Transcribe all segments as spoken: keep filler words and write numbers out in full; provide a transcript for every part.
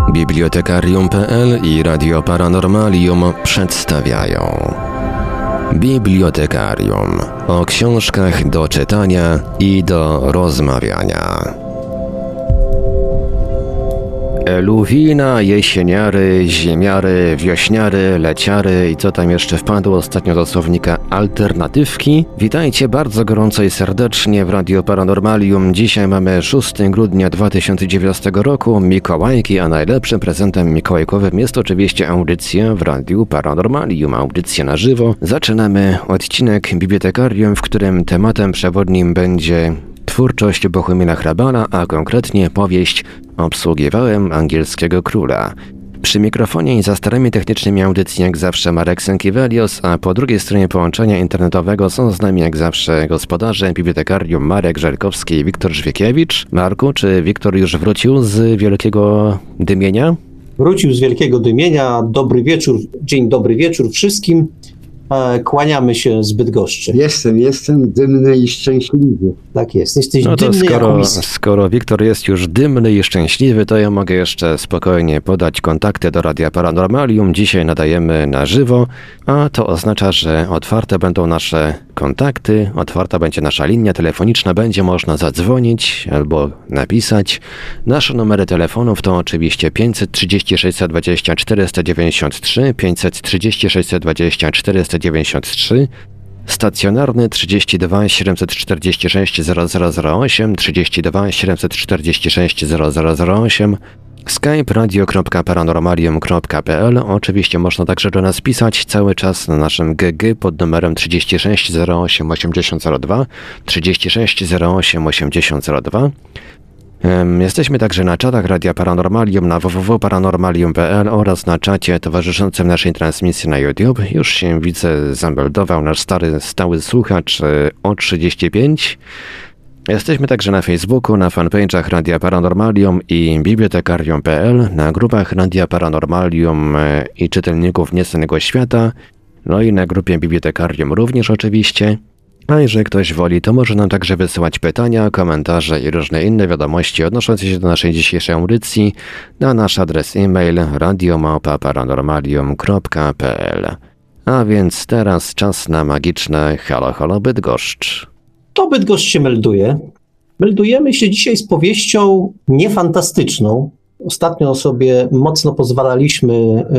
Bibliotekarium kropka pe el i Radio Paranormalium przedstawiają Bibliotekarium. O książkach do czytania i do rozmawiania. Eluwina, jesieniary, ziemiary, wiośniary, leciary i co tam jeszcze wpadło ostatnio do słownika alternatywki. Witajcie bardzo gorąco i serdecznie w Radio Paranormalium. Dzisiaj mamy szóstego grudnia dwa tysiące dziewiętnastego roku, Mikołajki, a najlepszym prezentem mikołajkowym jest oczywiście audycja w Radiu Paranormalium, audycja na żywo. Zaczynamy odcinek Bibliotekarium, w którym tematem przewodnim będzie twórczość Bohumila Hrabala, a konkretnie powieść Obsługiwałem angielskiego króla. Przy mikrofonie i za starami technicznymi audycji jak zawsze Marek Sękiewelios, a po drugiej stronie połączenia internetowego są z nami jak zawsze gospodarze Bibliotekarium Marek Żelkowski i Wiktor Żwiekiewicz. Marku, czy Wiktor już wrócił z wielkiego dymienia? Wrócił z wielkiego dymienia. Dobry wieczór, dzień dobry wieczór wszystkim. Kłaniamy się z Bydgoszczy. Jestem, jestem dymny i szczęśliwy. Tak jest, jesteś no to dymny skoro, jak skoro Wiktor jest już dymny i szczęśliwy, to ja mogę jeszcze spokojnie podać kontakty do Radia Paranormalium. Dzisiaj nadajemy na żywo, a to oznacza, że otwarte będą nasze kontakty, otwarta będzie nasza linia telefoniczna, będzie można zadzwonić albo napisać. Nasze numery telefonów to oczywiście pięćset trzydzieści sześć dwadzieścia czterysta dziewięćdziesiąt trzy, pięćset trzydzieści sześć dwadzieścia czterysta dziewięćdziesiąt trzy, stacjonarny trzydzieści dwa siedemset czterdzieści sześć zero zero zero osiem, trzydzieści dwa siedemset czterdzieści sześć zero zero zero osiem, skype radio kropka paranormalium kropka pe el. Oczywiście można także do nas pisać cały czas na naszym G G pod numerem trzydzieści sześć zero osiem osiemdziesiąt zero dwa, trzydzieści sześć zero osiem osiemdziesiąt zero dwa. Jesteśmy także na czatach Radia Paranormalium na w w w kropka paranormalium kropka pe el oraz na czacie towarzyszącym naszej transmisji na YouTube. Już się widzę, zameldował nasz stary, stały słuchacz O trzydzieści pięć. Jesteśmy także na Facebooku, na fanpage'ach Radia Paranormalium i Bibliotekarium kropka pe el, na grupach Radia Paranormalium i czytelników Nieznanego Świata, no i na grupie Bibliotekarium również oczywiście. A jeżeli ktoś woli, to może nam także wysyłać pytania, komentarze i różne inne wiadomości odnoszące się do naszej dzisiejszej audycji na nasz adres e-mail radio małpa paranormalium kropka pe el. A więc teraz czas na magiczne Halo Halo Bydgoszcz. To Bydgoszcz się melduje. Meldujemy się dzisiaj z powieścią niefantastyczną. Ostatnio sobie mocno pozwalaliśmy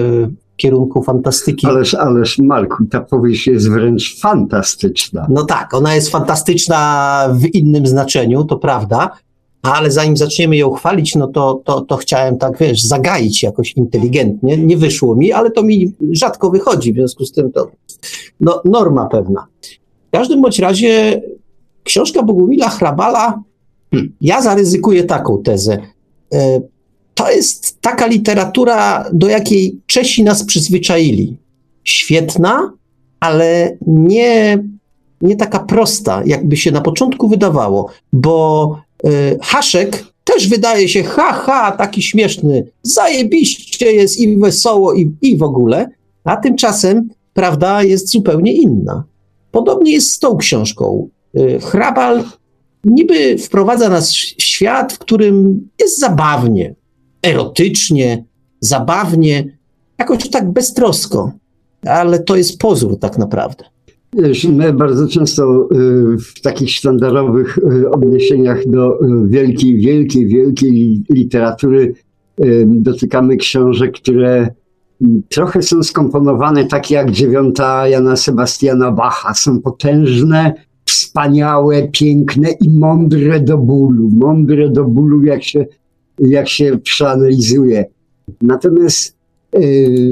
w kierunku fantastyki. Ależ, ależ Marku, ta powieść jest wręcz fantastyczna. No tak, ona jest fantastyczna w innym znaczeniu, to prawda, ale zanim zaczniemy ją chwalić, no to, to, to chciałem tak, wiesz, zagaić jakoś inteligentnie. Nie wyszło mi, ale to mi rzadko wychodzi, w związku z tym to no, norma pewna. W każdym bądź razie książka Bohumila Hrabala, hmm, ja zaryzykuję taką tezę. Y- To jest taka literatura, do jakiej Czesi nas przyzwyczaili. Świetna, ale nie, nie taka prosta, jakby się na początku wydawało, bo y, Haszek też wydaje się ha, ha, taki śmieszny, zajebiście jest i wesoło i, i w ogóle, a tymczasem prawda jest zupełnie inna. Podobnie jest z tą książką. Y, Hrabal niby wprowadza nas w świat, w którym jest zabawnie, erotycznie, zabawnie, jakoś tak beztrosko, ale to jest pozór tak naprawdę. Wiesz, my bardzo często w takich sztandarowych odniesieniach do wielkiej, wielkiej, wielkiej literatury dotykamy książek, które trochę są skomponowane tak jak dziewiąta Jana Sebastiana Bacha. Są potężne, wspaniałe, piękne i mądre do bólu. Mądre do bólu, jak się jak się przeanalizuje. Natomiast y,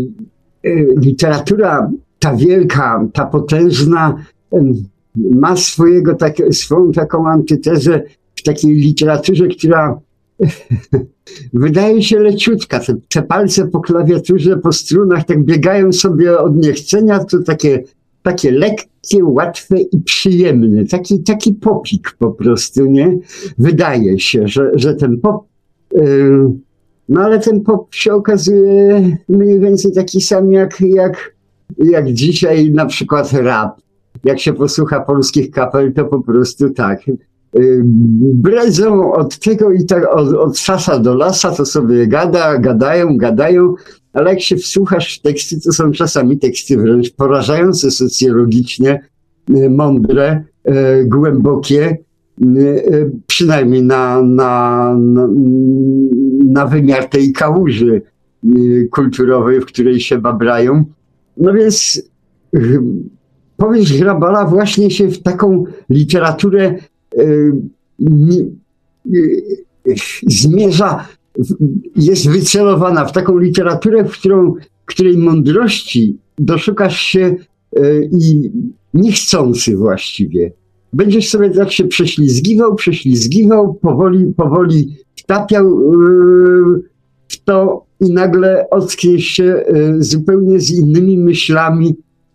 y, literatura ta wielka, ta potężna y, ma swojego, tak, swoją taką antytezę w takiej literaturze, która wydaje się leciutka. Te, te palce po klawiaturze, po strunach tak biegają sobie od niechcenia, to takie, takie lekkie, łatwe i przyjemne. Taki, taki popik po prostu, nie? Wydaje się, że, że ten pop no ale ten pop się okazuje mniej więcej taki sam jak, jak, jak dzisiaj na przykład rap. Jak się posłucha polskich kapel, to po prostu tak. bredzą od tego i tak, od, od sasa do lasa, to sobie gada, gadają, gadają, ale jak się wsłuchasz w teksty, to są czasami teksty wręcz porażające socjologicznie, mądre, głębokie, przynajmniej na, na, na, na wymiar tej kałuży kulturowej, w której się babrają. No więc powieść Hrabala właśnie się w taką literaturę zmierza, jest wycelowana w taką literaturę, w którą, której mądrości doszukasz się i niechcący właściwie. Będziesz sobie tak się prześlizgiwał, prześlizgiwał, powoli, powoli wtapiał w to i nagle ockniesz się zupełnie z innymi myślami,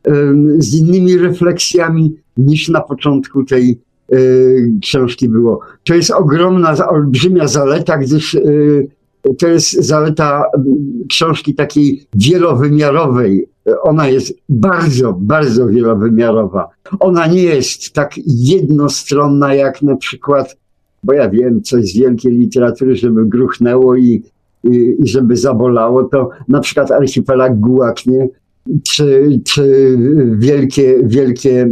z innymi refleksjami niż na początku tej książki było. To jest ogromna, olbrzymia zaleta, gdyż to jest zaleta książki takiej wielowymiarowej. Ona jest bardzo, bardzo wielowymiarowa. Ona nie jest tak jednostronna jak na przykład, bo ja wiem, coś z wielkiej literatury, żeby gruchnęło i, i, i żeby zabolało, to na przykład Archipelag Gułak, nie? Czy, czy wielkie, wielkie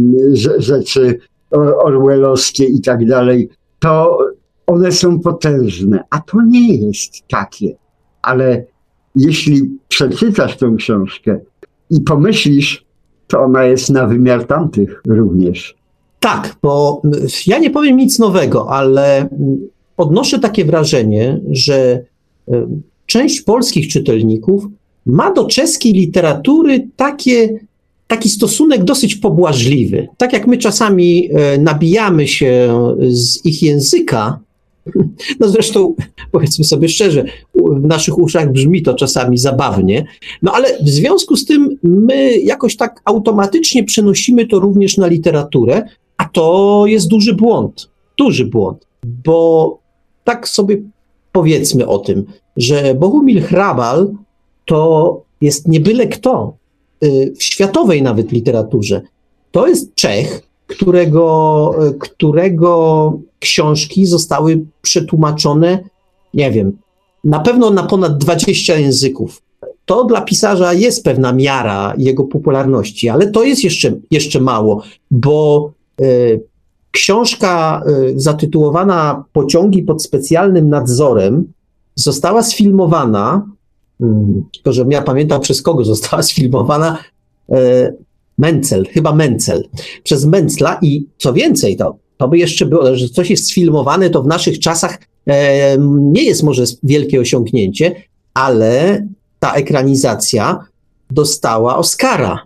rzeczy orwellowskie i tak dalej, to one są potężne, a to nie jest takie. Ale jeśli przeczytasz tą książkę i pomyślisz, to ona jest na wymiar tamtych również. Tak, bo ja nie powiem nic nowego, ale odnoszę takie wrażenie, że część polskich czytelników ma do czeskiej literatury takie, taki stosunek dosyć pobłażliwy. Tak jak my czasami nabijamy się z ich języka, no zresztą powiedzmy sobie szczerze, w naszych uszach brzmi to czasami zabawnie, no ale w związku z tym my jakoś tak automatycznie przenosimy to również na literaturę, a to jest duży błąd, duży błąd, bo tak sobie powiedzmy o tym, że Bohumil Hrabal to jest nie byle kto w światowej nawet literaturze. To jest Czech, którego, którego książki zostały przetłumaczone, nie wiem, na pewno na ponad dwadzieścia języków. To dla pisarza jest pewna miara jego popularności, ale to jest jeszcze, jeszcze mało, bo y, książka y, zatytułowana Pociągi pod specjalnym nadzorem została sfilmowana, y, tylko że ja pamiętam przez kogo została sfilmowana, y, Menzel, chyba Menzel, przez Menzla i co więcej, to, to by jeszcze było, że coś jest sfilmowane, to w naszych czasach e, nie jest może wielkie osiągnięcie, ale ta ekranizacja dostała Oscara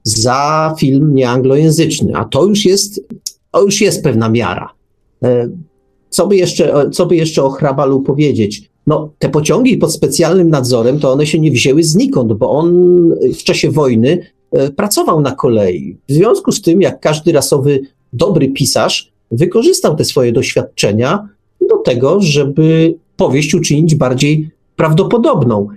za film nieanglojęzyczny, a to już jest, to już jest pewna miara. E, co by jeszcze, co by jeszcze o Hrabalu powiedzieć? No, te pociągi pod specjalnym nadzorem, to one się nie wzięły znikąd, bo on w czasie wojny pracował na kolei. W związku z tym, jak każdy rasowy dobry pisarz, wykorzystał te swoje doświadczenia do tego, żeby powieść uczynić bardziej prawdopodobną.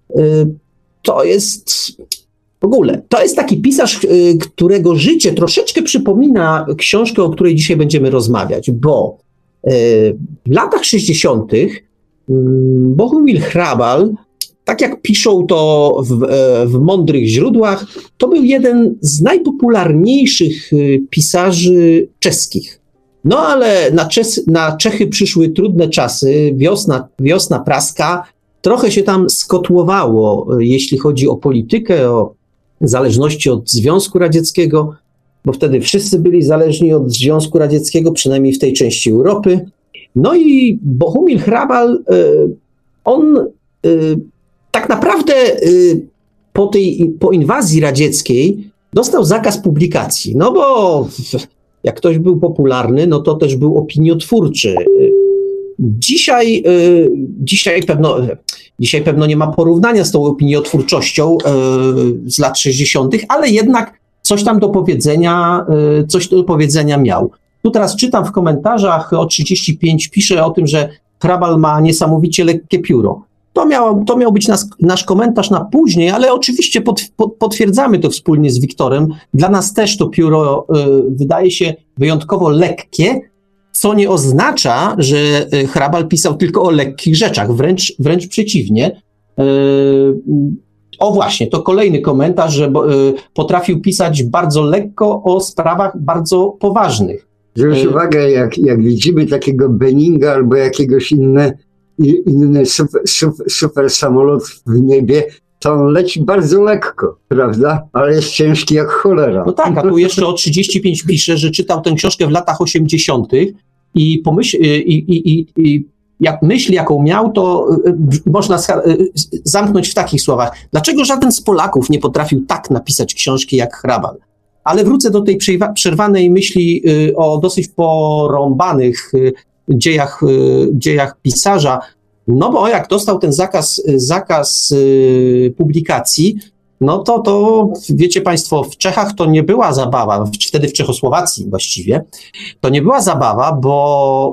To jest w ogóle, to jest taki pisarz, którego życie troszeczkę przypomina książkę, o której dzisiaj będziemy rozmawiać, bo w latach sześćdziesiątych Bohumil Hrabal, tak jak piszą to w, w mądrych źródłach, to był jeden z najpopularniejszych pisarzy czeskich. No ale na, Czes, na Czechy przyszły trudne czasy, wiosna, wiosna praska, trochę się tam skotłowało, jeśli chodzi o politykę, o zależności od Związku Radzieckiego, bo wtedy wszyscy byli zależni od Związku Radzieckiego, przynajmniej w tej części Europy. No i Bohumil Hrabal, on tak naprawdę po tej, po inwazji radzieckiej dostał zakaz publikacji, no bo jak ktoś był popularny, no to też był opiniotwórczy. Dzisiaj, dzisiaj, pewno, dzisiaj pewno nie ma porównania z tą opiniotwórczością z lat sześćdziesiątych, ale jednak coś tam do powiedzenia, coś do powiedzenia miał. Tu teraz czytam w komentarzach, o trzydzieści pięć pisze o tym, że Hrabal ma niesamowicie lekkie pióro. To miał, to miał być nas, nasz komentarz na później, ale oczywiście pod, pod, potwierdzamy to wspólnie z Wiktorem. Dla nas też to pióro y, wydaje się wyjątkowo lekkie, co nie oznacza, że Hrabal pisał tylko o lekkich rzeczach, wręcz, wręcz przeciwnie. O właśnie, to kolejny komentarz, że potrafił pisać bardzo lekko o sprawach bardzo poważnych. Zwróć uwagę, jak, jak widzimy takiego Benninga albo jakiegoś inne, inny super, super, super samolot w niebie, to on leci bardzo lekko, prawda? Ale jest ciężki jak cholera. No tak, a tu jeszcze o trzydzieści pięć pisze, że czytał tę książkę w latach osiemdziesiątych i pomyśl, i, i, i, i jak myśl, jaką miał, to można zamknąć w takich słowach. Dlaczego żaden z Polaków nie potrafił tak napisać książki jak Hrabal? Ale wrócę do tej przerwanej myśli o dosyć porąbanych dziejach, dziejach pisarza. No bo jak dostał ten zakaz, zakaz publikacji, no to, to wiecie Państwo, w Czechach to nie była zabawa, wtedy w Czechosłowacji właściwie, to nie była zabawa, bo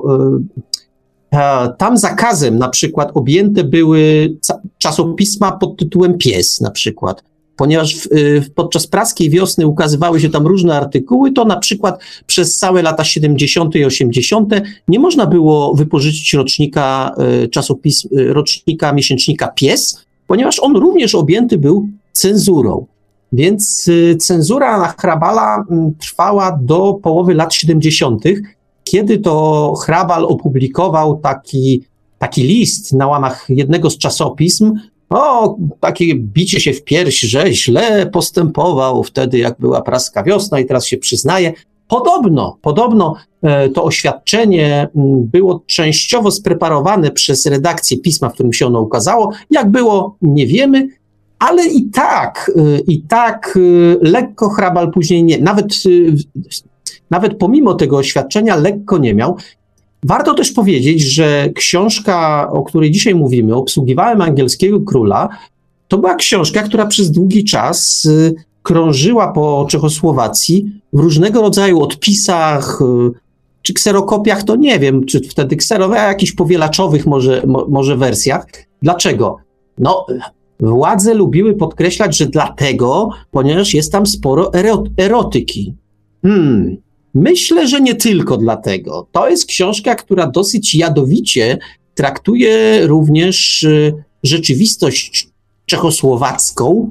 tam zakazem na przykład objęte były czasopisma pod tytułem Pies na przykład. Ponieważ w, podczas praskiej wiosny ukazywały się tam różne artykuły, to na przykład przez całe lata siedemdziesiąte i osiemdziesiąte nie można było wypożyczyć rocznika czasopism, rocznika miesięcznika Pies, ponieważ on również objęty był cenzurą. Więc cenzura na Hrabala trwała do połowy lat siedemdziesiątych, kiedy to Hrabal opublikował taki, taki list na łamach jednego z czasopism, o, takie bicie się w pierś, że źle postępował wtedy, jak była praska wiosna i teraz się przyznaje. Podobno, podobno e, to oświadczenie m, było częściowo spreparowane przez redakcję pisma, w którym się ono ukazało. Jak było, nie wiemy, ale i tak, e, i tak e, lekko Hrabal później nie, nawet, e, nawet pomimo tego oświadczenia lekko nie miał. Warto też powiedzieć, że książka, o której dzisiaj mówimy, Obsługiwałem angielskiego króla, to była książka, która przez długi czas y, krążyła po Czechosłowacji w różnego rodzaju odpisach, y, czy kserokopiach, to nie wiem, czy wtedy kserowe, a jakichś powielaczowych może, mo, może wersjach. Dlaczego? No, władze lubiły podkreślać, że dlatego, ponieważ jest tam sporo erot- erotyki. Hmm... Myślę, że nie tylko dlatego. To jest książka, która dosyć jadowicie traktuje również rzeczywistość czechosłowacką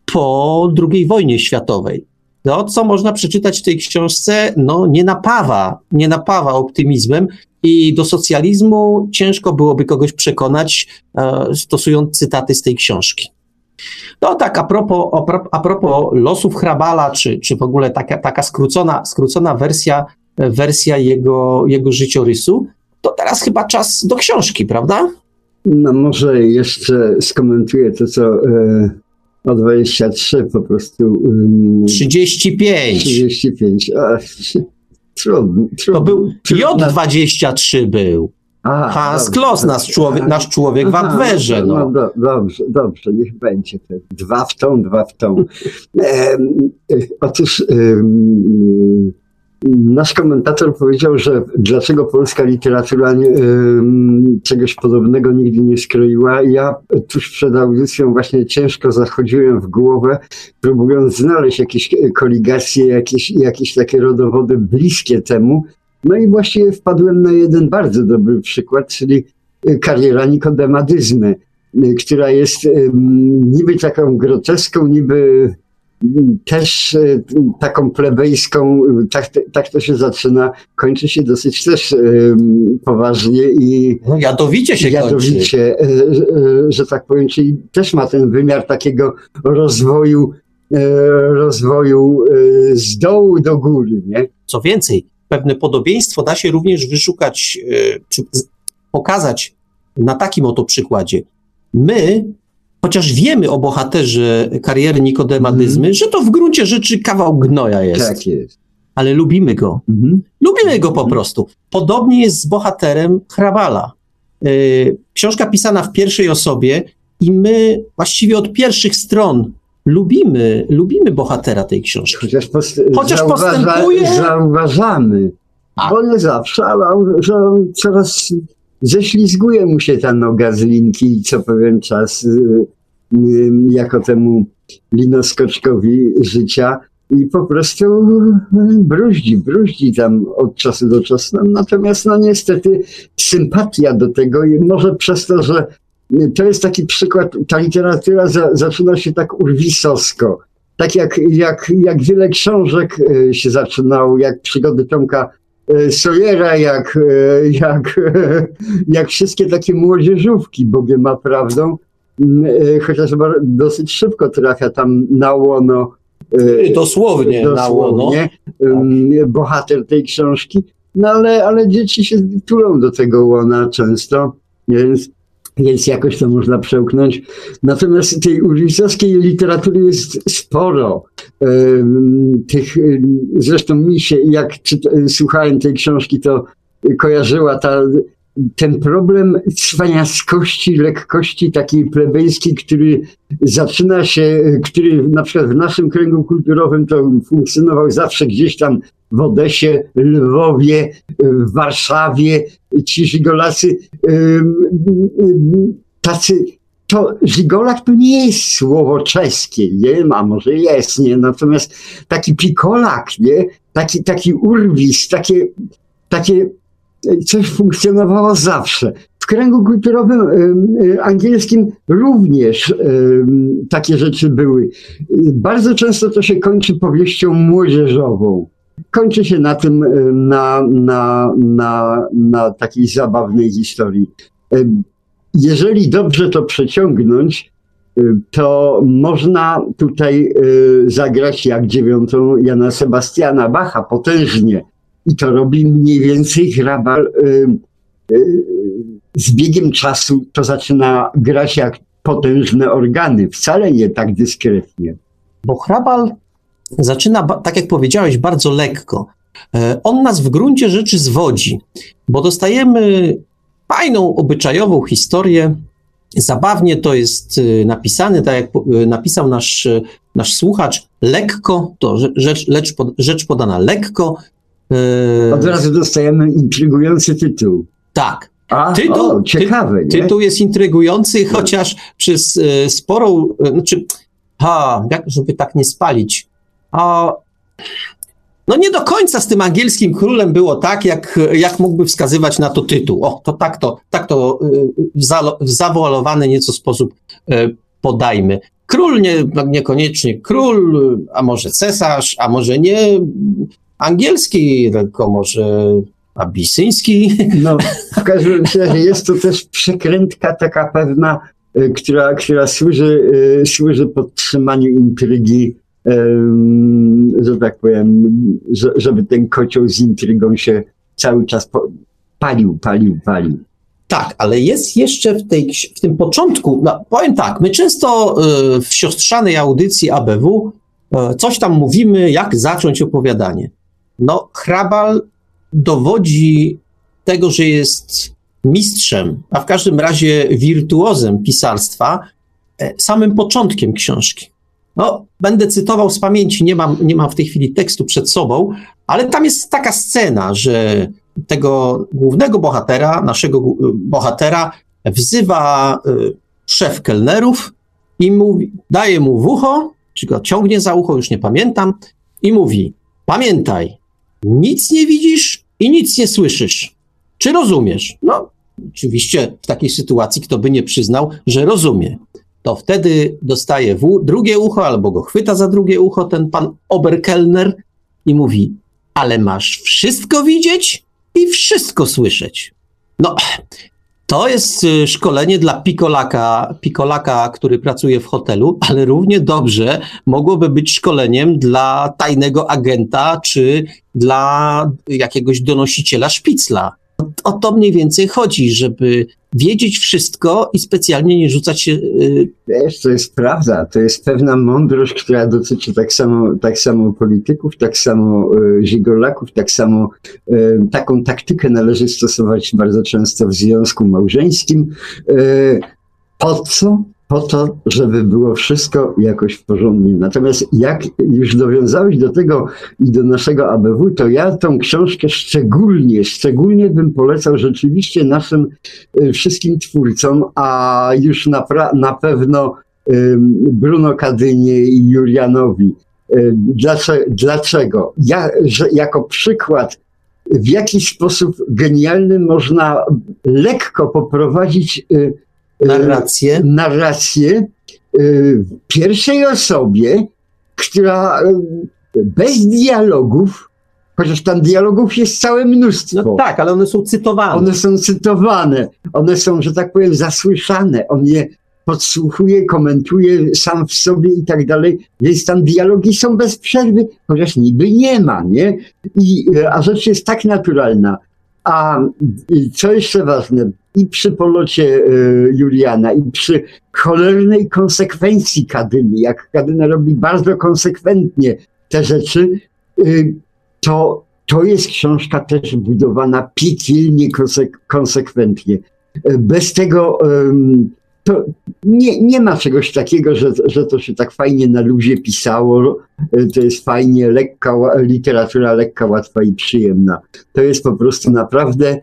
po drugiej wojnie światowej. To, co można przeczytać w tej książce, no nie napawa, nie napawa optymizmem i do socjalizmu ciężko byłoby kogoś przekonać, e, stosując cytaty z tej książki. No tak, a propos, a propos losów Hrabala, czy, czy w ogóle taka, taka skrócona, skrócona wersja, wersja jego, jego życiorysu, to teraz chyba czas do książki, prawda? No może jeszcze skomentuję to, co e, o dwadzieścia trzy po prostu. Um, trzydzieści pięć. trzydzieści pięć. A, trudno, trudno. To był J dwadzieścia trzy był. A, Hans Kloss, nasz człowiek, nasz człowiek w Adwerze. No, no do, dobrze, dobrze, niech będzie. Te dwa w tą, dwa w tą. E, otóż e, nasz komentator powiedział, że dlaczego polska literatura nie, e, czegoś podobnego nigdy nie skroiła. Ja tuż przed audycją właśnie ciężko zachodziłem w głowę, próbując znaleźć jakieś koligacje, jakieś, jakieś takie rodowody bliskie temu. No i właściwie wpadłem na jeden bardzo dobry przykład, czyli kariera Nikodema Dyzmy, która jest niby taką groteską, niby też taką plebejską, tak, tak to się zaczyna, kończy się dosyć też poważnie i no jadowicie się jadowicie, kończy. Że tak powiem, czyli też ma ten wymiar takiego rozwoju, rozwoju z dołu do góry, nie? Co więcej, pewne podobieństwo da się również wyszukać, czy pokazać na takim oto przykładzie. My, chociaż wiemy o bohaterze kariery Nikodema Dyzmy, mm. że to w gruncie rzeczy kawał gnoja jest. Tak jest. Ale lubimy go. Mm. Lubimy go po prostu. Podobnie jest z bohaterem Hrabala. Książka pisana w pierwszej osobie i my właściwie od pierwszych stron Lubimy, lubimy bohatera tej książki. Chociaż, post- Chociaż zauważa- postępuje... Zauważamy, A. bo nie zawsze, ale on, że on coraz ześlizguje mu się ta noga z linki i co pewien czas y, y, jako temu linoskoczkowi życia i po prostu bruździ, bruździ tam od czasu do czasu. No, natomiast no niestety sympatia do tego i może przez to, że to jest taki przykład, ta literatura za, zaczyna się tak urwisowsko. Tak jak, jak, jak wiele książek się zaczynało, jak przygody Tomka Sawyera, jak, jak, jak wszystkie takie młodzieżówki, Bogiem ma prawdą, chociaż dosyć szybko trafia tam na łono. Dosłownie, dosłownie na łono. Bohater tej książki. No ale, ale dzieci się tulą do tego łona często, więc, więc jakoś to można przełknąć. Natomiast tej urwisowskiej literatury jest sporo. Tych, zresztą mi się, jak czyta, słuchałem tej książki, to kojarzyła ta, ten problem cwaniackości, lekkości takiej plebejskiej, który zaczyna się, który na przykład w naszym kręgu kulturowym to funkcjonował zawsze gdzieś tam w Odesie, Lwowie, w Warszawie. Ci żigolacy tacy, to żigolak to nie jest słowo czeskie, nie? A może jest, nie? Natomiast taki pikolak, nie? Taki, taki urwis, takie, takie coś funkcjonowało zawsze. W kręgu kulturowym y, angielskim również y, takie rzeczy były. Bardzo często to się kończy powieścią młodzieżową. Kończy się na tym, na, na, na, na takiej zabawnej historii. Jeżeli dobrze to przeciągnąć, to można tutaj zagrać jak dziewiątą Jana Sebastiana Bacha potężnie. I to robi mniej więcej Hrabal. Z biegiem czasu to zaczyna grać jak potężne organy, wcale nie tak dyskretnie. Bo Hrabal zaczyna, tak jak powiedziałeś, bardzo lekko. On nas w gruncie rzeczy zwodzi, bo dostajemy fajną, obyczajową historię. Zabawnie to jest napisane, tak jak napisał nasz, nasz słuchacz, lekko, to rzecz, rzecz, rzecz podana lekko. Od razu dostajemy intrygujący tytuł. Tak. A, tytuł, o, ciekawe, ty, tytuł jest intrygujący, chociaż przez sporą, znaczy, ha, jak, żeby tak nie spalić, a, no nie do końca z tym angielskim królem było tak, jak, jak mógłby wskazywać na to tytuł. O, to tak to, tak to w, za, w zawoalowany nieco sposób podajmy. Król nie, niekoniecznie król, a może cesarz, a może nie angielski, tylko może abisyński. No, w każdym razie jest to też przekrętka taka pewna, która, która służy, służy podtrzymaniu intrygi, że tak powiem, żeby ten kocioł z intrygą się cały czas palił, palił, palił. Tak, ale jest jeszcze w, tej, w tym początku, no, powiem tak, my często w siostrzanej audycji A B W coś tam mówimy, jak zacząć opowiadanie. No, Hrabal dowodzi tego, że jest mistrzem, a w każdym razie wirtuozem pisarstwa, samym początkiem książki. No, będę cytował z pamięci, nie mam, nie mam w tej chwili tekstu przed sobą, ale tam jest taka scena, że tego głównego bohatera, naszego bohatera wzywa szef kelnerów i mówi, daje mu w ucho, czy go ciągnie za ucho, już nie pamiętam, i mówi, pamiętaj, nic nie widzisz i nic nie słyszysz. Czy rozumiesz? No, oczywiście w takiej sytuacji kto by nie przyznał, że rozumie. To wtedy dostaje w drugie ucho albo go chwyta za drugie ucho ten pan Oberkellner i mówi, ale masz wszystko widzieć i wszystko słyszeć. No, to jest szkolenie dla pikolaka, pikolaka, który pracuje w hotelu, ale równie dobrze mogłoby być szkoleniem dla tajnego agenta czy dla jakiegoś donosiciela szpicla. O to mniej więcej chodzi, żeby wiedzieć wszystko i specjalnie nie rzucać się... Yy... Wiesz, to jest prawda, to jest pewna mądrość, która dotyczy tak samo, tak samo polityków, tak samo y, żigolaków, tak samo y, taką taktykę należy stosować bardzo często w związku małżeńskim. Y, po co? Po to, żeby było wszystko jakoś w porządku. Natomiast jak już dowiązałeś do tego i do naszego A B W, to ja tą książkę szczególnie, szczególnie bym polecał rzeczywiście naszym y, wszystkim twórcom, a już na, pra- na pewno y, Bruno Kadynie i Julianowi. Dlaczego? Dlaczego? Ja, że jako przykład, w jaki sposób genialny można lekko poprowadzić narrację, narrację w pierwszej osobie, która bez dialogów, chociaż tam dialogów jest całe mnóstwo. No tak, ale one są cytowane. One są cytowane, one są, że tak powiem, zasłyszane, on je podsłuchuje, komentuje sam w sobie i tak dalej, więc tam dialogi są bez przerwy, chociaż niby nie ma, nie? I, a rzecz jest tak naturalna. A co jeszcze ważne, i przy polocie y, Juliana, i przy cholernej konsekwencji Kadyny, jak Kadyna robi bardzo konsekwentnie te rzeczy, y, to, to jest książka też budowana piekielnie konsek- konsekwentnie. Y, bez tego y, to nie, nie ma czegoś takiego, że, że to się tak fajnie na luzie pisało, y, to jest fajnie, lekka, literatura lekka, łatwa i przyjemna. To jest po prostu naprawdę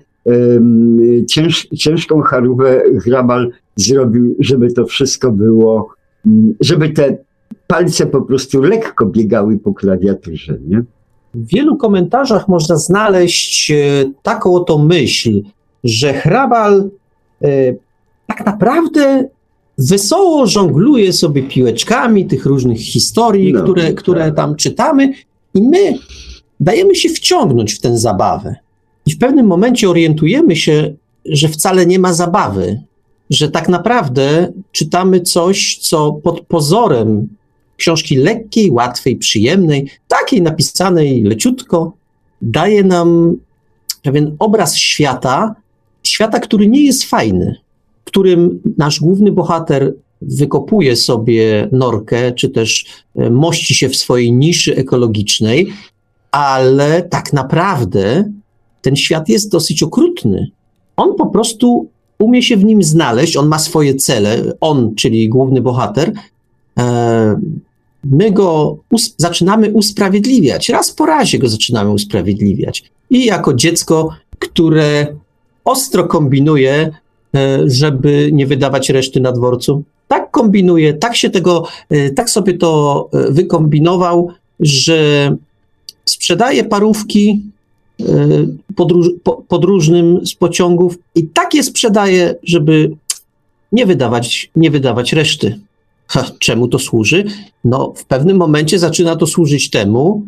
Cięż, ciężką charówę Hrabal zrobił, żeby to wszystko było, żeby te palce po prostu lekko biegały po klawiaturze, nie? W wielu komentarzach można znaleźć taką oto myśl, że Hrabal e, tak naprawdę wesoło żongluje sobie piłeczkami tych różnych historii, no, które, które tak. tam czytamy, i my dajemy się wciągnąć w tę zabawę. I w pewnym momencie orientujemy się, że wcale nie ma zabawy, że tak naprawdę czytamy coś, co pod pozorem książki lekkiej, łatwej, przyjemnej, takiej napisanej leciutko, daje nam pewien obraz świata, świata, który nie jest fajny, w którym nasz główny bohater wykopuje sobie norkę, czy też mości się w swojej niszy ekologicznej, ale tak naprawdę ten świat jest dosyć okrutny. On po prostu umie się w nim znaleźć, on ma swoje cele, on, czyli główny bohater, e, my go us- zaczynamy usprawiedliwiać, raz po razie go zaczynamy usprawiedliwiać. I jako dziecko, które ostro kombinuje, e, żeby nie wydawać reszty na dworcu, tak kombinuje, tak się tego, e, tak sobie to e, wykombinował, że sprzedaje parówki Podróż, po, podróżnym z pociągów i tak je sprzedaje, żeby nie wydawać, nie wydawać reszty. Ha, czemu to służy? No, w pewnym momencie zaczyna to służyć temu,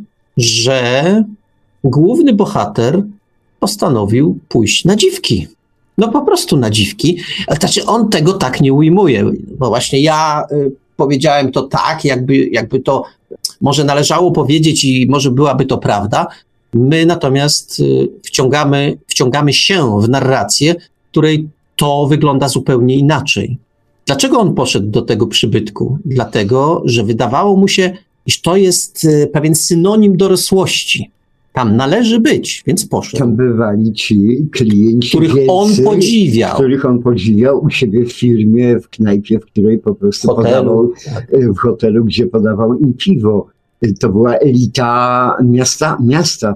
że główny bohater postanowił pójść na dziwki. No po prostu na dziwki. Znaczy on tego tak nie ujmuje. Bo właśnie ja y, powiedziałem to tak, jakby, jakby to może należało powiedzieć i może byłaby to prawda. My natomiast wciągamy, wciągamy się w narrację, w której to wygląda zupełnie inaczej. Dlaczego on poszedł do tego przybytku? Dlatego, że wydawało mu się, iż to jest pewien synonim dorosłości. Tam należy być, więc poszedł. Tam bywali ci klienci, których wielcy, on podziwiał. Których on podziwiał u siebie w firmie, w knajpie, w której po prostu hotelu, podawał, tak. w hotelu, gdzie podawał im piwo. To była elita miasta. miasta.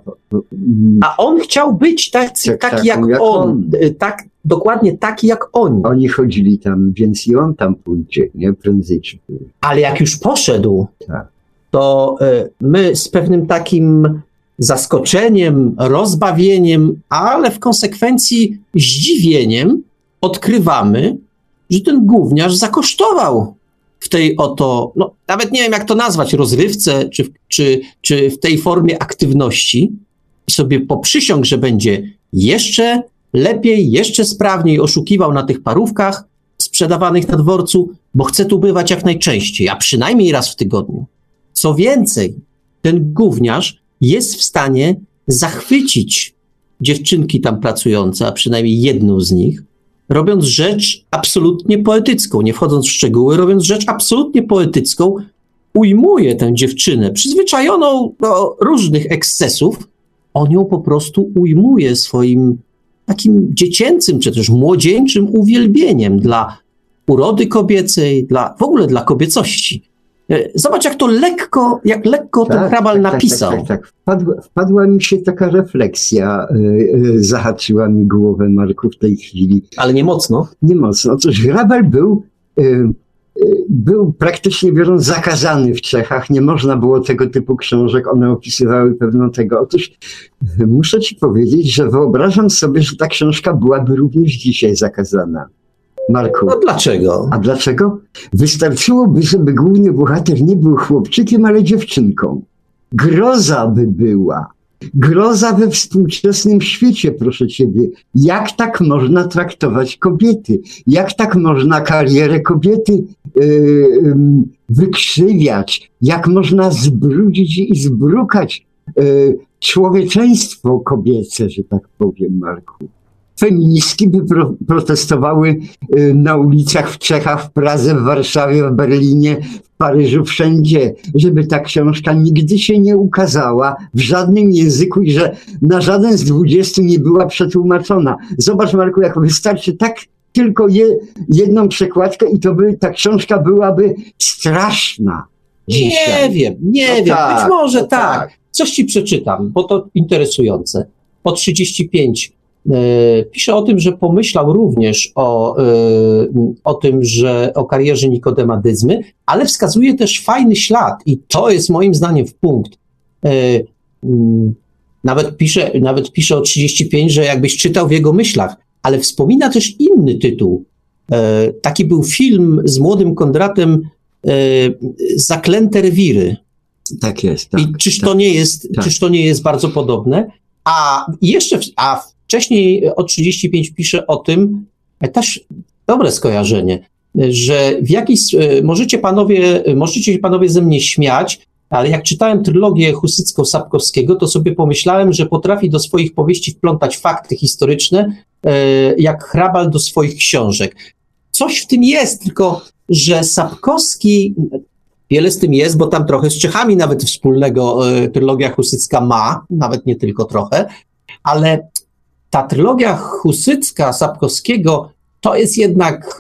A on chciał być taki, tak, taki tak, jak, jak on. on. Tak, dokładnie taki jak oni. Oni chodzili tam, więc i on tam pójdzie, nie? Prędzej czy później. Ale jak już poszedł, tak. to y, my z pewnym takim zaskoczeniem, rozbawieniem, ale w konsekwencji zdziwieniem odkrywamy, że ten gówniarz zakosztował w tej oto, no nawet nie wiem jak to nazwać, rozrywce, czy, czy, czy w tej formie aktywności i sobie poprzysiągł, że będzie jeszcze lepiej, jeszcze sprawniej oszukiwał na tych parówkach sprzedawanych na dworcu, bo chce tu bywać jak najczęściej, a przynajmniej raz w tygodniu. Co więcej, ten gówniarz jest w stanie zachwycić dziewczynki tam pracujące, a przynajmniej jedną z nich, robiąc rzecz absolutnie poetycką, nie wchodząc w szczegóły, robiąc rzecz absolutnie poetycką, ujmuje tę dziewczynę, przyzwyczajoną do różnych ekscesów, on ją po prostu ujmuje swoim takim dziecięcym, czy też młodzieńczym uwielbieniem dla urody kobiecej, dla, w ogóle dla kobiecości. Zobacz, jak to lekko, jak lekko tak, ten Hrabal tak, napisał. Tak, tak, tak. Wpadła, wpadła mi się taka refleksja, yy, yy, zahaczyła mi głowę, Marku, w tej chwili. Ale nie mocno. Nie mocno. Otóż Hrabal był yy, był praktycznie biorąc zakazany w Czechach. Nie można było tego typu książek, one opisywały pewną tego. Otóż muszę ci powiedzieć, że wyobrażam sobie, że ta książka byłaby również dzisiaj zakazana. Marku. No dlaczego? A dlaczego? Wystarczyłoby, żeby główny bohater nie był chłopczykiem, ale dziewczynką. Groza by była. Groza we współczesnym świecie, proszę ciebie. Jak tak można traktować kobiety? Jak tak można karierę kobiety yy, yy, wykrzywiać? Jak można zbrudzić i zbrukać yy, człowieczeństwo kobiece, że tak powiem, Marku? Feministki by pro, protestowały y, na ulicach w Czechach, w Pradze, w Warszawie, w Berlinie, w Paryżu, wszędzie, żeby ta książka nigdy się nie ukazała w żadnym języku i że na żaden z dwudziestu nie była przetłumaczona. Zobacz, Marku, jak wystarczy tak tylko je, jedną przekładkę i to by ta książka byłaby straszna. Dzisiaj. Nie wiem, nie no wiem, tak, być może no tak. tak. Coś ci przeczytam, bo to interesujące. Po trzydzieści pięć Yy, pisze o tym, że pomyślał również o, yy, o tym, że o karierze Nikodema Dyzmy, ale wskazuje też fajny ślad i to jest moim zdaniem w punkt. Yy, yy, nawet, pisze, nawet pisze o trzydzieści pięć, że jakbyś czytał w jego myślach, ale wspomina też inny tytuł. Yy, taki był film z młodym Kondratem yy, Zaklęte rewiry. Tak jest. Tak, I czyż, tak, to nie jest, tak. czyż to nie jest bardzo podobne? A jeszcze, a wcześniej o trzydzieści pięć pisze o tym, też dobre skojarzenie, że w jakiś, możecie panowie, możecie się panowie ze mnie śmiać, ale jak czytałem trylogię Husycko-Sapkowskiego, to sobie pomyślałem, że potrafi do swoich powieści wplątać fakty historyczne, jak Hrabal do swoich książek. Coś w tym jest, tylko że Sapkowski, wiele z tym jest, bo tam trochę z Czechami nawet wspólnego trylogia Husycka ma, nawet nie tylko trochę, ale ta trylogia Husycka Sapkowskiego to jest jednak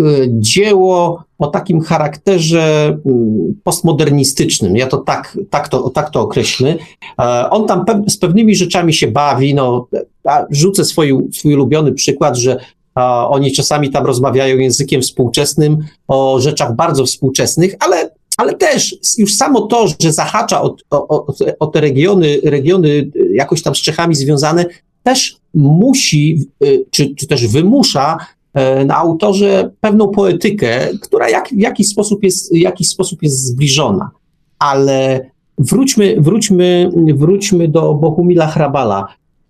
dzieło o takim charakterze postmodernistycznym. Ja to tak, tak, to, tak to określmy. On tam pe- z pewnymi rzeczami się bawi. No, rzucę swój, swój ulubiony przykład, że a, oni czasami tam rozmawiają językiem współczesnym o rzeczach bardzo współczesnych, ale Ale też już samo to, że zahacza o, o, o te regiony, regiony jakoś tam z Czechami związane, też musi, czy, czy też wymusza na autorze pewną poetykę, która jak, w jakiś sposób jest, w jakiś sposób jest zbliżona. Ale wróćmy, wróćmy, wróćmy do Bohumila Hrabala.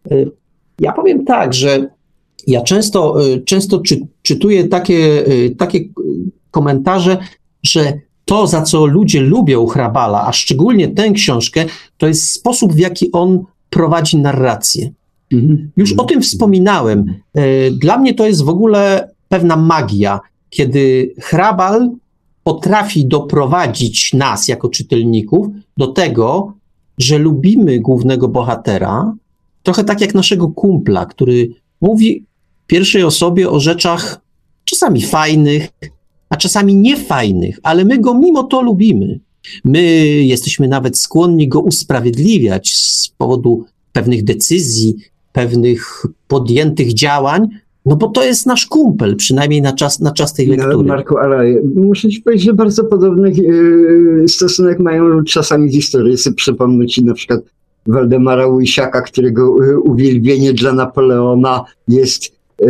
Ja powiem tak, że ja często, często czy, czytuję takie, takie komentarze, że to, za co ludzie lubią Hrabala, a szczególnie tę książkę, to jest sposób, w jaki on prowadzi narrację. Mhm. Już o tym wspominałem. Dla mnie to jest w ogóle pewna magia, kiedy Hrabal potrafi doprowadzić nas, jako czytelników, do tego, że lubimy głównego bohatera, trochę tak jak naszego kumpla, który mówi w pierwszej osobie o rzeczach czasami fajnych, a czasami niefajnych, ale my go mimo to lubimy. My jesteśmy nawet skłonni go usprawiedliwiać z powodu pewnych decyzji, pewnych podjętych działań, no bo to jest nasz kumpel, przynajmniej na czas, na czas tej lektury. No, Marku, ale muszę ci powiedzieć, że bardzo podobny yy, stosunek mają czasami historycy. Przypomnę ci na przykład Waldemara Łysiaka, którego yy, uwielbienie dla Napoleona jest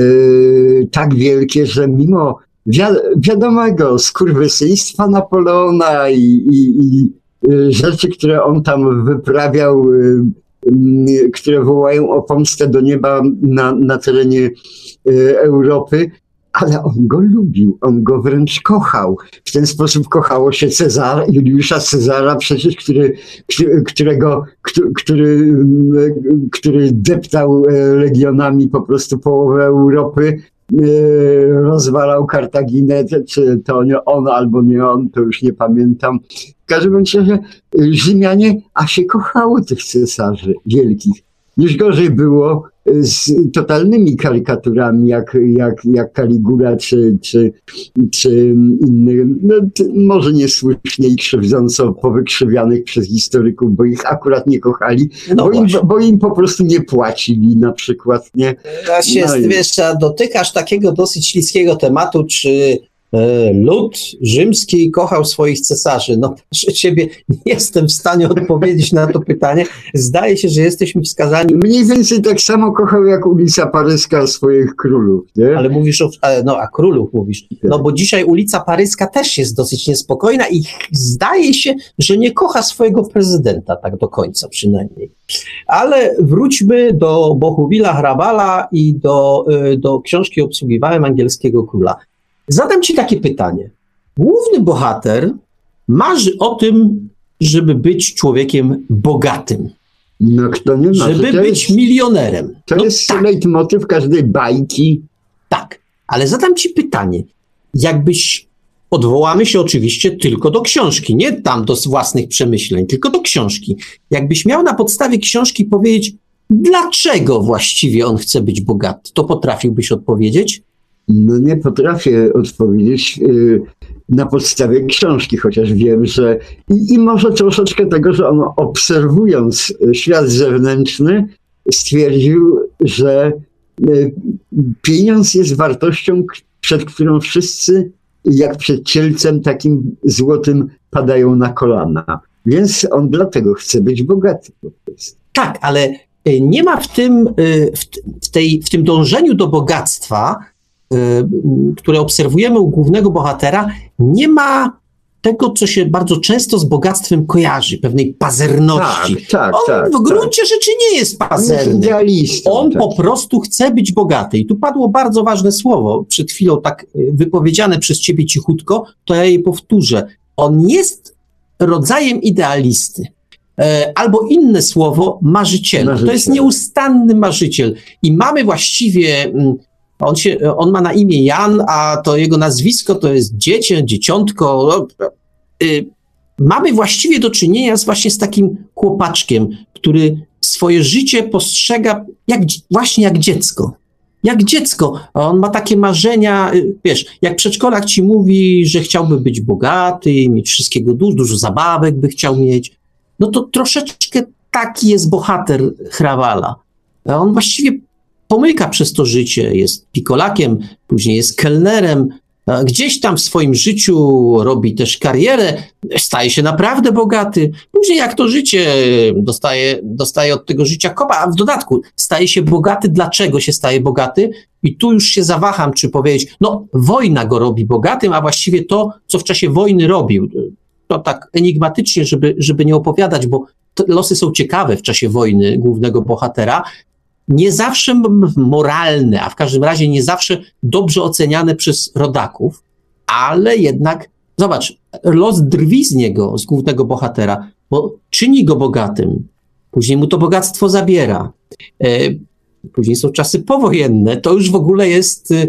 yy, tak wielkie, że mimo wi- wiadomego skurwysyństwa Napoleona i, i, i yy, rzeczy, które on tam wyprawiał, yy, które wołają o pomstę do nieba na, na terenie y, Europy, ale on go lubił, on go wręcz kochał. W ten sposób kochało się Cezara, Juliusza Cezara przecież, który, którego, który, który deptał legionami po prostu połowę Europy, rozwalał Kartaginę, czy to nie on albo nie on, to już nie pamiętam. W każdym razie Rzymianie, a się kochało tych cesarzy wielkich. Już gorzej było z totalnymi karykaturami, jak, jak, jak Caligula, czy, czy, czy innych, no, może niesłusznie i krzywdząco powykrzywianych przez historyków, bo ich akurat nie kochali, no bo, im, bo im po prostu nie płacili na przykład, nie? Właśnie, no wiesz, dotykasz takiego dosyć śliskiego tematu, czy Lud rzymski kochał swoich cesarzy. No proszę ciebie, nie jestem w stanie odpowiedzieć na to pytanie. Zdaje się, że jesteśmy wskazani. Mniej więcej tak samo kochał jak ulica Paryska swoich królów, nie? Ale mówisz o, no a królów mówisz. No bo dzisiaj ulica Paryska też jest dosyć niespokojna i zdaje się, że nie kocha swojego prezydenta tak do końca przynajmniej. Ale wróćmy do Bohumila Hrabala i do, do książki Obsługiwałem angielskiego króla. Zadam ci takie pytanie. Główny bohater marzy o tym, żeby być człowiekiem bogatym. No kto nie marzy? Żeby to być jest, milionerem. To no, jest tak, leitmotyw każdej bajki. tak, ale zadam ci pytanie. Jakbyś, odwołamy się oczywiście tylko do książki, nie tam do własnych przemyśleń, tylko do książki. Jakbyś miał na podstawie książki powiedzieć, dlaczego właściwie on chce być bogaty, to potrafiłbyś odpowiedzieć? No nie potrafię odpowiedzieć yy, na podstawie książki, chociaż wiem, że i, i może troszeczkę tego, że on obserwując świat zewnętrzny stwierdził, że yy, pieniądz jest wartością, przed którą wszyscy jak przed cielcem takim złotym padają na kolana. Więc on dlatego chce być bogaty po prostu. Tak, ale nie ma w tym, w tej, w tym dążeniu do bogactwa, które obserwujemy u głównego bohatera, nie ma tego, co się bardzo często z bogactwem kojarzy, pewnej pazerności. Tak, tak, on tak, w gruncie tak. rzeczy nie jest pazerny. Idealistą, on tak. po prostu chce być bogaty. I tu padło bardzo ważne słowo, przed chwilą tak wypowiedziane przez ciebie cichutko, to ja je powtórzę. On jest rodzajem idealisty. Albo inne słowo, marzyciela. Marzyciel. To jest nieustanny marzyciel. I mamy właściwie... On, się, on ma na imię Jan, a to jego nazwisko to jest dziecię, dzieciątko. No, y, mamy właściwie do czynienia z właśnie z takim chłopaczkiem, który swoje życie postrzega jak, właśnie jak dziecko. Jak dziecko. A on ma takie marzenia, y, wiesz, jak przedszkolak ci mówi, że chciałby być bogaty, mieć wszystkiego dużo, dużo zabawek by chciał mieć, no to troszeczkę taki jest bohater Hrabala. A on właściwie pomyka przez to życie, jest pikolakiem, później jest kelnerem, gdzieś tam w swoim życiu robi też karierę, staje się naprawdę bogaty, później jak to życie dostaje, dostaje od tego życia kopa, a w dodatku staje się bogaty. Dlaczego się staje bogaty? I tu już się zawaham, czy powiedzieć, no wojna go robi bogatym, a właściwie to, co w czasie wojny robił. To tak enigmatycznie, żeby, żeby nie opowiadać, bo losy są ciekawe w czasie wojny głównego bohatera, nie zawsze moralne, a w każdym razie nie zawsze dobrze oceniane przez rodaków, ale jednak, zobacz, los drwi z niego, z głównego bohatera, bo czyni go bogatym, później mu to bogactwo zabiera, e, później są czasy powojenne, to już w ogóle jest e,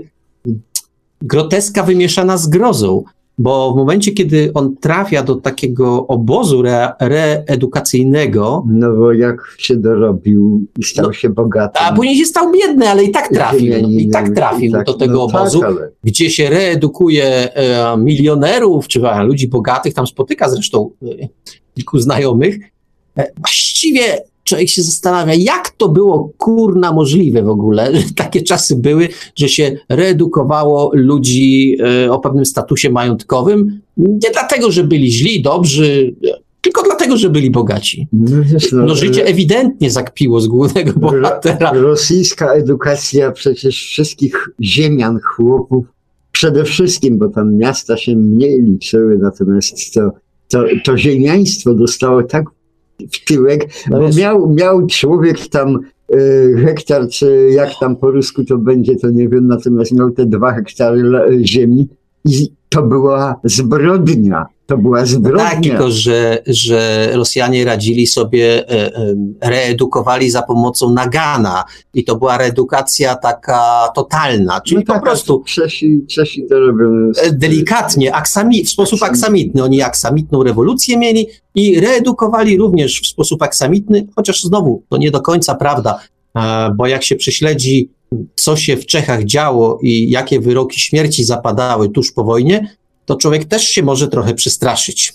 groteska wymieszana z grozą, bo w momencie, kiedy on trafia do takiego obozu re, reedukacyjnego... No bo jak się dorobił i stał no, się bogaty. A później się stał biedny, ale i tak trafił. No, I tak trafił i tak, do tego no obozu, tak, ale... gdzie się reedukuje e, milionerów, czy a, ludzi bogatych, tam spotyka zresztą e, kilku znajomych. E, właściwie człowiek się zastanawia, jak to było kurna możliwe w ogóle, że takie czasy były, że się reedukowało ludzi e, o pewnym statusie majątkowym, nie dlatego, że byli źli, dobrzy, tylko dlatego, że byli bogaci. No, wiesz, no, no życie ewidentnie zakpiło z głównego bohatera. Rosyjska edukacja przecież wszystkich ziemian, chłopów, przede wszystkim, bo tam miasta się mniej liczyły, natomiast to, to, to ziemiaństwo dostało tak w tyłek, no bo miał, miał człowiek tam y, hektar, czy jak tam po rusku to będzie, to nie wiem, natomiast miał te dwa hektary ziemi i to była zbrodnia. To była zbrodnia. Tak, tylko że, że Rosjanie radzili sobie, e, e, reedukowali za pomocą nagana i to była reedukacja taka totalna, czyli no po tak, prostu Czesi, Czesi to robią delikatnie, aksami, w sposób aksamitny. Oni aksamitną rewolucję mieli i reedukowali również w sposób aksamitny, chociaż znowu to nie do końca prawda, e, bo jak się prześledzi, co się w Czechach działo i jakie wyroki śmierci zapadały tuż po wojnie, to człowiek też się może trochę przestraszyć.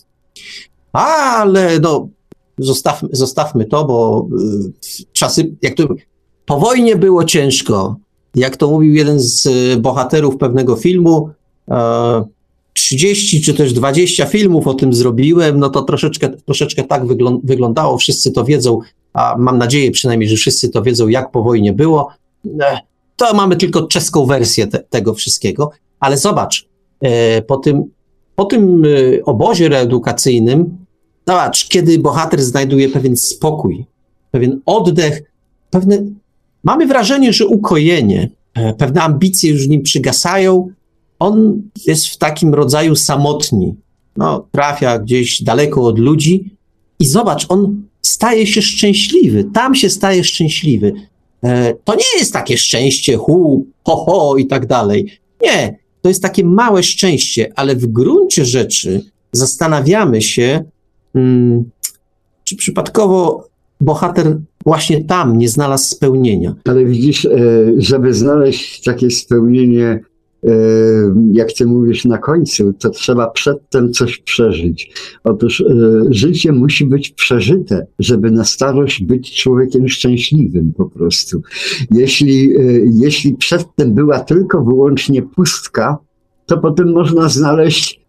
Ale no, zostawmy, zostawmy to, bo y, czasy, jak to, po wojnie było ciężko. Jak to mówił jeden z bohaterów pewnego filmu, y, trzydzieści czy też dwadzieścia filmów o tym zrobiłem, no to troszeczkę, troszeczkę tak wyglą- wyglądało, wszyscy to wiedzą, a mam nadzieję przynajmniej, że wszyscy to wiedzą, jak po wojnie było. To mamy tylko czeską wersję te, tego wszystkiego, ale zobacz, e, po tym, po tym e, obozie reedukacyjnym, zobacz, kiedy bohater znajduje pewien spokój, pewien oddech, pewne, mamy wrażenie, że ukojenie, e, pewne ambicje już w nim przygasają, on jest w takim rodzaju samotni, no, trafia gdzieś daleko od ludzi i zobacz, on staje się szczęśliwy, tam się staje szczęśliwy. E, to nie jest takie szczęście, hu, ho, ho i tak dalej. Nie, to jest takie małe szczęście, ale w gruncie rzeczy zastanawiamy się, hmm, czy przypadkowo bohater właśnie tam nie znalazł spełnienia. Ale widzisz, żeby znaleźć takie spełnienie, jak ty mówisz, na końcu, to trzeba przedtem coś przeżyć. Otóż życie musi być przeżyte, żeby na starość być człowiekiem szczęśliwym po prostu. Jeśli, jeśli przedtem była tylko wyłącznie pustka, to potem można znaleźć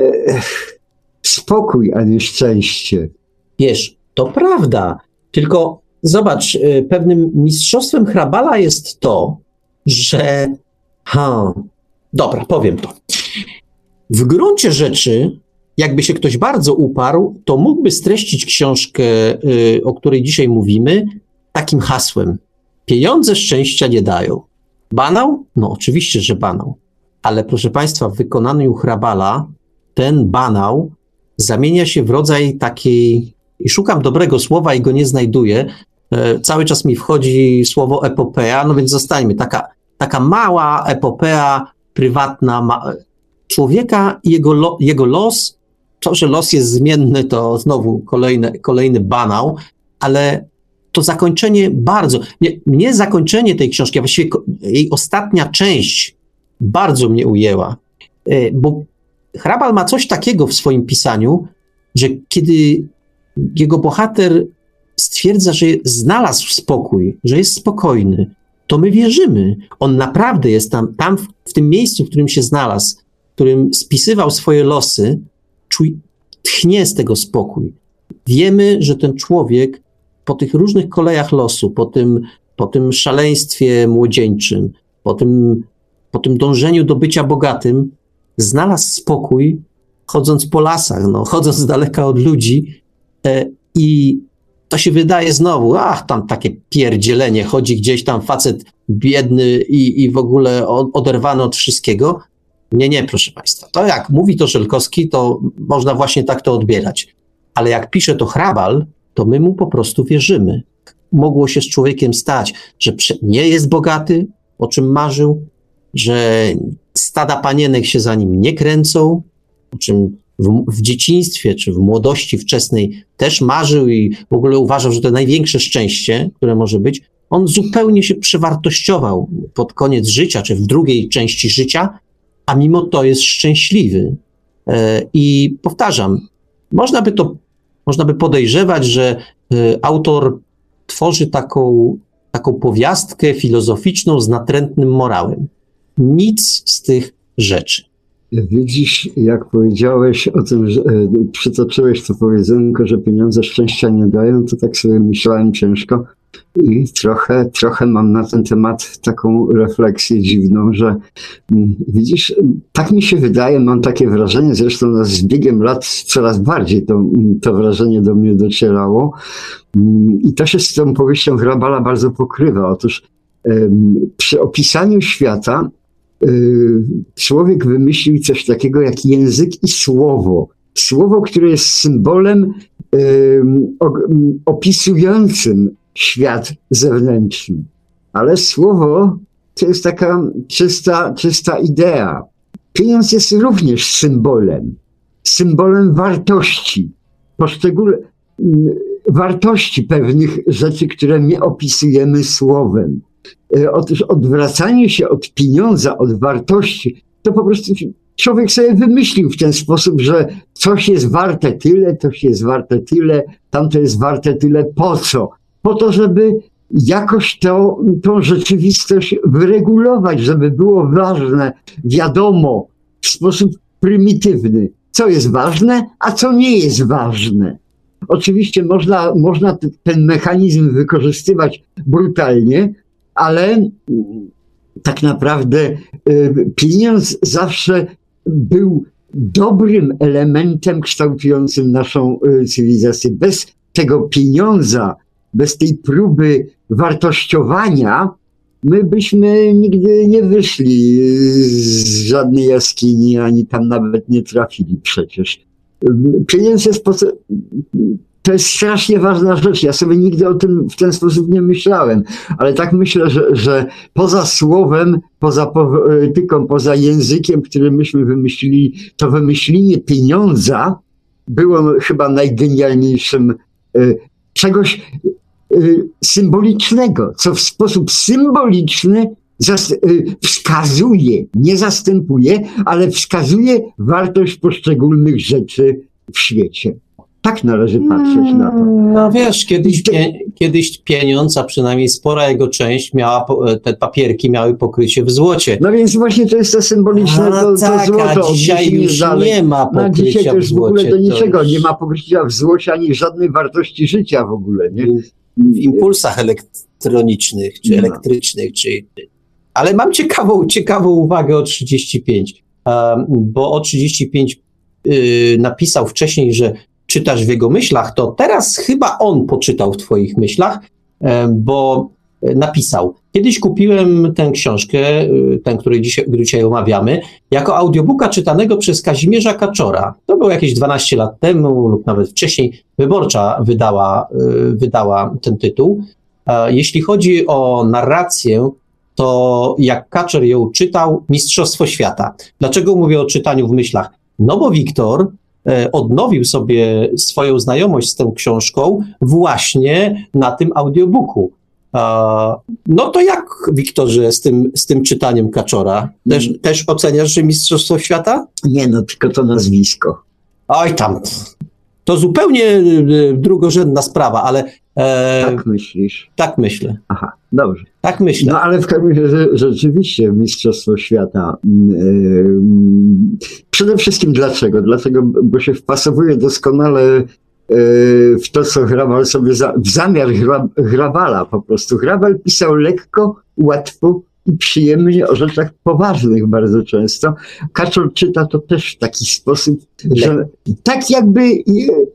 spokój, a nie szczęście. Wiesz, to prawda, tylko zobacz, pewnym mistrzostwem Hrabala jest to, że ha, dobra, powiem to. W gruncie rzeczy, jakby się ktoś bardzo uparł, to mógłby streścić książkę, y, o której dzisiaj mówimy, takim hasłem. Pieniądze szczęścia nie dają. Banał? No oczywiście, że banał. Ale proszę Państwa, w wykonaniu Hrabala ten banał zamienia się w rodzaj takiej, i szukam dobrego słowa i go nie znajduję, y, cały czas mi wchodzi słowo epopea, no więc zostańmy, taka, taka mała epopea prywatna ma- człowieka i jego, lo- jego los. To, że los jest zmienny, to znowu kolejny, kolejny banał, ale to zakończenie bardzo, nie, mnie zakończenie tej książki, a właściwie ko- jej ostatnia część bardzo mnie ujęła, e, bo Hrabal ma coś takiego w swoim pisaniu, że kiedy jego bohater stwierdza, że znalazł spokój, że jest spokojny, to my wierzymy. On naprawdę jest tam, tam w, w tym miejscu, w którym się znalazł, w którym spisywał swoje losy, czuj, tchnie z tego spokój. Wiemy, że ten człowiek po tych różnych kolejach losu, po tym, po tym szaleństwie młodzieńczym, po tym, po tym dążeniu do bycia bogatym, znalazł spokój, chodząc po lasach, no, chodząc z daleka od ludzi e, i to się wydaje znowu, ach, tam takie pierdzielenie, chodzi gdzieś tam facet biedny i, i w ogóle oderwany od wszystkiego. Nie, nie, proszę Państwa. To jak mówi to Żelkowski, to można właśnie tak to odbierać. Ale jak pisze to Hrabal, to my mu po prostu wierzymy. Mogło się z człowiekiem stać, że nie jest bogaty, o czym marzył, że stada panienek się za nim nie kręcą, o czym W, w dzieciństwie czy w młodości wczesnej też marzył i w ogóle uważał, że to największe szczęście, które może być. On zupełnie się przewartościował pod koniec życia, czy w drugiej części życia, a mimo to jest szczęśliwy. E, I powtarzam, można by to, można by podejrzewać, że e, autor tworzy taką, taką powiastkę filozoficzną z natrętnym morałem. Nic z tych rzeczy. Widzisz, jak powiedziałeś o tym, że e, przytoczyłeś to powiedzonko, że pieniądze szczęścia nie dają, to tak sobie myślałem ciężko i trochę, trochę mam na ten temat taką refleksję dziwną, że m, widzisz, tak mi się wydaje, mam takie wrażenie, zresztą z biegiem lat coraz bardziej to, to wrażenie do mnie docierało m, i to się z tą powieścią Hrabala bardzo pokrywa. Otóż em, przy opisaniu świata człowiek wymyślił coś takiego jak język i słowo. Słowo, które jest symbolem um, opisującym świat zewnętrzny. Ale słowo to jest taka czysta, czysta idea. Pieniądz jest również symbolem. Symbolem wartości. Poszczególnych wartości pewnych rzeczy, które nie opisujemy słowem. Otóż odwracanie się od pieniądza, od wartości, to po prostu człowiek sobie wymyślił w ten sposób, że coś jest warte tyle, coś jest warte tyle, tamto jest warte tyle. Po co? Po to, żeby jakoś to, tą rzeczywistość wyregulować, żeby było ważne, wiadomo, w sposób prymitywny. Co jest ważne, a co nie jest ważne. Oczywiście można, można t- ten mechanizm wykorzystywać brutalnie, ale tak naprawdę y, pieniądz zawsze był dobrym elementem kształtującym naszą y, cywilizację. Bez tego pieniądza, bez tej próby wartościowania, my byśmy nigdy nie wyszli z żadnej jaskini, ani tam nawet nie trafili przecież. Pieniądz jest po co... To jest strasznie ważna rzecz. Ja sobie nigdy o tym w ten sposób nie myślałem, ale tak myślę, że, że poza słowem, poza poetyką, poza językiem, który myśmy wymyślili, to wymyślenie pieniądza było chyba najgenialniejszym y, czegoś y, symbolicznego, co w sposób symboliczny zas, y, wskazuje, nie zastępuje, ale wskazuje wartość poszczególnych rzeczy w świecie. Tak należy patrzeć na to. No wiesz, kiedyś, pie, kiedyś pieniądz, a przynajmniej spora jego część miała, te papierki miały pokrycie w złocie. No więc właśnie to jest to symboliczne, a, to, tak, to złoto. A dzisiaj już dalej. nie ma pokrycia no, dzisiaj to już w ogóle do niczego. już... Nie ma pokrycia w złocie, ani żadnej wartości życia w ogóle. Nie? W impulsach elektronicznych, czy no. elektrycznych, czy... Ale mam ciekawą, ciekawą uwagę o trzydzieści pięć, um, bo o trzydzieści pięć yy, napisał wcześniej, że czytasz w jego myślach, to teraz chyba on poczytał w twoich myślach, bo napisał: kiedyś kupiłem tę książkę, tę, której dzisiaj, dzisiaj omawiamy, jako audiobooka czytanego przez Kazimierza Kaczora. To było jakieś dwanaście lat temu lub nawet wcześniej. Wyborcza wydała, wydała ten tytuł. Jeśli chodzi o narrację, to jak Kaczor ją czytał, mistrzostwo świata. Dlaczego mówię o czytaniu w myślach? No bo Wiktor odnowił sobie swoją znajomość z tą książką właśnie na tym audiobooku. No to jak, Wiktorze, z tym, z tym czytaniem Kaczora? Też, też oceniasz, że mistrzostwo świata? Nie, no tylko to nazwisko. Oj tam, to zupełnie drugorzędna sprawa, ale... E, tak myślisz? Tak myślę. Aha, dobrze. Tak myślę. No ale w każdym razie rzeczywiście mistrzostwo świata. Yy, przede wszystkim dlaczego? Dlatego, bo się wpasowuje doskonale yy, w to, co Hrabal sobie, za, w zamiar Gra, Hrabala po prostu. Hrabal pisał lekko, łatwo i przyjemnie o rzeczach poważnych bardzo często. Kaczor czyta to też w taki sposób, Le- że tak jakby... Yy,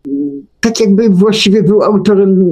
tak jakby właściwie był autorem,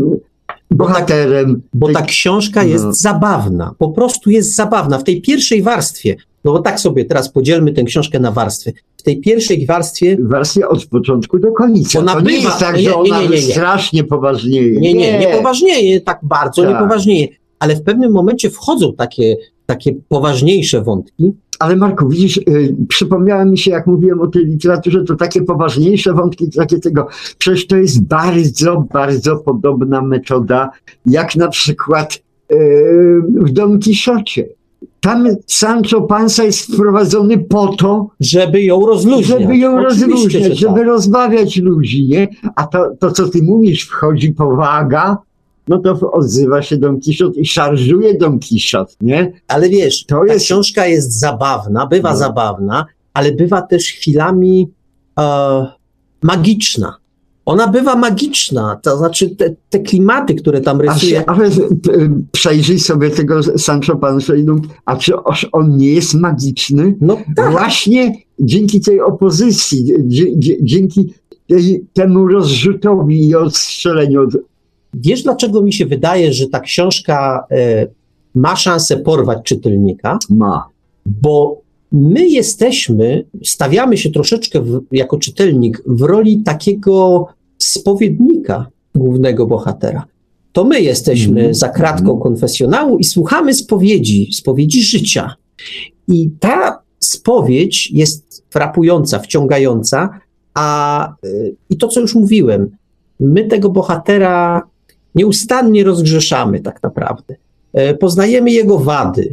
bohaterem. Bo, tak, bo ta książka jest no. zabawna, po prostu jest zabawna. W tej pierwszej warstwie, no bo tak sobie teraz podzielmy tę książkę na warstwy. W tej pierwszej warstwie... Warstwie od początku do końca. Ona to bywa, nie jest tak, nie, że ona nie, nie, nie, nie. strasznie poważnieje. Nie, nie, nie poważnieje, tak bardzo tak. nie poważnieje. Ale w pewnym momencie wchodzą takie, takie poważniejsze wątki. Ale Marku, widzisz, yy, przypomniało mi się, jak mówiłem o tej literaturze, to takie poważniejsze wątki, takie tego, przecież to jest bardzo, bardzo podobna metoda, jak na przykład yy, w Don Kiszocie. Tam Sancho Panza jest wprowadzony po to, żeby ją rozluźniać. Żeby ją Oczywiście, rozluźniać, żeby tak. rozbawiać ludzi, nie? A to, to, co ty mówisz, wchodzi powaga, no to odzywa się Don Kiszot i szarżuje Don Kiszot, nie? Ale wiesz, to ta jest... książka jest zabawna, bywa no. zabawna, ale bywa też chwilami e, magiczna. Ona bywa magiczna, to znaczy te, te klimaty, które tam rysuje. Ale przejrzyj sobie tego Sancho Panza i a czy on nie jest magiczny? No tak. Właśnie dzięki tej opozycji, dzięki tej, temu rozrzutowi i odstrzeleniu. Wiesz, dlaczego mi się wydaje, że ta książka e, ma szansę porwać czytelnika? Ma. Bo my jesteśmy, stawiamy się troszeczkę w, jako czytelnik w roli takiego spowiednika głównego bohatera. To my jesteśmy mm. za kratką konfesjonału i słuchamy spowiedzi, spowiedzi życia. I ta spowiedź jest frapująca, wciągająca, a y, i to, co już mówiłem, my tego bohatera nieustannie rozgrzeszamy tak naprawdę. Y, poznajemy jego wady,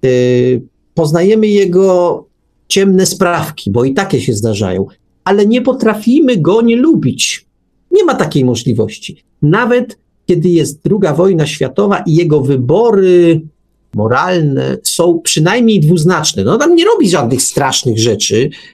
y, poznajemy jego ciemne sprawki, bo i takie się zdarzają, ale nie potrafimy go nie lubić. Nie ma takiej możliwości. Nawet kiedy jest druga wojna światowa i jego wybory moralne są przynajmniej dwuznaczne. No tam nie robi żadnych strasznych rzeczy,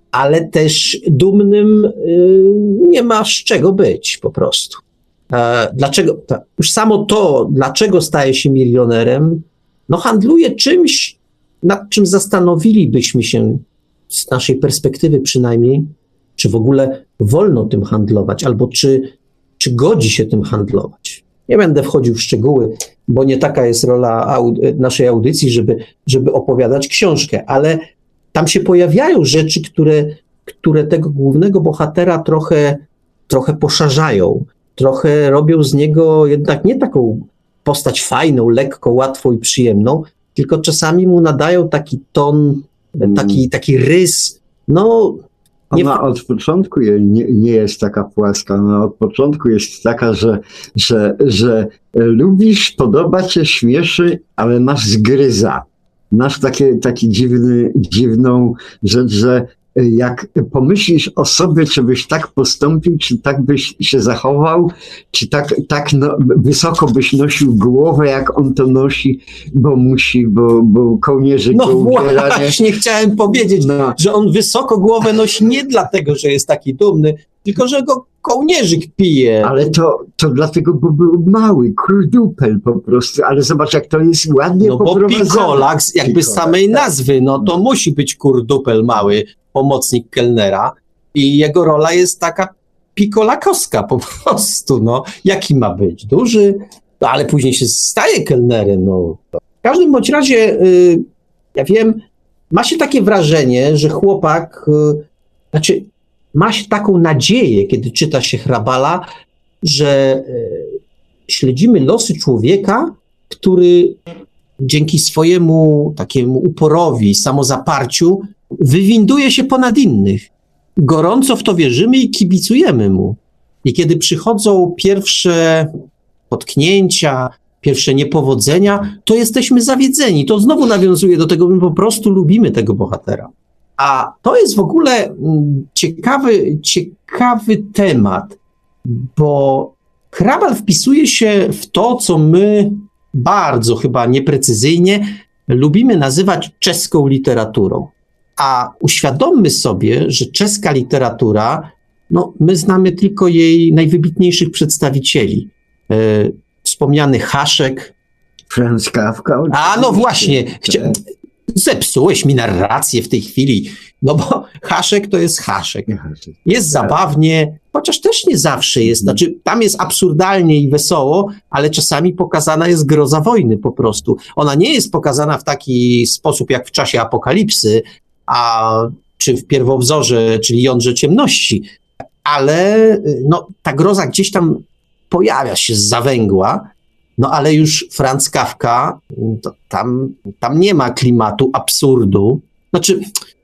ale też dumnym y, nie ma z czego być po prostu. E, dlaczego? Ta, już samo to, dlaczego staje się milionerem, no handluje czymś, nad czym zastanowilibyśmy się z naszej perspektywy przynajmniej, czy w ogóle wolno tym handlować, albo czy, czy godzi się tym handlować. Nie będę wchodził w szczegóły, bo nie taka jest rola aud- naszej audycji, żeby, żeby opowiadać książkę, ale tam się pojawiają rzeczy, które, które tego głównego bohatera trochę, trochę poszarzają, trochę robią z niego jednak nie taką postać fajną, lekką, łatwą i przyjemną, tylko czasami mu nadają taki ton, taki, taki rys, no... Nie Ona od początku nie, nie jest taka płaska, ona od początku jest taka, że, że, że lubisz, podoba cię, śmieszy, ale masz zgryza. Masz takie, taki dziwny, dziwną rzecz, że jak pomyślisz o sobie, czy byś tak postąpił, czy tak byś się zachował, czy tak, tak no, wysoko byś nosił głowę, jak on to nosi, bo musi, bo, bo kołnierzyk no go ubiera. No właśnie chciałem powiedzieć, no. że on wysoko głowę nosi nie dlatego, że jest taki dumny, tylko że go kołnierzyk pije. Ale to, to dlatego, bo był mały, kurdupel po prostu, ale zobacz, jak to jest ładnie no poprowadzone. Bo Pikolak, jakby z samej tak. nazwy, no to musi być kurdupel mały, pomocnik kelnera i jego rola jest taka pikolakowska po prostu, no. Jaki ma być? Duży? No, ale później się staje kelnerem, no. W każdym bądź razie, y, ja wiem, ma się takie wrażenie, że chłopak, y, znaczy ma się taką nadzieję, kiedy czyta się Hrabala, że y, śledzimy losy człowieka, który dzięki swojemu takiemu uporowi, samozaparciu wywinduje się ponad innych. Gorąco w to wierzymy i kibicujemy mu. I kiedy przychodzą pierwsze potknięcia, pierwsze niepowodzenia, to jesteśmy zawiedzeni. To znowu nawiązuje do tego, my po prostu lubimy tego bohatera. A to jest w ogóle ciekawy, ciekawy temat, bo Hrabal wpisuje się w to, co my bardzo chyba nieprecyzyjnie lubimy nazywać czeską literaturą. A uświadommy sobie, że czeska literatura, no my znamy tylko jej najwybitniejszych przedstawicieli. E, wspomniany Haszek. Franz Kafka. A no właśnie, chcia... zepsułeś mi narrację w tej chwili, no bo Haszek to jest Haszek. Jest zabawnie, chociaż też nie zawsze jest, znaczy tam jest absurdalnie i wesoło, ale czasami pokazana jest groza wojny po prostu. Ona nie jest pokazana w taki sposób jak w czasie apokalipsy, a czy w pierwowzorze, czyli jądrze ciemności, ale no, ta groza gdzieś tam pojawia się z zawęgła, no ale już Franz Kafka, to tam, tam nie ma klimatu absurdu. Znaczy,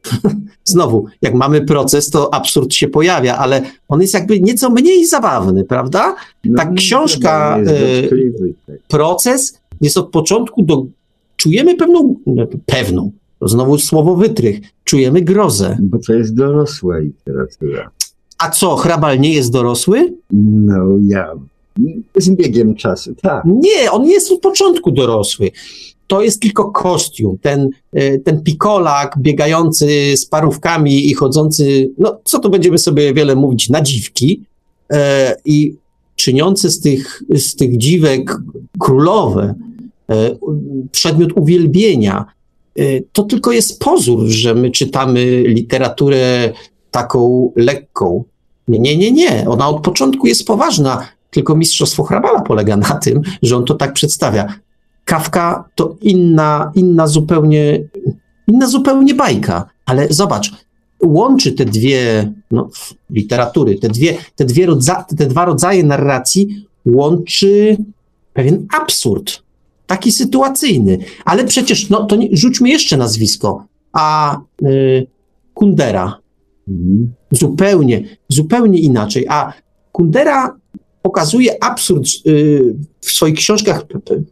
znowu, jak mamy proces, to absurd się pojawia, ale on jest jakby nieco mniej zabawny, prawda? Ta No, książka, jest e, proces jest od początku do... Czujemy pewną, pewną, to znowu słowo wytrych, czujemy grozę. Bo to jest dorosła literatura. A co, Hrabal nie jest dorosły? No ja... Z biegiem czasu, tak. Nie, on jest od początku dorosły. To jest tylko kostium. Ten, ten pikolak biegający z parówkami i chodzący, no co tu będziemy sobie wiele mówić, na dziwki e, i czyniący z tych, z tych dziwek królowe, e, przedmiot uwielbienia. E, to tylko jest pozór, że my czytamy literaturę taką lekką. Nie, nie, nie, nie. Ona od początku jest poważna. Tylko mistrzostwo Hrabala polega na tym, że on to tak przedstawia. Kafka to inna, inna zupełnie, inna zupełnie bajka. Ale zobacz, łączy te dwie no, literatury, te, dwie, te, dwie rodza, te dwa rodzaje narracji, łączy pewien absurd, taki sytuacyjny. Ale przecież, no to nie, rzućmy jeszcze nazwisko. A y, Kundera. Mhm. Zupełnie, zupełnie inaczej. A Kundera pokazuje absurd yy, w swoich książkach.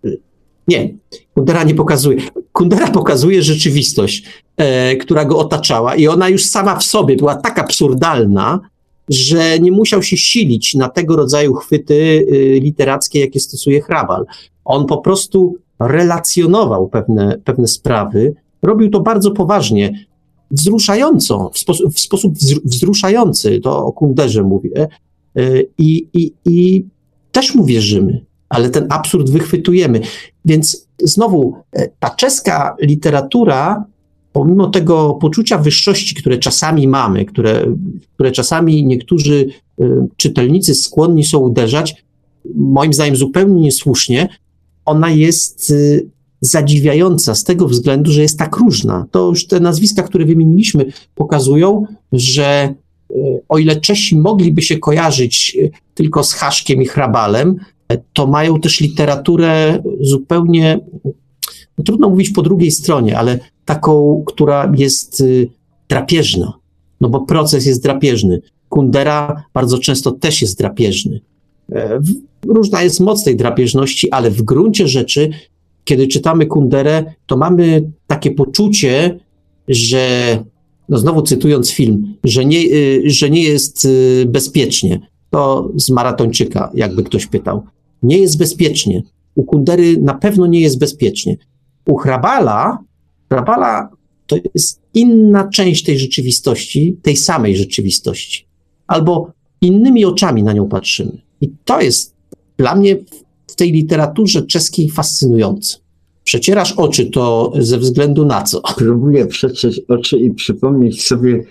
Nie, Kundera nie pokazuje. Kundera pokazuje rzeczywistość, e, która go otaczała i ona już sama w sobie była tak absurdalna, że nie musiał się silić na tego rodzaju chwyty y, literackie, jakie stosuje Hrabal. On po prostu relacjonował pewne, pewne sprawy. Robił to bardzo poważnie. wzruszająco, w sposób, w sposób wzruszający, to o Kunderze mówię, i, i, i też mu wierzymy, ale ten absurd wychwytujemy. Więc znowu ta czeska literatura, pomimo tego poczucia wyższości, które czasami mamy, które, które czasami niektórzy czytelnicy skłonni są uderzać, moim zdaniem zupełnie niesłusznie, ona jest zadziwiająca z tego względu, że jest tak różna. To już te nazwiska, które wymieniliśmy, pokazują, że o ile Czesi mogliby się kojarzyć tylko z Haszkiem i Hrabalem, to mają też literaturę zupełnie, no trudno mówić po drugiej stronie, ale taką, która jest drapieżna, no bo proces jest drapieżny. Kundera bardzo często też jest drapieżny. Różna jest moc tej drapieżności, ale w gruncie rzeczy, kiedy czytamy Kunderę, to mamy takie poczucie, że, no znowu cytując film, że nie, że nie jest bezpiecznie. To z Maratończyka, jakby ktoś pytał. Nie jest bezpiecznie. U Kundery na pewno nie jest bezpiecznie. U Hrabala, Hrabala to jest inna część tej rzeczywistości, tej samej rzeczywistości. Albo innymi oczami na nią patrzymy. I to jest dla mnie w tej literaturze czeskiej fascynujące. Przecierasz oczy, to ze względu na co? Próbuję przetrzeć oczy i przypomnieć sobie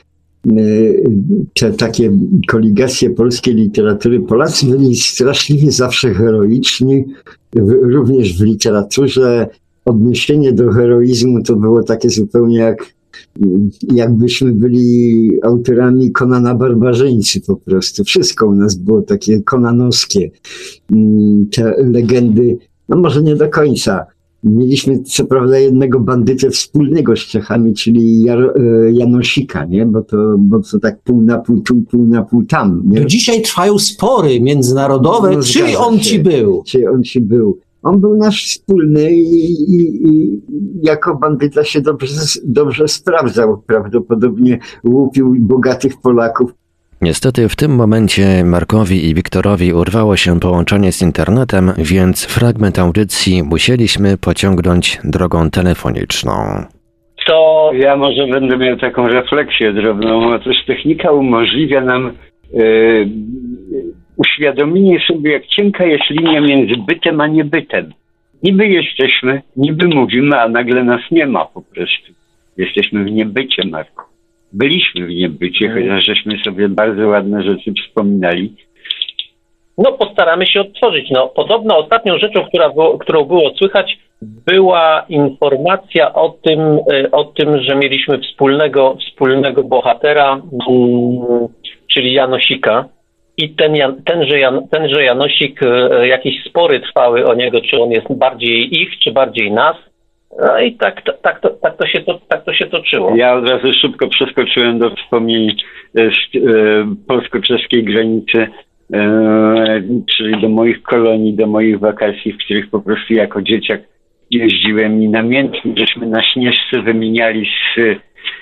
te takie koligacje polskiej literatury. Polacy byli straszliwie zawsze heroiczni, również w literaturze. Odniesienie do heroizmu to było takie zupełnie jak jakbyśmy byli autorami Konana Barbarzyńcy po prostu. Wszystko u nas było takie konanowskie. Te legendy, no może nie do końca. Mieliśmy co prawda jednego bandytę wspólnego z Czechami, czyli Jar- Janosika, nie? Bo to, bo to tak pół na pół tu, pół na pół tam. Nie? Do dzisiaj trwają spory międzynarodowe, no, czyj on ci był? Czy on ci był? On był nasz wspólny i, i, i jako bandyta się dobrze, dobrze sprawdzał. Prawdopodobnie łupił bogatych Polaków. Niestety w tym momencie Markowi i Wiktorowi urwało się połączenie z internetem, więc fragment audycji musieliśmy pociągnąć drogą telefoniczną. To ja może będę miał taką refleksję drobną. Otóż technika umożliwia nam yy, uświadomienie sobie, jak cienka jest linia między bytem a niebytem. Niby jesteśmy, niby mówimy, a nagle nas nie ma po prostu. Jesteśmy w niebycie, Marku. Byliśmy w niebycie, chociaż żeśmy sobie bardzo ładne rzeczy wspominali. No postaramy się odtworzyć. No, podobno ostatnią rzeczą, która było, którą było słychać, była informacja o tym, o tym, że mieliśmy wspólnego, wspólnego bohatera, um, czyli Janosika. I ten, tenże, Jan, tenże Janosik, jakieś spory trwały o niego, czy on jest bardziej ich, czy bardziej nas. No i tak, tak, tak, tak, to, się to, tak to się toczyło. Ja od razu szybko przeskoczyłem do wspomnień z e, polsko-czeskiej granicy, e, czyli do moich kolonii, do moich wakacji, w których po prostu jako dzieciak jeździłem i namiętnie żeśmy na Śnieżce wymieniali z e,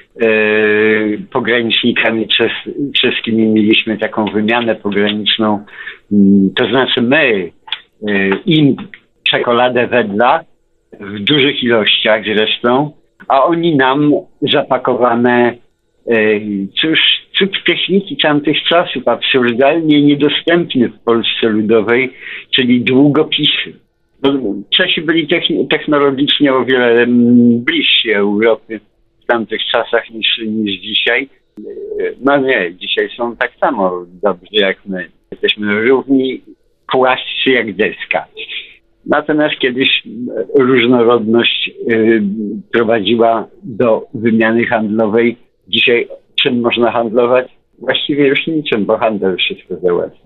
pogranicznikami czes, czeskimi. Mieliśmy taką wymianę pograniczną, to znaczy my e, im czekoladę wedla, w dużych ilościach zresztą, a oni nam zapakowane, cóż, cud techniki tamtych czasów, absurdalnie niedostępny w Polsce Ludowej, czyli długopisy. Czesi byli technologicznie o wiele bliżsi Europy w tamtych czasach niż, niż dzisiaj. No nie, dzisiaj są tak samo dobrzy jak my. Jesteśmy równi, płascy jak deska. Natomiast kiedyś różnorodność y, prowadziła do wymiany handlowej. Dzisiaj czym można handlować? Właściwie już niczym, bo handel wszystko załatwia.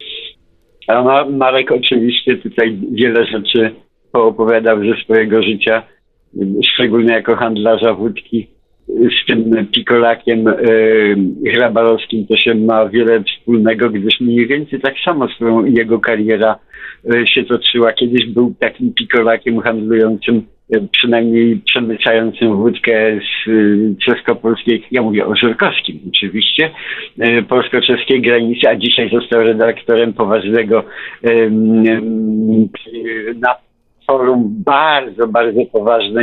A Marek oczywiście tutaj wiele rzeczy poopowiadał ze swojego życia, szczególnie jako handlarza wódki. Z tym pikolakiem y, hrabalowskim to się ma wiele wspólnego, gdyż mniej więcej tak samo swoją jego kariera y, się toczyła. Kiedyś był takim pikolakiem handlującym, y, przynajmniej przemycającym wódkę z y, czesko-polskiej, ja mówię o Żurkowskim oczywiście, y, polsko-czeskiej granicy, a dzisiaj został redaktorem poważnego y, y, na forum bardzo, bardzo poważnej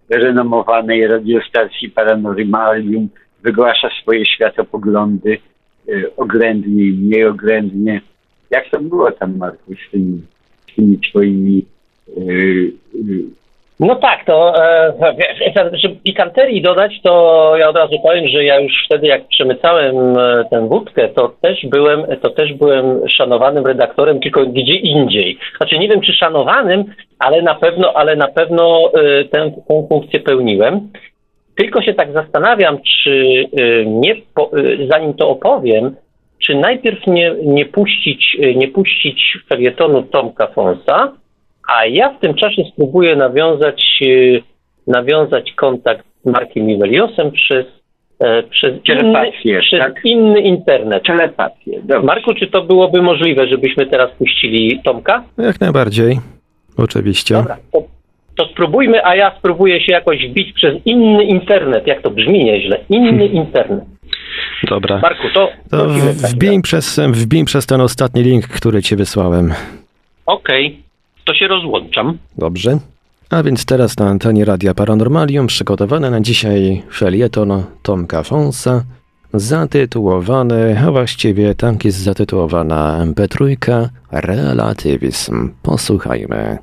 renomowanej radiostacji Paranormalium, wygłasza swoje światopoglądy y, oględnie i mniej oględnie. Jak to było tam, Marku, z tymi, z tymi twoimi... Y, y, No tak, to e, żeby pikanterii dodać, to ja od razu powiem, że ja już wtedy jak przemycałem e, tę wódkę, to też byłem, to też byłem szanowanym redaktorem, tylko gdzie indziej. Znaczy nie wiem czy szanowanym, ale na pewno, ale na pewno e, tę, tę funkcję pełniłem. Tylko się tak zastanawiam, czy e, nie, po, e, zanim to opowiem, czy najpierw nie, nie puścić, nie puścić felietonu Tomka Fonsa, a ja w tym czasie spróbuję nawiązać, nawiązać kontakt z Markiem Iweliosem przez, przez, inny, przez tak? inny internet. Telepatię. Dobrze. Marku, czy to byłoby możliwe, żebyśmy teraz puścili Tomka? Jak najbardziej. Oczywiście. Dobra, to, to spróbujmy, a ja spróbuję się jakoś wbić przez inny internet. Jak to brzmi nieźle. Inny internet. Dobra. Marku, to... To wbij przez, wbij przez ten ostatni link, który ci wysłałem. Okej. Okay. To się rozłączam. Dobrze. A więc teraz na antenie Radia Paranormalium przygotowany na dzisiaj felieton Tomka Fonsa zatytułowany, a właściwie tak jest zatytułowana em pe trzy Relatywizm. Posłuchajmy.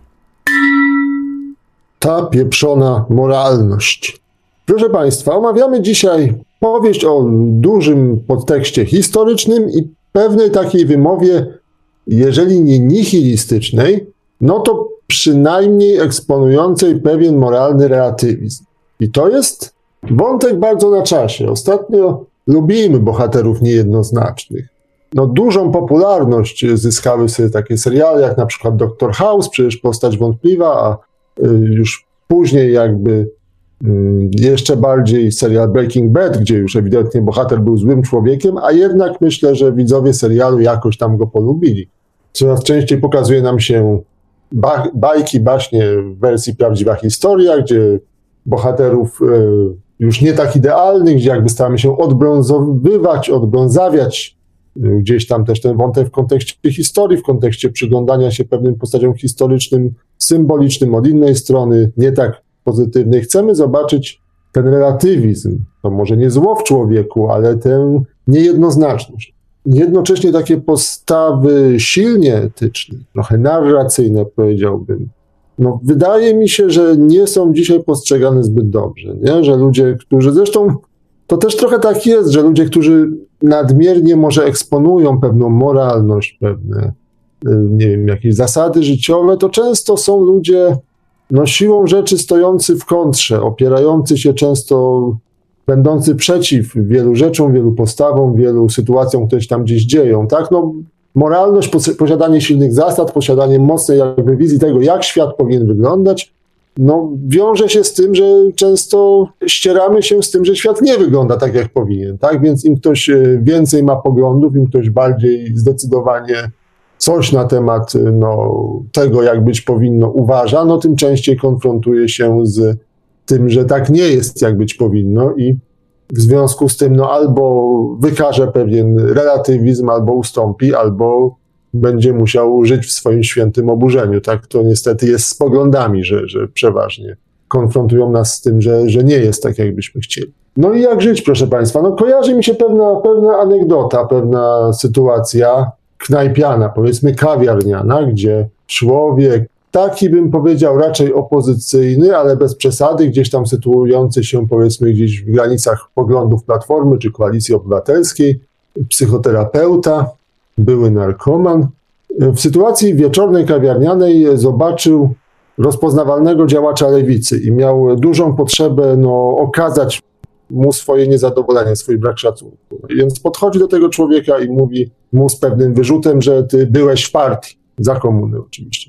Ta pieprzona moralność. Proszę Państwa, omawiamy dzisiaj powieść o dużym podtekście historycznym i pewnej takiej wymowie, jeżeli nie nihilistycznej, no to przynajmniej eksponującej pewien moralny relatywizm. I to jest wątek bardzo na czasie. Ostatnio lubimy bohaterów niejednoznacznych. No, dużą popularność zyskały sobie takie seriale jak na przykład doktor House, przecież postać wątpliwa, a y, już później jakby y, jeszcze bardziej serial Breaking Bad, gdzie już ewidentnie bohater był złym człowiekiem, a jednak myślę, że widzowie serialu jakoś tam go polubili. Coraz częściej pokazuje nam się Ba- bajki, baśnie w wersji prawdziwa historia, gdzie bohaterów e, już nie tak idealnych, gdzie jakby staramy się odbrązowywać, odbrązawiać e, gdzieś tam też ten wątek w kontekście historii, w kontekście przyglądania się pewnym postaciom historycznym, symbolicznym od innej strony, nie tak pozytywnej. Chcemy zobaczyć ten relatywizm, to może nie zło w człowieku, ale tę niejednoznaczność. Jednocześnie takie postawy silnie etyczne, trochę narracyjne powiedziałbym, no wydaje mi się, że nie są dzisiaj postrzegane zbyt dobrze, nie? Że ludzie, którzy zresztą, to też trochę tak jest, że ludzie, którzy nadmiernie może eksponują pewną moralność, pewne, nie wiem, jakieś zasady życiowe, to często są ludzie, no siłą rzeczy stojący w kontrze, opierający się często, będący przeciw wielu rzeczom, wielu postawom, wielu sytuacjom, które się tam gdzieś dzieją, tak? No, moralność, posiadanie silnych zasad, posiadanie mocnej jakby wizji tego, jak świat powinien wyglądać, no wiąże się z tym, że często ścieramy się z tym, że świat nie wygląda tak, jak powinien, tak? Więc im ktoś więcej ma poglądów, im ktoś bardziej zdecydowanie coś na temat no, tego, jak być powinno, uważa, no tym częściej konfrontuje się z tym, że tak nie jest, jak być powinno i w związku z tym no, albo wykaże pewien relatywizm, albo ustąpi, albo będzie musiał żyć w swoim świętym oburzeniu. Tak to niestety jest z poglądami, że, że przeważnie konfrontują nas z tym, że, że nie jest tak, jakbyśmy chcieli. No i jak żyć, proszę Państwa? No kojarzy mi się pewna, pewna anegdota, pewna sytuacja knajpiana, powiedzmy kawiarniana, gdzie człowiek, taki bym powiedział raczej opozycyjny, ale bez przesady, gdzieś tam sytuujący się powiedzmy gdzieś w granicach poglądów Platformy czy Koalicji Obywatelskiej, psychoterapeuta, były narkoman. W sytuacji wieczornej kawiarnianej zobaczył rozpoznawalnego działacza lewicy i miał dużą potrzebę no, okazać mu swoje niezadowolenie, swój brak szacunku. Więc podchodzi do tego człowieka i mówi mu z pewnym wyrzutem, że ty byłeś w partii, za komuny oczywiście.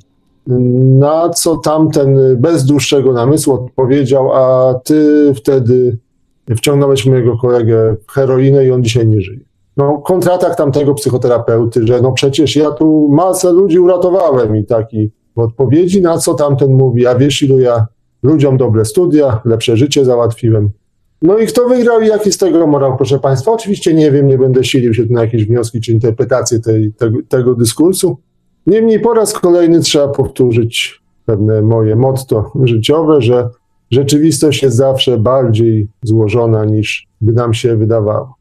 Na co tamten bez dłuższego namysłu odpowiedział, a ty wtedy wciągnąłeś mojego kolegę w heroinę i on dzisiaj nie żyje. No, kontratak tamtego psychoterapeuty, że no przecież ja tu masę ludzi uratowałem i taki w odpowiedzi, na co tamten mówi, a wiesz ilu ja ludziom dobre studia, lepsze życie załatwiłem. No i kto wygrał i jaki z tego morał, proszę Państwa? Oczywiście nie wiem, nie będę silił się tu na jakieś wnioski czy interpretacje tej, tego, tego dyskursu. Niemniej po raz kolejny trzeba powtórzyć pewne moje motto życiowe, że rzeczywistość jest zawsze bardziej złożona niż by nam się wydawało.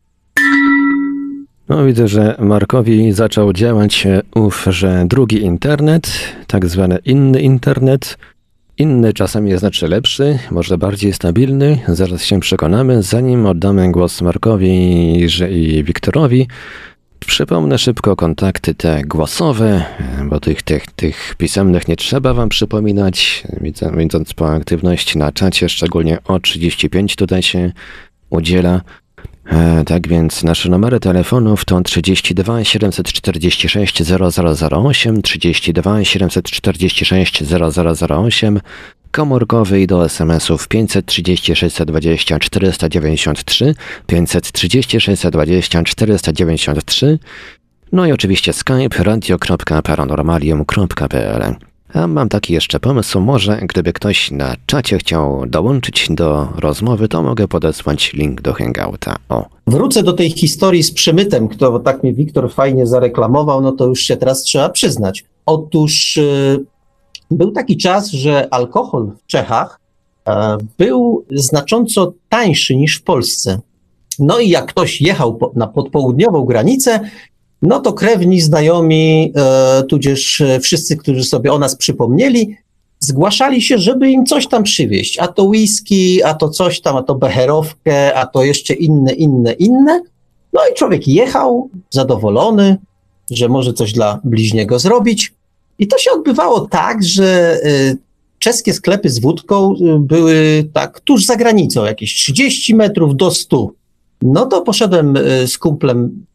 No widzę, że Markowi zaczął działać ów, że drugi internet, tak zwany inny internet. Inny czasami znaczy lepszy, może bardziej stabilny. Zaraz się przekonamy. Zanim oddamy głos Markowi i Wiktorowi, przypomnę szybko kontakty te głosowe, bo tych, tych, tych pisemnych nie trzeba wam przypominać. Widząc po aktywności na czacie, szczególnie o trzydzieści pięć tutaj się udziela. E, tak więc nasze numery telefonów to trzydzieści dwa siedemset czterdzieści sześć zero zero zero osiem, trzydzieści dwa siedemset czterdzieści sześć zero zero zero osiem, komórkowy i do es em esów pięćset trzydzieści sześćset dwadzieścia czterysta dziewięćdziesiąt trzy, pięćset trzydzieści sześćset dwadzieścia czterysta dziewięćdziesiąt trzy, no i oczywiście Skype radio kropka paranormalium kropka p l. A mam taki jeszcze pomysł, może gdyby ktoś na czacie chciał dołączyć do rozmowy, to mogę podesłać link do Hangouta. O. Wrócę do tej historii z przemytem, kto tak mnie Wiktor fajnie zareklamował, no to już się teraz trzeba przyznać. Otóż yy, był taki czas, że alkohol w Czechach yy, był znacząco tańszy niż w Polsce. No i jak ktoś jechał po, na podpołudniową granicę, no to krewni, znajomi, e, tudzież wszyscy, którzy sobie o nas przypomnieli, zgłaszali się, żeby im coś tam przywieźć. A to whisky, a to coś tam, a to becherowkę, a to jeszcze inne, inne, inne. No i człowiek jechał zadowolony, że może coś dla bliźniego zrobić. I to się odbywało tak, że e, czeskie sklepy z wódką były tak tuż za granicą, jakieś trzydzieści metrów do stu. No to poszedłem e, z kumplem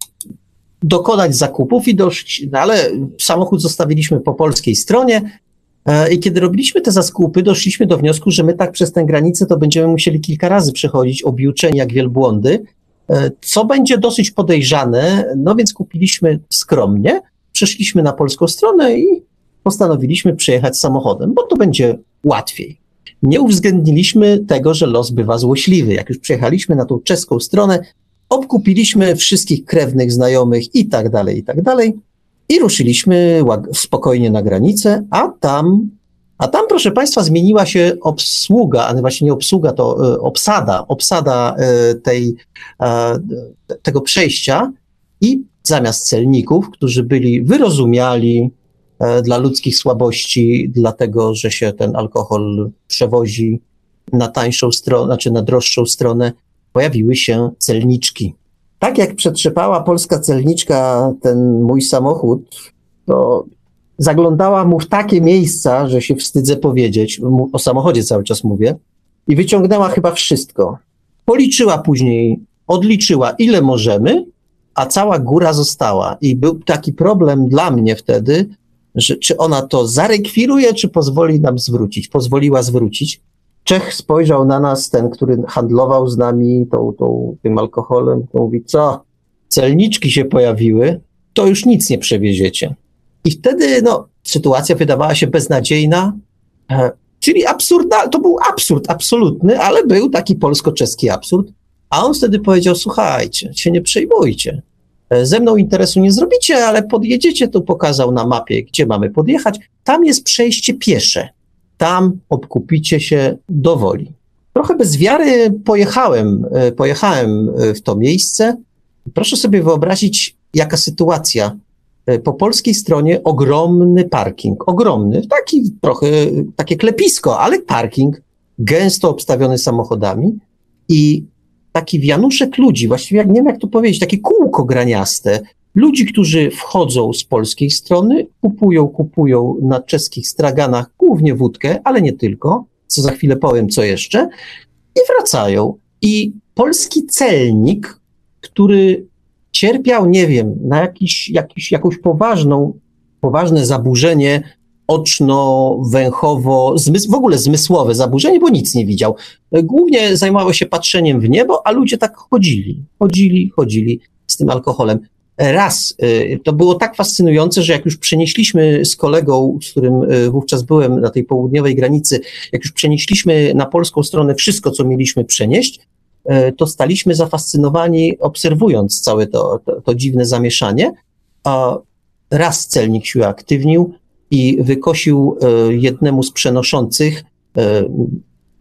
dokonać zakupów i dość, no ale samochód zostawiliśmy po polskiej stronie e, i kiedy robiliśmy te zakupy, doszliśmy do wniosku, że my tak przez tę granicę to będziemy musieli kilka razy przechodzić obiuczeni jak wielbłądy, e, co będzie dosyć podejrzane, no więc kupiliśmy skromnie, przeszliśmy na polską stronę i postanowiliśmy przejechać samochodem, bo to będzie łatwiej. Nie uwzględniliśmy tego, że los bywa złośliwy. Jak już przejechaliśmy na tą czeską stronę, obkupiliśmy wszystkich krewnych, znajomych i tak dalej, i tak dalej. I ruszyliśmy spokojnie na granicę, a tam, a tam, proszę Państwa, zmieniła się obsługa, a właśnie nie obsługa, to y, obsada, obsada y, tej, y, tego przejścia i zamiast celników, którzy byli wyrozumiali y, dla ludzkich słabości, dlatego, że się ten alkohol przewozi na tańszą stronę, znaczy na droższą stronę, pojawiły się celniczki. Tak jak przetrzepała polska celniczka ten mój samochód, to zaglądała mu w takie miejsca, że się wstydzę powiedzieć, o samochodzie cały czas mówię, i wyciągnęła chyba wszystko. Policzyła później, odliczyła ile możemy, a cała góra została. I był taki problem dla mnie wtedy, że czy ona to zarekwiruje, czy pozwoli nam zwrócić. Pozwoliła zwrócić. Czech spojrzał na nas, ten, który handlował z nami tą, tą, tym alkoholem, to mówi, co, celniczki się pojawiły, to już nic nie przewieziecie. I wtedy, no, sytuacja wydawała się beznadziejna, e, czyli absurdalna, to był absurd absolutny, ale był taki polsko-czeski absurd, a on wtedy powiedział, słuchajcie, się nie przejmujcie, e, ze mną interesu nie zrobicie, ale podjedziecie, tu pokazał na mapie, gdzie mamy podjechać, tam jest przejście piesze. Tam obkupicie się do woli. Trochę bez wiary pojechałem, pojechałem w to miejsce. Proszę sobie wyobrazić, jaka sytuacja. Po polskiej stronie ogromny parking, ogromny, taki trochę, takie klepisko, ale parking, gęsto obstawiony samochodami i taki wianuszek ludzi, właściwie jak nie wiem jak to powiedzieć, takie kółko graniaste, ludzi, którzy wchodzą z polskiej strony, kupują, kupują na czeskich straganach głównie wódkę, ale nie tylko, co za chwilę powiem, co jeszcze, i wracają. I polski celnik, który cierpiał, nie wiem, na jakiś, jakiś, jakąś poważną, poważne zaburzenie oczno-węchowo, zmysł, w ogóle zmysłowe zaburzenie, bo nic nie widział. Głównie zajmował się patrzeniem w niebo, a ludzie tak chodzili, chodzili, chodzili z tym alkoholem. Raz, to było tak fascynujące, że jak już przenieśliśmy z kolegą, z którym wówczas byłem na tej południowej granicy, jak już przenieśliśmy na polską stronę wszystko, co mieliśmy przenieść, to staliśmy zafascynowani, obserwując całe to, to, to dziwne zamieszanie. A raz celnik się uaktywnił i wykosił jednemu z przenoszących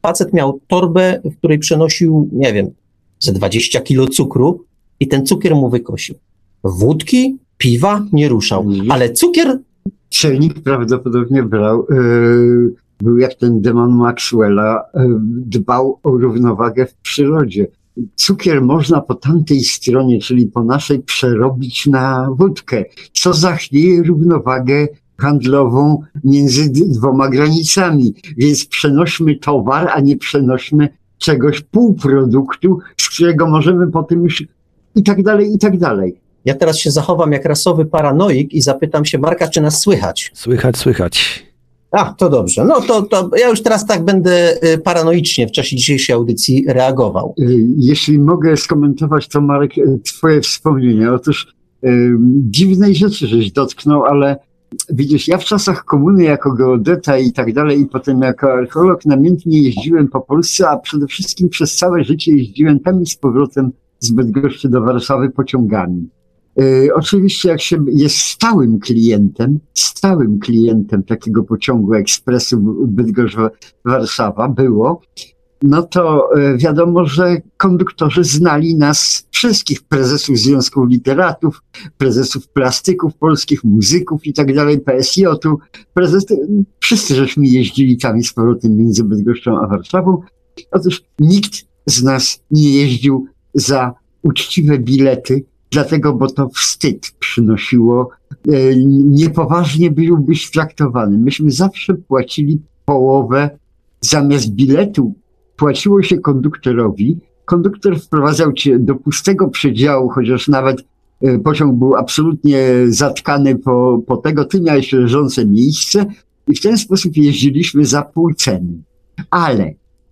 facet miał torbę, w której przenosił, nie wiem, ze dwadzieścia kilo cukru i ten cukier mu wykosił. Wódki, piwa nie ruszał, ale cukier... Celnik prawdopodobnie brał, yy, był jak ten demon Maxwella, yy, dbał o równowagę w przyrodzie. Cukier można po tamtej stronie, czyli po naszej, przerobić na wódkę, co zachwieje równowagę handlową między dwoma granicami. Więc przenośmy towar, a nie przenośmy czegoś, półproduktu, z którego możemy potem już i tak dalej, i tak dalej. Ja teraz się zachowam jak rasowy paranoik i zapytam się Marka, czy nas słychać? Słychać, słychać. A, to dobrze. No to, to ja już teraz tak będę paranoicznie w czasie dzisiejszej audycji reagował. Jeśli mogę skomentować to, Marek, twoje wspomnienie. Otóż yy, dziwnej rzeczy żeś dotknął, ale widzisz, ja w czasach komuny jako geodeta i tak dalej i potem jako archeolog namiętnie jeździłem po Polsce, a przede wszystkim przez całe życie jeździłem tam i z powrotem z Bydgoszczy do Warszawy pociągami. Yy, oczywiście jak się jest stałym klientem, stałym klientem takiego pociągu ekspresu Bydgoszcz-Warszawa było, no to yy, wiadomo, że konduktorzy znali nas wszystkich, prezesów Związku Literatów, prezesów plastyków polskich, muzyków i tak dalej, P S J-u, prezes, wszyscy żeśmy jeździli tam i z powrotem między Bydgoszczą a Warszawą. Otóż nikt z nas nie jeździł za uczciwe bilety, dlatego, bo to wstyd przynosiło, e, niepoważnie byłbyś traktowany. Myśmy zawsze płacili połowę, zamiast biletu płaciło się konduktorowi. Konduktor wprowadzał cię do pustego przedziału, chociaż nawet e, pociąg był absolutnie zatkany po, po tego, ty miałeś leżące miejsce i w ten sposób jeździliśmy za pół ceny. Ale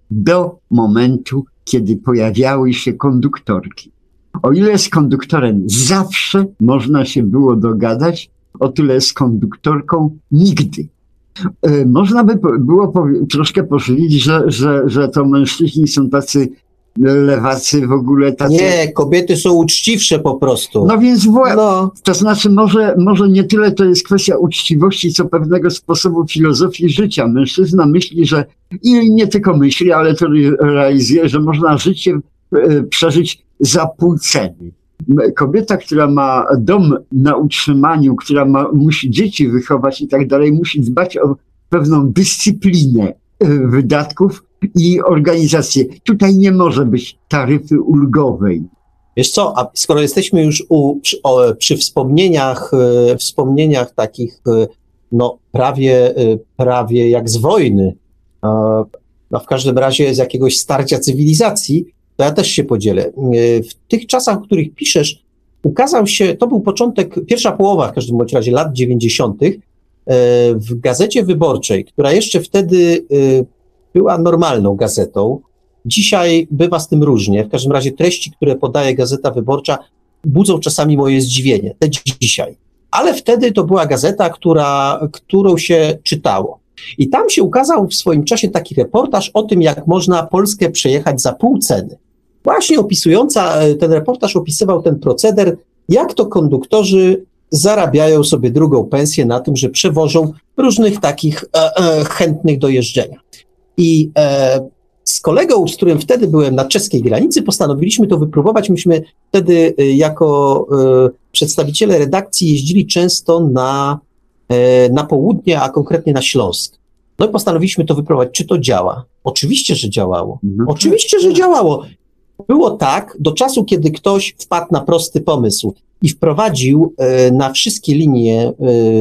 do momentu, kiedy pojawiały się konduktorki. O ile z konduktorem zawsze można się było dogadać, o tyle z konduktorką nigdy. Yy, można by było powie- troszkę poszlić, że, że, że to mężczyźni są tacy lewacy w ogóle. Tacy... Nie, kobiety są uczciwsze po prostu. No więc wła- no. to znaczy może, może nie tyle to jest kwestia uczciwości, co pewnego sposobu filozofii życia. Mężczyzna myśli, że i nie tylko myśli, ale to realizuje, że można życie yy, przeżyć za pół ceny. Kobieta, która ma dom na utrzymaniu, która ma, musi dzieci wychować i tak dalej, musi dbać o pewną dyscyplinę wydatków i organizację. Tutaj nie może być taryfy ulgowej. Wiesz co, a skoro jesteśmy już u, przy, o, przy wspomnieniach, e, wspomnieniach takich, e, no prawie, e, prawie jak z wojny, e, no w każdym razie z jakiegoś starcia cywilizacji, to ja też się podzielę. E, w tych czasach, o których piszesz, ukazał się, to był początek, pierwsza połowa w każdym bądź razie lat dziewięćdziesiątych, e, w Gazecie Wyborczej, która jeszcze wtedy e, była normalną gazetą. Dzisiaj bywa z tym różnie. W każdym razie treści, które podaje Gazeta Wyborcza, budzą czasami moje zdziwienie. Te dzisiaj. Ale wtedy to była gazeta, która, którą się czytało. I tam się ukazał w swoim czasie taki reportaż o tym, jak można Polskę przejechać za pół ceny. Właśnie opisująca, ten reportaż opisywał ten proceder, jak to konduktorzy zarabiają sobie drugą pensję na tym, że przewożą różnych takich e, e, chętnych do jeżdżenia. I e, z kolegą, z którym wtedy byłem na czeskiej granicy, postanowiliśmy to wypróbować. Myśmy wtedy e, jako e, przedstawiciele redakcji jeździli często na, e, na południe, a konkretnie na Śląsk. No i postanowiliśmy to wypróbować. Czy to działa? Oczywiście, że działało. Mhm. Oczywiście, że działało. Było tak, do czasu, kiedy ktoś wpadł na prosty pomysł i wprowadził e, na wszystkie linie e,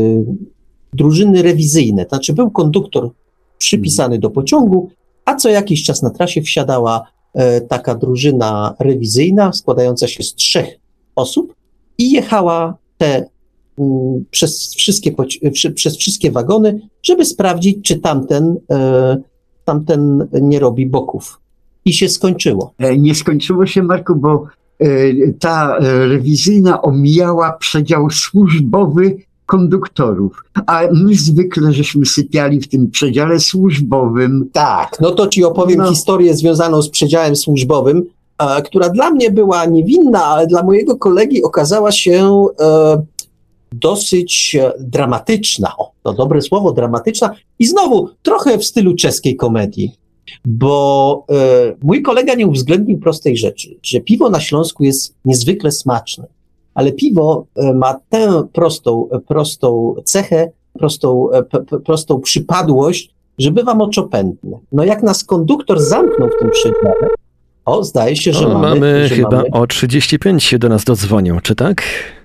drużyny rewizyjne. To znaczy był konduktor przypisany do pociągu, a co jakiś czas na trasie wsiadała e, taka drużyna rewizyjna składająca się z trzech osób i jechała te m, przez, wszystkie, poci- przez wszystkie wagony, żeby sprawdzić, czy tamten, e, tamten nie robi boków. I się skończyło. Nie skończyło się, Marku, bo e, ta rewizyjna omijała przedział służbowy konduktorów, a my zwykle żeśmy sypiali w tym przedziale służbowym. Tak, no to ci opowiem no. historię związaną z przedziałem służbowym, e, która dla mnie była niewinna, ale dla mojego kolegi okazała się e, dosyć dramatyczna. O, to dobre słowo, dramatyczna. I znowu trochę w stylu czeskiej komedii. bo e, mój kolega nie uwzględnił prostej rzeczy, że piwo na Śląsku jest niezwykle smaczne, ale piwo e, ma tę prostą, prostą cechę, prostą, e, p, prostą przypadłość, że bywa moczopędne. No jak nas konduktor zamknął w tym przedziale, o, zdaje się, że o, mamy... mamy że chyba mamy... o trzydzieści pięć się do nas dodzwonią, czy tak?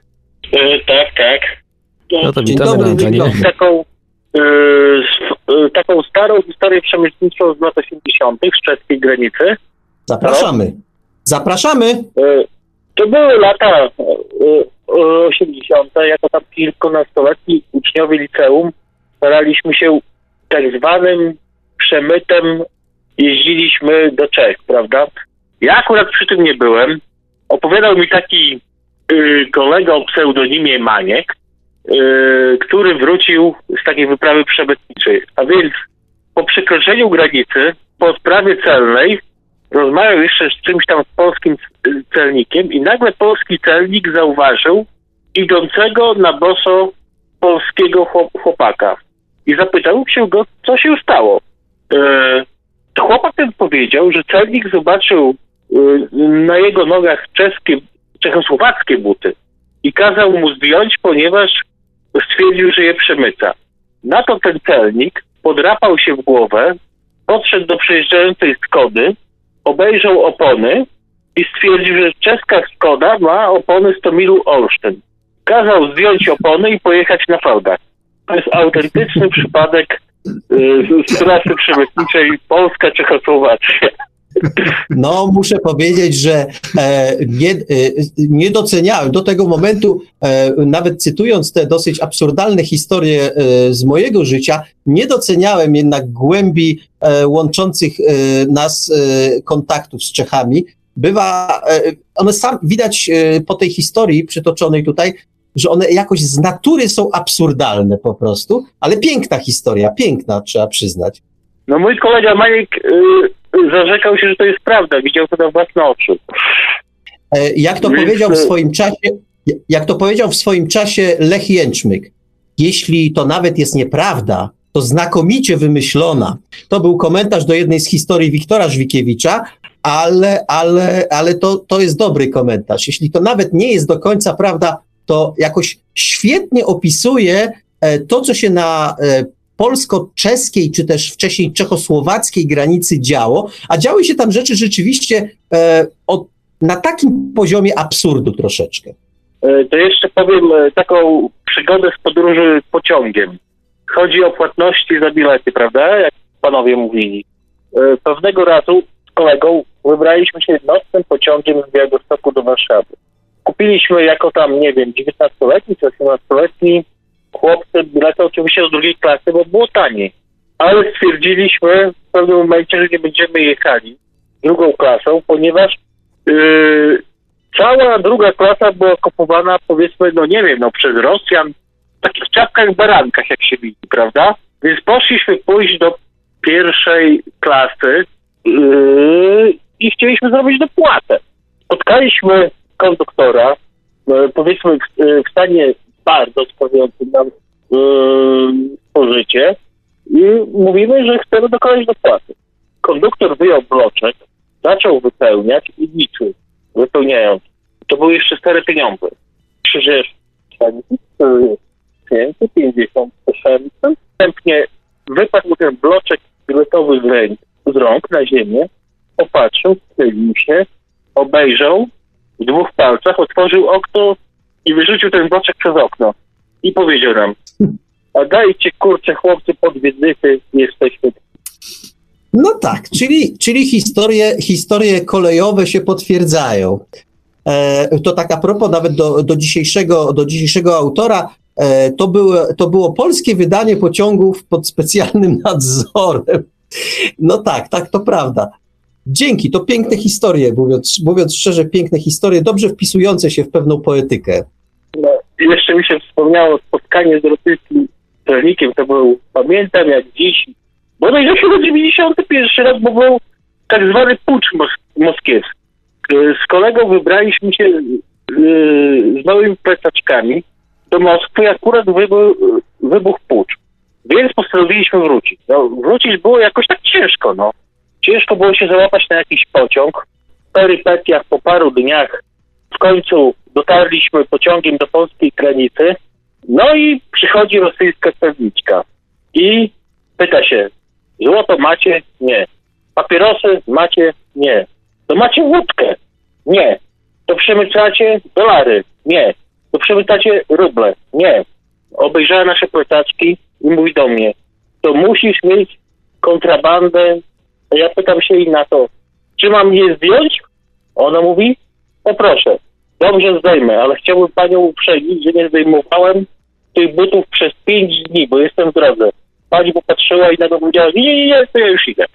E, tak, tak. No to Dzień witamy dobry, na antenie. dzień dobry. Taką, e, sw- e, taką starą historię przemyślniczą z lat osiemdziesiątych z czeskiej granicy. Zapraszamy. Zapraszamy. E, to były lata e, e, osiemdziesiąte. Jako tam kilkunastoletni uczniowie liceum staraliśmy się tak zwanym przemytem, jeździliśmy do Czech, prawda? Ja akurat przy tym nie byłem. Opowiadał mi taki y, kolega o pseudonimie Maniek, y, który wrócił z takiej wyprawy przemytniczej. A więc po przekroczeniu granicy, po odprawie celnej, rozmawiał jeszcze z czymś tam z polskim celnikiem i nagle polski celnik zauważył idącego na boso polskiego chłopaka. I zapytał się go, co się stało. Y, chłopak ten powiedział, że celnik zobaczył na jego nogach czeskie, czechosłowackie buty i kazał mu zdjąć, ponieważ stwierdził, że je przemyca. Na to ten celnik podrapał się w głowę, podszedł do przejeżdżającej Skody, obejrzał opony i stwierdził, że czeska Skoda ma opony z Tomilu Olsztyn. Kazał zdjąć opony i pojechać na fałdach. To jest autentyczny przypadek y, z trasy przemytniczej Polska-Czechosłowacja. No, muszę powiedzieć, że e, nie, e, nie doceniałem do tego momentu, e, nawet cytując te dosyć absurdalne historie e, z mojego życia, nie doceniałem jednak głębi e, łączących e, nas e, kontaktów z Czechami. Bywa, e, one sam widać e, po tej historii przytoczonej tutaj, że one jakoś z natury są absurdalne po prostu, ale piękna historia, piękna, trzeba przyznać. No mój kolega Maniek y, zarzekał się, że to jest prawda. Widział to na własne oczy. E, jak to Więc... powiedział w swoim czasie, jak to powiedział w swoim czasie Lech Jęczmyk, jeśli to nawet jest nieprawda, to znakomicie wymyślona. To był komentarz do jednej z historii Wiktora Żwikiewicza, ale, ale, ale to, to jest dobry komentarz. Jeśli to nawet nie jest do końca prawda, to jakoś świetnie opisuje e, to, co się na e, polsko-czeskiej, czy też wcześniej czechosłowackiej granicy działo, a działy się tam rzeczy rzeczywiście e, od, na takim poziomie absurdu troszeczkę. To jeszcze powiem taką przygodę z podróży pociągiem. Chodzi o płatności za bilety, prawda? Jak panowie mówili. Pewnego razu z kolegą wybraliśmy się nocnym pociągiem z Białegostoku do Warszawy. Kupiliśmy jako tam, nie wiem, dziewiętnastoletni czy osiemnastoletni chłopcy bilety oczywiście do drugiej klasy, bo było taniej. Ale stwierdziliśmy w pewnym momencie, że nie będziemy jechali drugą klasą, ponieważ yy, cała druga klasa była okupowana, powiedzmy, no nie wiem, no przez Rosjan, w takich czapkach barankach, jak się widzi, prawda? Więc poszliśmy pójść do pierwszej klasy yy, i chcieliśmy zrobić dopłatę. Spotkaliśmy konduktora, yy, powiedzmy w, yy, w stanie bardzo sprawiającym nam yy, spożycie i mówimy, że chcemy dokonać dopłaty. Konduktor wyjął bloczek, zaczął wypełniać i liczył, wypełniając. To były jeszcze stare pieniądze. Krzyżysz pięćset pięćdziesiąt tysięcy. Następnie wypadł mu ten bloczek biletowy z, ręk, z rąk na ziemię, popatrzył, schylił się, obejrzał w dwóch palcach, otworzył okno i wyrzucił ten bloczek przez okno. I powiedział nam, a dajcie kurczę chłopcy po dwie dychy, jesteśmy. No tak, czyli, czyli historie, historie kolejowe się potwierdzają. E, to tak a propos nawet do, do, dzisiejszego, do dzisiejszego autora, e, to, było, to było polskie wydanie pociągów pod specjalnym nadzorem. No tak, tak, to prawda. Dzięki, to piękne historie, mówiąc, mówiąc szczerze, piękne historie, dobrze wpisujące się w pewną poetykę. No, jeszcze mi się wspomniało spotkanie z rosyjskim celnikiem, to był, pamiętam jak dziś, bo no i dopiero dziewięćdziesiąty pierwszy rok, bo był tak zwany pucz mos- moskiewski. Z kolegą wybraliśmy się yy, z małymi plecaczkami do Moskwy, akurat wybuch, wybuchł pucz. Więc postanowiliśmy wrócić. No, wrócić było jakoś tak ciężko, no. Ciężko było się załapać na jakiś pociąg. W perypetiach po paru dniach w końcu dotarliśmy pociągiem do polskiej granicy. No i przychodzi rosyjska celniczka i pyta się, złoto macie? Nie. Papierosy macie? Nie. To macie wódkę? Nie. To przemycacie dolary? Nie. To przemycacie ruble? Nie. Obejrzała nasze plecaczki i mówi do mnie, to musisz mieć kontrabandę. Ja pytam się jej na to, czy mam je zdjąć? Ona mówi, no proszę, dobrze zdejmę, ale chciałbym panią uprzedzić, że nie zdejmowałem tych butów przez pięć dni, bo jestem w drodze. Pani popatrzyła i nagle powiedziała, nie, nie, nie, to ja już idę.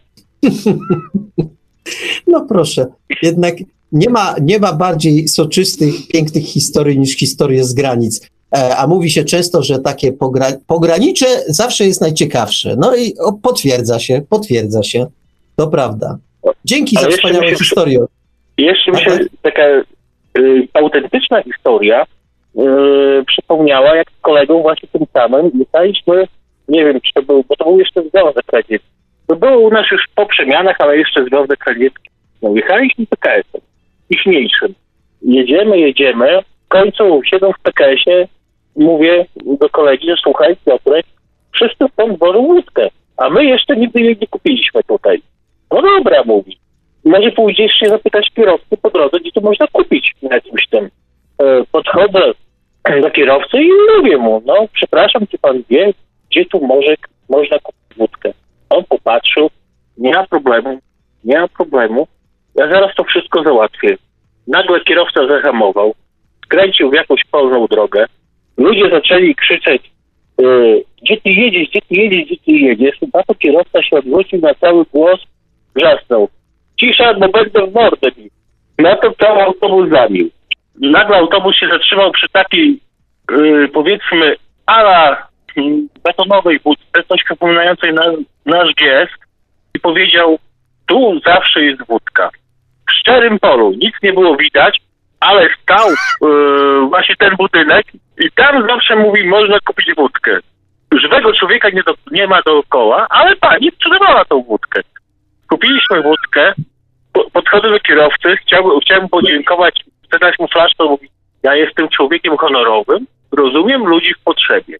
No proszę, jednak nie ma, nie ma bardziej soczystych, pięknych historii niż historie z granic. E, a mówi się często, że takie pogra- pogranicze zawsze jest najciekawsze. No i o, potwierdza się, potwierdza się. To prawda. Dzięki Ale za jeszcze wspaniałą mi się- historię. Jeszcze mi się Tak, tak. taka y, autentyczna historia y, przypomniała, jak z kolegą właśnie tym samym jechaliśmy, nie wiem, czy to był, bo to był jeszcze Związek Radziecki. To było u nas już po przemianach, ale jeszcze Związek Radziecki. No, jechaliśmy P K S-em, ichniejszym. Jedziemy, jedziemy, w końcu siedząc w P K S-ie, mówię do kolegi, że słuchaj, Piotrek, wszyscy tam wożą wódkę, a my jeszcze nigdy jej nie kupiliśmy tutaj. No dobra, mówi. Może pójdziesz się zapytać kierowcy po drodze, gdzie to można kupić na jakimś tym. E, podchodzę do kierowcy i mówię mu, no przepraszam, czy pan wie, gdzie tu może można kupić wódkę. On popatrzył, nie ma problemu, nie ma problemu, ja zaraz to wszystko załatwię. Nagle kierowca zahamował, skręcił w jakąś polną drogę, ludzie zaczęli krzyczeć, e, gdzie ty jedziesz, gdzie ty jedziesz, gdzie ty jedziesz. Na to kierowca się odwrócił na cały głos, wrzasnął. Cisza, bo będę w mordę mi. Na to cały autobus zamił. Nagle autobus się zatrzymał przy takiej, yy, powiedzmy, ala yy, betonowej budce, coś przypominającej nas, nasz G S i powiedział, tu zawsze jest wódka. W szczerym polu, nic nie było widać, ale stał yy, właśnie ten budynek i tam zawsze mówi, można kupić wódkę. Żywego człowieka nie, do, nie ma dookoła, ale pani sprzedawała tą wódkę. Kupiliśmy wódkę, po, podchodzę do kierowcy, chciałbym, chciałbym podziękować, chcę dać mu flaszkę, mówi, ja jestem człowiekiem honorowym, rozumiem ludzi w potrzebie.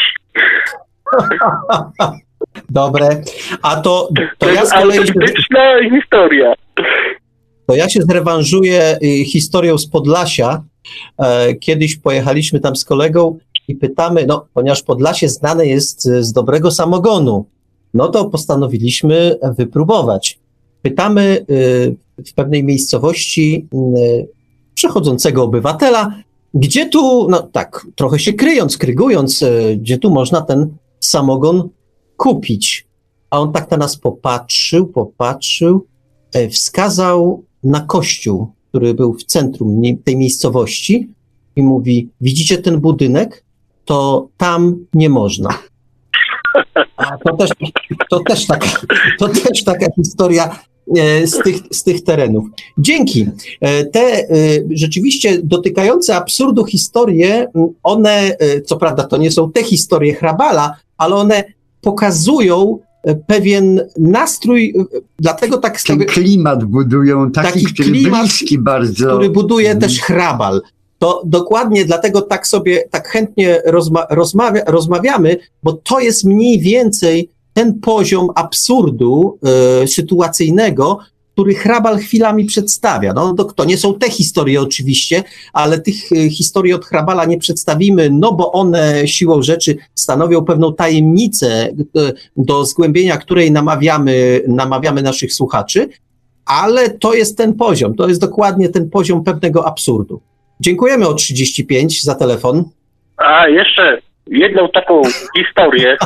Dobre. A to, to To ja z jest kolei... autentyczna historia. To ja się zrewanżuję y, historią z Podlasia. E, kiedyś pojechaliśmy tam z kolegą i pytamy, no ponieważ Podlasie znane jest y, z dobrego samogonu, no to postanowiliśmy wypróbować. Pytamy y, w pewnej miejscowości y, przechodzącego obywatela, gdzie tu, no tak, trochę się kryjąc, krygując, y, gdzie tu można ten samogon kupić. A on tak na nas popatrzył, popatrzył, y, wskazał na kościół, który był w centrum mie- tej miejscowości i mówi, widzicie ten budynek? To tam nie można. A to też, to też, taka, to też taka historia e, z tych, z tych terenów. Dzięki. E, Te e, rzeczywiście dotykające absurdu historie, m, one, e, co prawda to nie są te historie Hrabala, ale one pokazują e, pewien nastrój, e, dlatego tak Ten sobie, klimat budują taki, Taki który klimat, bliski bardzo. który buduje Mhm. też Hrabal. To dokładnie dlatego tak sobie, tak chętnie rozma- rozmawia, rozmawiamy, bo to jest mniej więcej ten poziom absurdu e, sytuacyjnego, który Hrabal chwilami przedstawia. No, to, to nie są te historie oczywiście, ale tych e, historii od Hrabala nie przedstawimy, no bo one siłą rzeczy stanowią pewną tajemnicę, e, do zgłębienia której namawiamy, namawiamy naszych słuchaczy, ale to jest ten poziom, to jest dokładnie ten poziom pewnego absurdu. Dziękujemy o trzydzieści pięć za telefon. A jeszcze jedną taką historię,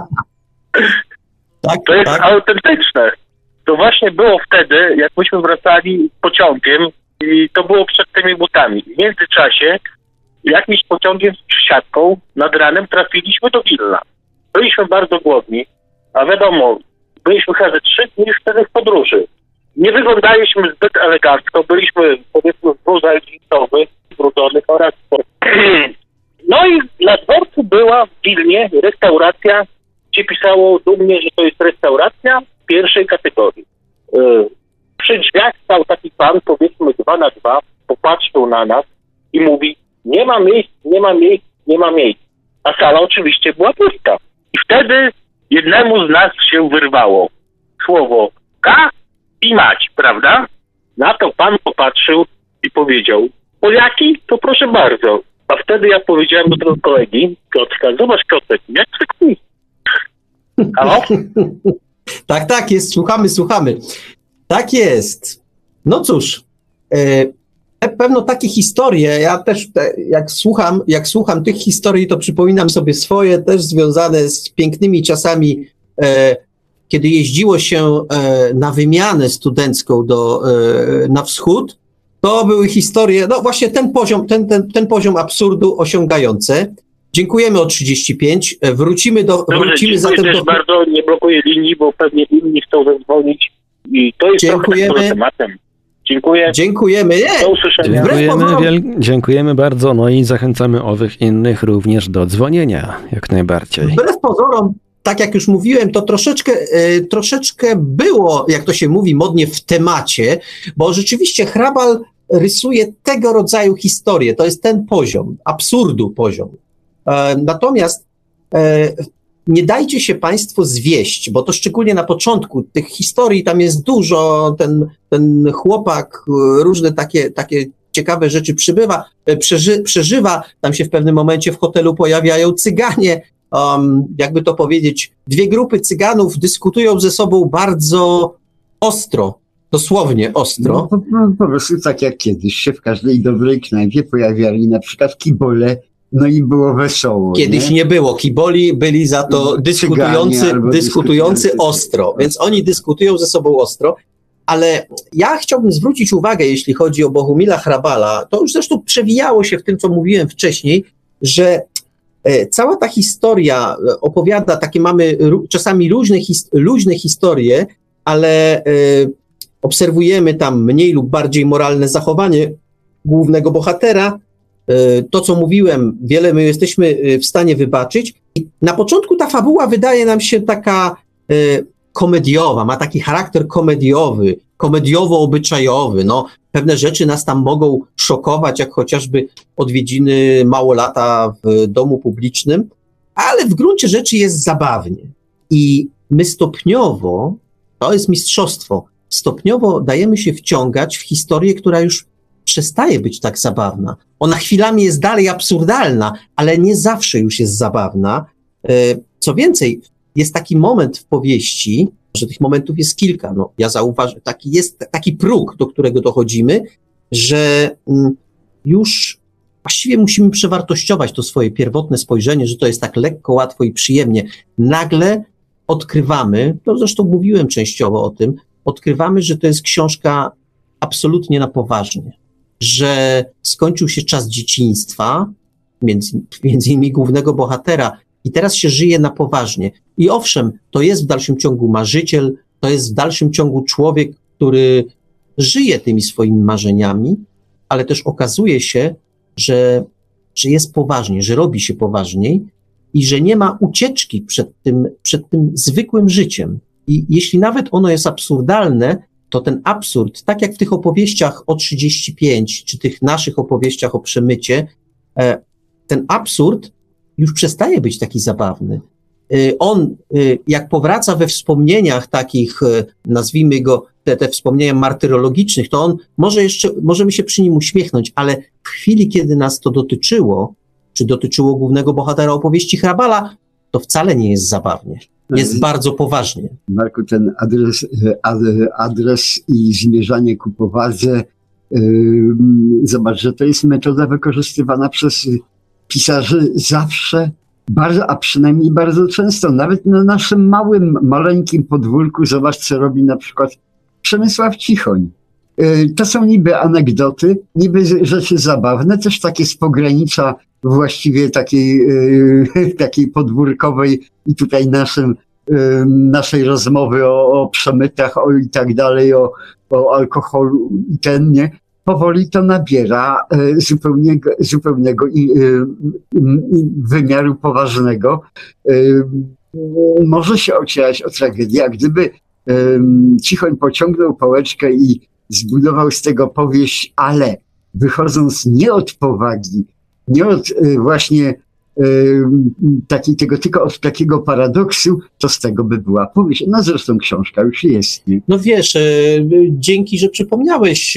Tak, to jest tak. autentyczne. To właśnie było wtedy, jak myśmy wracali pociągiem i to było przed tymi butami. W międzyczasie jakimś pociągiem z przysiadką nad ranem trafiliśmy do Wilna. Byliśmy bardzo głodni, a wiadomo, byliśmy chyba ze trzy dni wtedy w podróży. Nie wyglądaliśmy zbyt elegancko, byliśmy powiedzmy w bluzach jeansowych, brudzonych oraz no i na dworcu była w Wilnie restauracja, gdzie pisało dumnie, że to jest restauracja pierwszej kategorii. Przy drzwiach stał taki pan, powiedzmy dwa na dwa, popatrzył na nas i mówi: nie ma miejsc, nie ma miejsc, nie ma miejsc. A sala oczywiście była pusta. I wtedy jednemu z nas się wyrwało słowo K i mać, prawda? Na to pan popatrzył i powiedział: Polaki? To proszę bardzo. A wtedy ja powiedziałem do tego kolegi, Piotrka: zobacz, Piotrek, jak to kpi. Halo? Tak, tak, jest, słuchamy, słuchamy. Tak jest. No cóż, e, pewno takie historie, ja też te, jak słucham, jak słucham tych historii, to przypominam sobie swoje, też związane z pięknymi czasami, e, kiedy jeździło się e, na wymianę studencką do, e, na wschód. To były historie, no właśnie ten poziom, ten, ten, ten poziom absurdu osiągające. Dziękujemy o trzydzieści pięć. Wrócimy do... Dobrze, wrócimy dziękuję zatem też do... bardzo, nie blokuję linii, bo pewnie inni chcą zadzwonić i to jest Dziękujemy. trochę tak poza tematem. Dziękuję. Dziękujemy. Nie. Do usłyszenia. Wbrew Dziękujemy, pozorom- wiel- dziękujemy bardzo, no i zachęcamy owych innych również do dzwonienia, jak najbardziej. Wbrew pozorom, tak jak już mówiłem, to troszeczkę, e, troszeczkę było, jak to się mówi modnie, w temacie, bo rzeczywiście Hrabal rysuje tego rodzaju historie. To jest ten poziom, absurdu poziom. E, natomiast e, nie dajcie się Państwo zwieść, bo to szczególnie na początku tych historii tam jest dużo, ten, ten chłopak e, różne takie, takie ciekawe rzeczy przybywa, e, przeży, przeżywa, tam się w pewnym momencie w hotelu pojawiają Cyganie, um, jakby to powiedzieć, dwie grupy Cyganów dyskutują ze sobą bardzo ostro, dosłownie ostro. No, po, no, po prostu tak jak kiedyś się w każdej dobrej knajpie pojawiali na przykład kibole, no i było wesoło. Kiedyś nie, nie było kiboli, byli za to Cyganie dyskutujący, albo dyskutujący dyskutujący. ostro, więc oni dyskutują ze sobą ostro, ale ja chciałbym zwrócić uwagę, jeśli chodzi o Bohumila Hrabala, to już zresztą przewijało się w tym, co mówiłem wcześniej, że e, cała ta historia opowiada, takie mamy ró- czasami luźne, his- luźne historie, ale e, obserwujemy tam mniej lub bardziej moralne zachowanie głównego bohatera. To, co mówiłem, wiele my jesteśmy w stanie wybaczyć. I na początku ta fabuła wydaje nam się taka e, komediowa, ma taki charakter komediowy, komediowo-obyczajowy. No, pewne rzeczy nas tam mogą szokować, jak chociażby odwiedziny małolata w domu publicznym, ale w gruncie rzeczy jest zabawnie. I my stopniowo, to jest mistrzostwo, stopniowo dajemy się wciągać w historię, która już przestaje być tak zabawna. Ona chwilami jest dalej absurdalna, ale nie zawsze już jest zabawna. Co więcej, jest taki moment w powieści, że tych momentów jest kilka. No, ja zauważam, taki jest taki próg, do którego dochodzimy, że już właściwie musimy przewartościować to swoje pierwotne spojrzenie, że to jest tak lekko, łatwo i przyjemnie. Nagle odkrywamy, to zresztą mówiłem częściowo o tym, odkrywamy, że to jest książka absolutnie na poważnie, że skończył się czas dzieciństwa, między, między innymi głównego bohatera, i teraz się żyje na poważnie. I owszem, to jest w dalszym ciągu marzyciel, to jest w dalszym ciągu człowiek, który żyje tymi swoimi marzeniami, ale też okazuje się, że, że jest poważnie, że robi się poważniej i że nie ma ucieczki przed tym, przed tym zwykłym życiem. I jeśli nawet ono jest absurdalne, to ten absurd, tak jak w tych opowieściach o trzydzieści pięć, czy tych naszych opowieściach o przemycie, ten absurd już przestaje być taki zabawny. On, jak powraca we wspomnieniach takich, nazwijmy go, te, te wspomnienia martyrologicznych, to on może jeszcze, możemy się przy nim uśmiechnąć, ale w chwili, kiedy nas to dotyczyło, czy dotyczyło głównego bohatera opowieści Hrabala, to wcale nie jest zabawnie. Jest bardzo poważnie. Marku, ten adres, adres i zmierzanie ku powadze, zobacz, że to jest metoda wykorzystywana przez pisarzy zawsze, bardzo, a przynajmniej bardzo często, nawet na naszym małym, maleńkim podwórku. Zobacz, co robi na przykład Przemysław Cichoń. To są niby anegdoty, niby rzeczy zabawne, też takie z pogranicza właściwie takiej, takiej podwórkowej i tutaj naszym, naszej rozmowy o, o przemytach o i tak dalej, o, o alkoholu i ten, nie? Powoli to nabiera zupełnego, zupełnego wymiaru poważnego. Może się ocierać o tragedię, a gdyby um, Cichoń pociągnął pałeczkę i zbudował z tego powieść, ale wychodząc nie od powagi, nie od y, właśnie y, taki, tego, tylko od takiego paradoksu, to z tego by była powieść. No zresztą książka już jest. Nie? No wiesz, y, dzięki, że przypomniałeś y,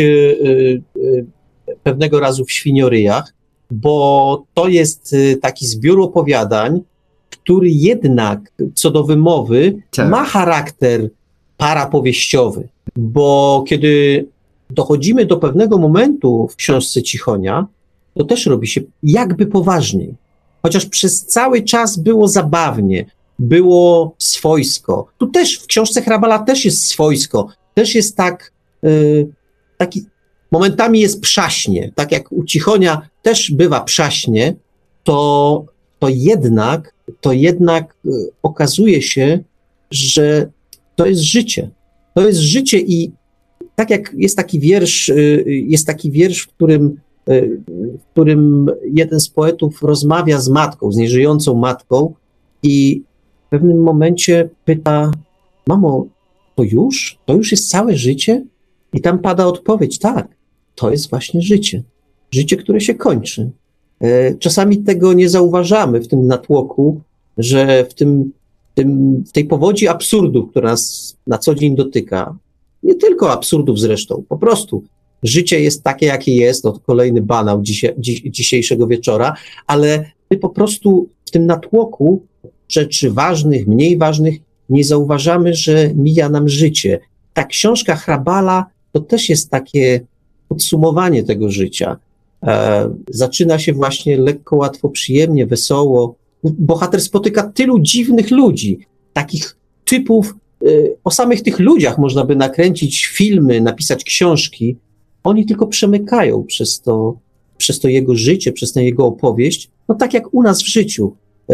y, pewnego razu w Świnioryjach, bo to jest y, taki zbiór opowiadań, który jednak co do wymowy tak. ma charakter parapowieściowy, bo kiedy dochodzimy do pewnego momentu w książce Cichonia, to też robi się jakby poważniej. Chociaż przez cały czas było zabawnie, było swojsko. Tu też w książce Hrabala też jest swojsko, też jest tak, yy, taki, momentami jest przaśnie, tak jak u Cichonia też bywa przaśnie, to, to jednak, to jednak yy, okazuje się, że to jest życie. To jest życie i tak jak jest taki wiersz, jest taki wiersz, w którym, w którym jeden z poetów rozmawia z matką, z nieżyjącą matką i w pewnym momencie pyta: mamo, to już? To już jest całe życie? I tam pada odpowiedź: tak, to jest właśnie życie. Życie, które się kończy. Czasami tego nie zauważamy w tym natłoku, że w tym, tym, w tej powodzi absurdów, która nas na co dzień dotyka, nie tylko absurdów zresztą, po prostu życie jest takie, jakie jest, to kolejny banał dzisiaj, dziś, dzisiejszego wieczora, ale my po prostu w tym natłoku rzeczy ważnych, mniej ważnych nie zauważamy, że mija nam życie. Ta książka Hrabala to też jest takie podsumowanie tego życia. E, zaczyna się właśnie lekko, łatwo, przyjemnie, wesoło. Bohater spotyka tylu dziwnych ludzi, takich typów. O samych tych ludziach można by nakręcić filmy, napisać książki. Oni tylko przemykają przez to, przez to jego życie, przez tę jego opowieść, no tak jak u nas w życiu.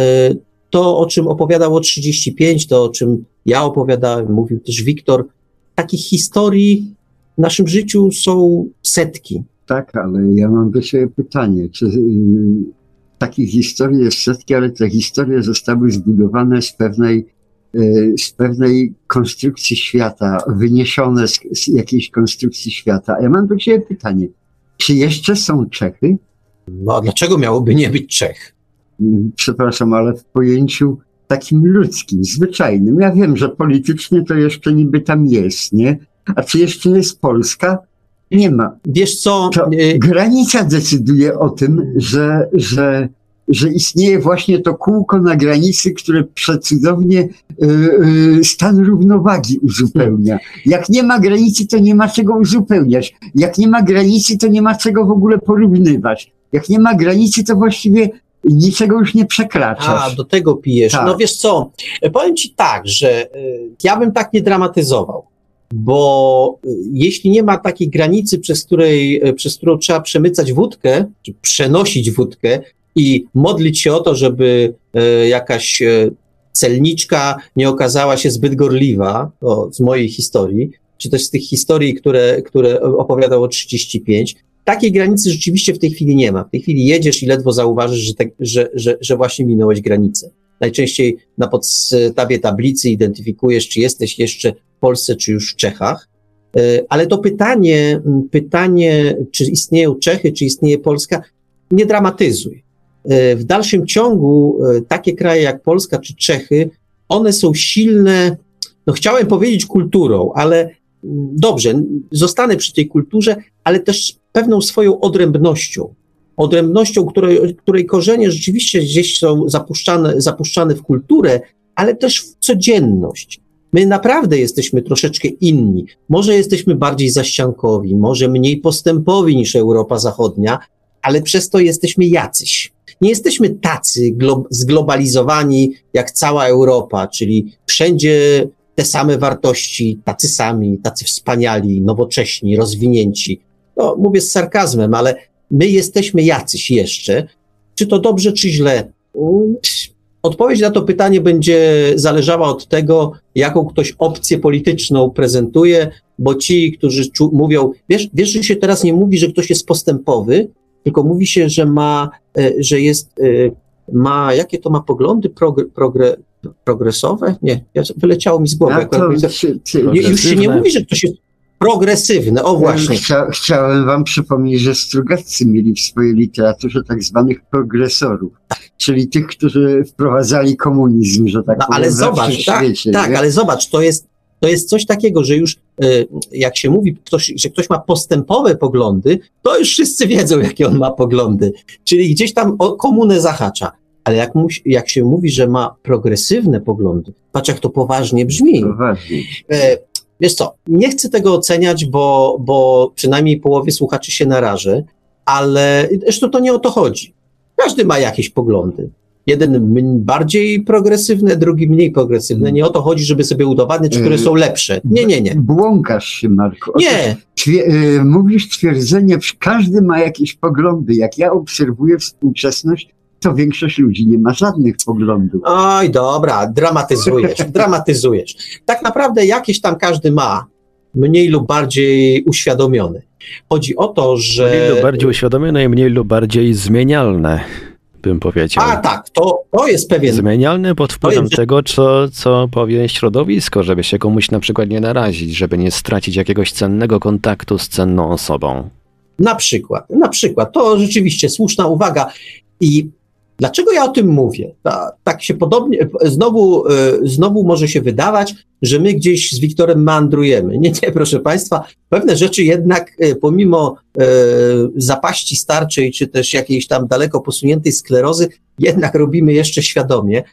To, o czym opowiadał o trzydzieści pięć, to, o czym ja opowiadałem, mówił też Wiktor, takich historii w naszym życiu są setki. Tak, ale ja mam do siebie pytanie, czy yy, takich historii jest setki, ale te historie zostały zbudowane z pewnej z pewnej konstrukcji świata, wyniesione z, z jakiejś konstrukcji świata. A ja mam do ciebie pytanie, czy jeszcze są Czechy? No a dlaczego miałoby nie być Czech? Przepraszam, ale w pojęciu takim ludzkim, zwyczajnym. Ja wiem, że politycznie to jeszcze niby tam jest, nie? A czy jeszcze jest Polska? Nie ma. Wiesz co? To granica decyduje o tym, że, że że istnieje właśnie to kółko na granicy, które przecudownie y, y, stan równowagi uzupełnia. Jak nie ma granicy, to nie ma czego uzupełniać. Jak nie ma granicy, to nie ma czego w ogóle porównywać. Jak nie ma granicy, to właściwie niczego już nie przekraczasz. A, do tego pijesz. Tak. No wiesz co, powiem ci tak, że y, ja bym tak nie dramatyzował, bo y, jeśli nie ma takiej granicy, przez, której, y, przez którą trzeba przemycać wódkę, czy przenosić wódkę, i modlić się o to, żeby e, jakaś e, celniczka nie okazała się zbyt gorliwa, o, z mojej historii, czy też z tych historii, które, które opowiadał o trzydzieści pięć. Takiej granicy rzeczywiście w tej chwili nie ma. W tej chwili jedziesz i ledwo zauważysz, że, te, że, że, że właśnie minąłeś granicę. Najczęściej na podstawie tablicy identyfikujesz, czy jesteś jeszcze w Polsce, czy już w Czechach. E, ale to pytanie, pytanie, czy istnieją Czechy, czy istnieje Polska, nie dramatyzuj. W dalszym ciągu takie kraje jak Polska czy Czechy, one są silne, no chciałem powiedzieć kulturą, ale dobrze, zostanę przy tej kulturze, ale też pewną swoją odrębnością. Odrębnością, której, której korzenie rzeczywiście gdzieś są zapuszczane, zapuszczane w kulturę, ale też w codzienność. My naprawdę jesteśmy troszeczkę inni. Może jesteśmy bardziej zaściankowi, może mniej postępowi niż Europa Zachodnia, ale przez to jesteśmy jacyś. Nie jesteśmy tacy glo- zglobalizowani jak cała Europa, czyli wszędzie te same wartości, tacy sami, tacy wspaniali, nowocześni, rozwinięci. No, mówię z sarkazmem, ale my jesteśmy jacyś jeszcze. Czy to dobrze, czy źle? Odpowiedź na to pytanie będzie zależała od tego, jaką ktoś opcję polityczną prezentuje, bo ci, którzy czu- mówią, wiesz, wiesz, że się teraz nie mówi, że ktoś jest postępowy, tylko mówi się, że ma, że jest ma, jakie to ma poglądy progre, progre, progresowe? Nie, wyleciało mi z głowy. A to, Jak, czy, czy, już się nie mówi, że ktoś jest progresywny, o właśnie. Chcia, chciałem wam przypomnieć, że Strugacy mieli w swojej literaturze tak zwanych progresorów, czyli tych, którzy wprowadzali komunizm, że tak no, powiem, ale we zobacz, tak, wszechświecie, tak, nie? ale zobacz, to jest, to jest coś takiego, że już y, jak się mówi, ktoś, że ktoś ma postępowe poglądy, to już wszyscy wiedzą, jakie on ma poglądy, czyli gdzieś tam o komunę zahacza. Ale jak, mu, jak się mówi, że ma progresywne poglądy, patrz jak to poważnie brzmi. Poważnie. E, wiesz co, nie chcę tego oceniać, bo, bo przynajmniej połowie słuchaczy się narażę, ale zresztą to nie o to chodzi. Każdy ma jakieś poglądy. Jeden bardziej progresywny, drugi mniej progresywny. Nie o to chodzi, żeby sobie udowadniać, które są lepsze. Nie, nie, nie. Błąkasz się, Marku. Otóż Nie. Twie, y, mówisz twierdzenie, że każdy ma jakieś poglądy. Jak ja obserwuję współczesność, to większość ludzi nie ma żadnych poglądów. Oj, dobra, dramatyzujesz, dramatyzujesz. Tak naprawdę jakieś tam każdy ma, mniej lub bardziej uświadomiony. Chodzi o to, że... Mniej lub bardziej uświadomione i mniej lub bardziej zmienialne, bym powiedział. A tak, to, to jest pewien... Zmienialne pod wpływem jest- tego, co, co powie środowisko, żeby się komuś na przykład nie narazić, żeby nie stracić jakiegoś cennego kontaktu z cenną osobą. Na przykład, na przykład, to rzeczywiście słuszna uwaga. I dlaczego ja o tym mówię? Ta, tak się podobnie, znowu, y, znowu może się wydawać, że my gdzieś z Wiktorem meandrujemy. Nie, nie, proszę Państwa, pewne rzeczy jednak y, pomimo y, zapaści starczej, czy też jakiejś tam daleko posuniętej sklerozy, jednak robimy jeszcze świadomie,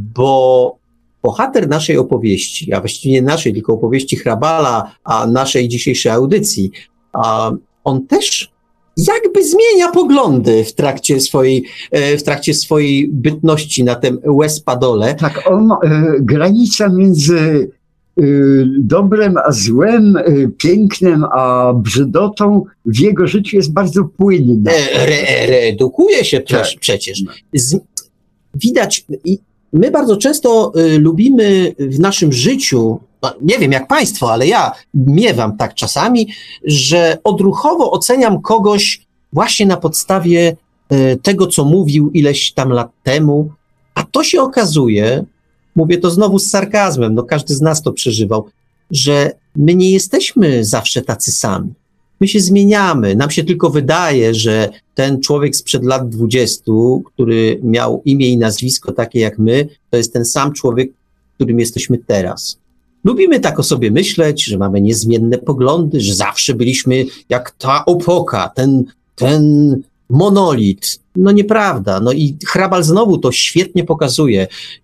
bo bohater naszej opowieści, a właściwie nie naszej, tylko opowieści Hrabala, a naszej dzisiejszej audycji, a on też jakby zmienia poglądy w trakcie swojej, e, w trakcie swojej bytności na tym łez-padole. Tak, on, ma- y, granica między y, dobrem a złem, y, pięknem a brzydotą w jego życiu jest bardzo płynna. E, re, reedukuje się też Tak. przecież. Z, widać, i my bardzo często y, lubimy w naszym życiu, no, nie wiem jak Państwo, ale ja miewam tak czasami, że odruchowo oceniam kogoś właśnie na podstawie y, tego, co mówił ileś tam lat temu, a to się okazuje, mówię to znowu z sarkazmem, no każdy z nas to przeżywał, że my nie jesteśmy zawsze tacy sami. My się zmieniamy. Nam się tylko wydaje, że ten człowiek sprzed lat dwudziestu, który miał imię i nazwisko takie jak my, to jest ten sam człowiek, którym jesteśmy teraz. Lubimy tak o sobie myśleć, że mamy niezmienne poglądy, że zawsze byliśmy jak ta opoka, ten, ten monolit. No nieprawda. No i Hrabal znowu to świetnie pokazuje,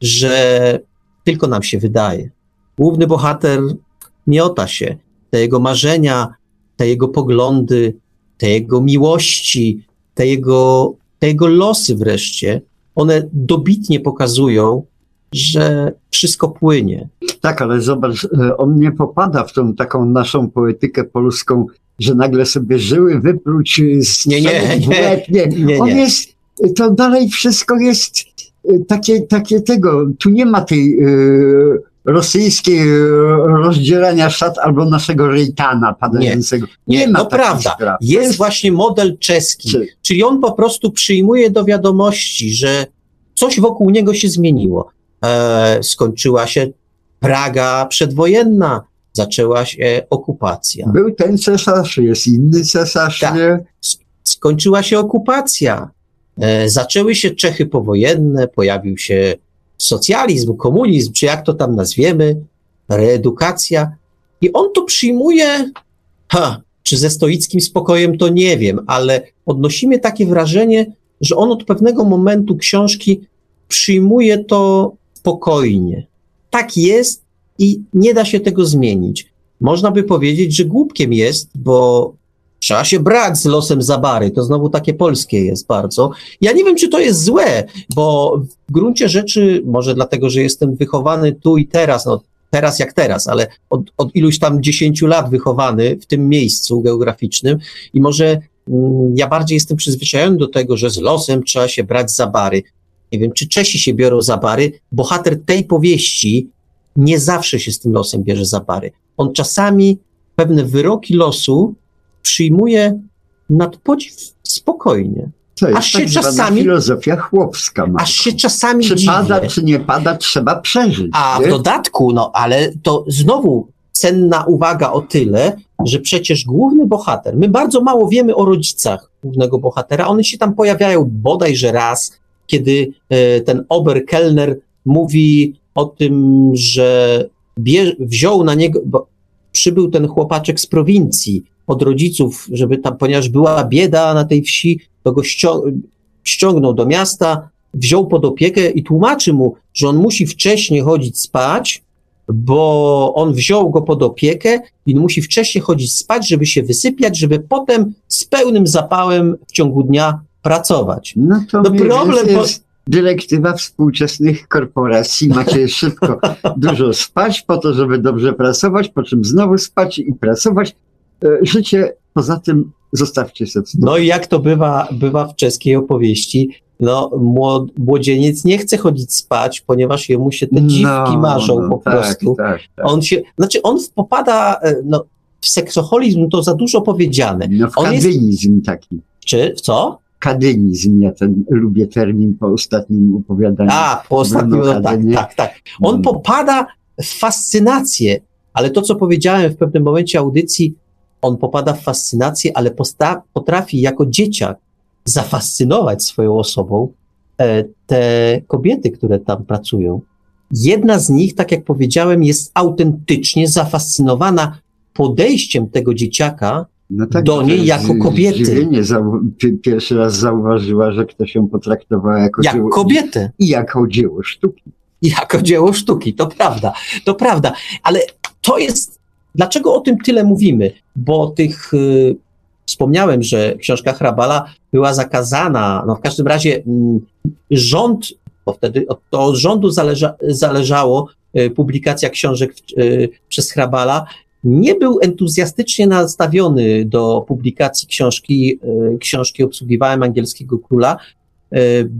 że tylko nam się wydaje. Główny bohater miota się. Te jego marzenia, te jego poglądy, te jego miłości, te jego, te jego losy wreszcie, one dobitnie pokazują, że wszystko płynie. Tak, ale zobacz, y, on nie popada w tą taką naszą poetykę polską, że nagle sobie żyły wypróć z Nie, nie, w nie, łeb. nie. nie, On nie. jest, to dalej wszystko jest y, takie, takie tego, tu nie ma tej y, rosyjskiej y, rozdzierania szat albo naszego rejtana padającego. Nie, Nie, ma no takich prawda. spraw. To Jest właśnie model czeski, Czy- czyli on po prostu przyjmuje do wiadomości, że coś wokół niego się zmieniło. E, skończyła się Praga przedwojenna, zaczęła się okupacja. Był ten cesarz, jest inny cesarz, Tak. nie? Skończyła się okupacja. E, zaczęły się Czechy powojenne, pojawił się socjalizm, komunizm, czy jak to tam nazwiemy, reedukacja. I on to przyjmuje, ha, czy ze stoickim spokojem, to nie wiem, ale odnosimy takie wrażenie, że on od pewnego momentu książki przyjmuje to spokojnie. Tak jest i nie da się tego zmienić. Można by powiedzieć, że głupkiem jest, bo trzeba się brać z losem Zabary. To znowu takie polskie jest bardzo. Ja nie wiem, czy to jest złe, bo w gruncie rzeczy, może dlatego, że jestem wychowany tu i teraz, no teraz jak teraz, ale od, od iluś tam dziesięciu lat wychowany w tym miejscu geograficznym i może mm, ja bardziej jestem przyzwyczajony do tego, że z losem trzeba się brać za bary. Nie wiem, czy Czesi się biorą za bary. Bohater tej powieści nie zawsze się z tym losem bierze za bary. On czasami pewne wyroki losu przyjmuje nad podziw spokojnie. To jest aż się tak zwana czasami, filozofia chłopska. aż się czasami Czy dziwię. pada, czy nie pada, trzeba przeżyć. A nie? w dodatku, no ale to znowu cenna uwaga o tyle, że przecież główny bohater, my bardzo mało wiemy o rodzicach głównego bohatera, one się tam pojawiają bodajże raz, kiedy e, ten Oberkellner mówi o tym, że bie, wziął na niego, bo przybył ten chłopaczek z prowincji od rodziców, żeby tam, ponieważ była bieda na tej wsi, to go ścią- ściągnął do miasta, wziął pod opiekę i tłumaczy mu, że on musi wcześniej chodzić spać, bo on wziął go pod opiekę i musi wcześniej chodzić spać, żeby się wysypiać, żeby potem z pełnym zapałem w ciągu dnia pracować. No to No no problem jest dyrektywa współczesnych korporacji. Macie szybko dużo spać po to, żeby dobrze pracować, po czym znowu spać i pracować. E, Życie poza tym zostawcie sobie. No i jak to bywa, bywa w czeskiej opowieści, no młod- młodzieniec nie chce chodzić spać, ponieważ jemu się te dziwki No, marzą no, po tak, prostu. Tak, tak. On się, znaczy on popada, e, no w seksoholizm to za dużo powiedziane. No w On jest, kadynizm taki. czy w co? Kadynizm, ja ten lubię termin po ostatnim opowiadaniu. A, po ostatnim, no, tak, Kadynie. tak, tak. On Mm. popada w fascynację, ale to, co powiedziałem w pewnym momencie audycji, on popada w fascynację, ale posta- potrafi jako dzieciak zafascynować swoją osobą e, te kobiety, które tam pracują. Jedna z nich, tak jak powiedziałem, jest autentycznie zafascynowana podejściem tego dzieciaka No tak, do niej to jako z- kobiety. Zdziwienie, zau- pi- pierwszy raz zauważyła, że ktoś ją potraktował jako Jak dzieło, kobietę. i jako dzieło sztuki. Jako dzieło sztuki, to prawda, to prawda, ale to jest, dlaczego o tym tyle mówimy? Bo tych, y, wspomniałem, że książka Hrabala była zakazana, no w każdym razie mm, rząd, bo wtedy od, to od rządu zależa, zależało y, publikacja książek y, przez Hrabala, nie był entuzjastycznie nastawiony do publikacji książki, y, książki Obsługiwałem angielskiego króla, y,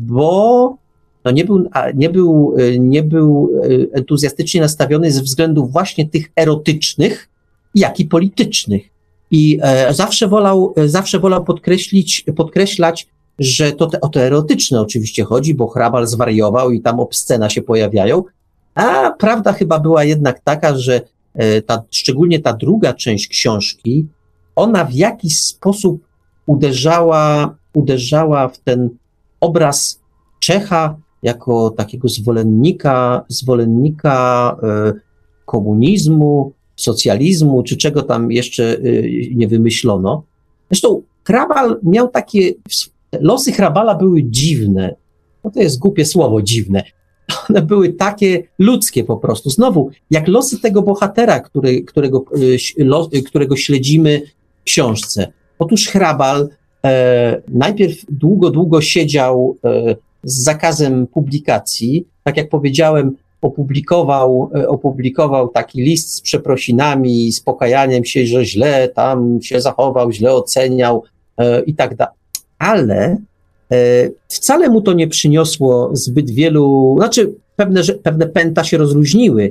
bo no nie był, a nie był, nie był entuzjastycznie nastawiony ze względów właśnie tych erotycznych, jak i politycznych. I e, zawsze wolał, zawsze wolał podkreślić, podkreślać, że to te, o to erotyczne oczywiście chodzi, bo Hrabal zwariował i tam obscena się pojawiają, a prawda chyba była jednak taka, że e, ta, szczególnie ta druga część książki, ona w jakiś sposób uderzała, uderzała w ten obraz Czecha jako takiego zwolennika, zwolennika e, komunizmu, socjalizmu, czy czego tam jeszcze e, nie wymyślono. Zresztą Hrabal miał takie, losy Hrabala były dziwne, no to jest głupie słowo, dziwne. One były takie ludzkie po prostu. Znowu, jak losy tego bohatera, który, którego, e, los, którego śledzimy w książce. Otóż Hrabal e, najpierw długo, długo siedział e, z zakazem publikacji. Tak jak powiedziałem, opublikował, opublikował taki list z przeprosinami, z pokajaniem się, że źle tam się zachował, źle oceniał e, i tak dalej. Ale e, wcale mu to nie przyniosło zbyt wielu, znaczy pewne, że, pewne pęta się rozluźniły,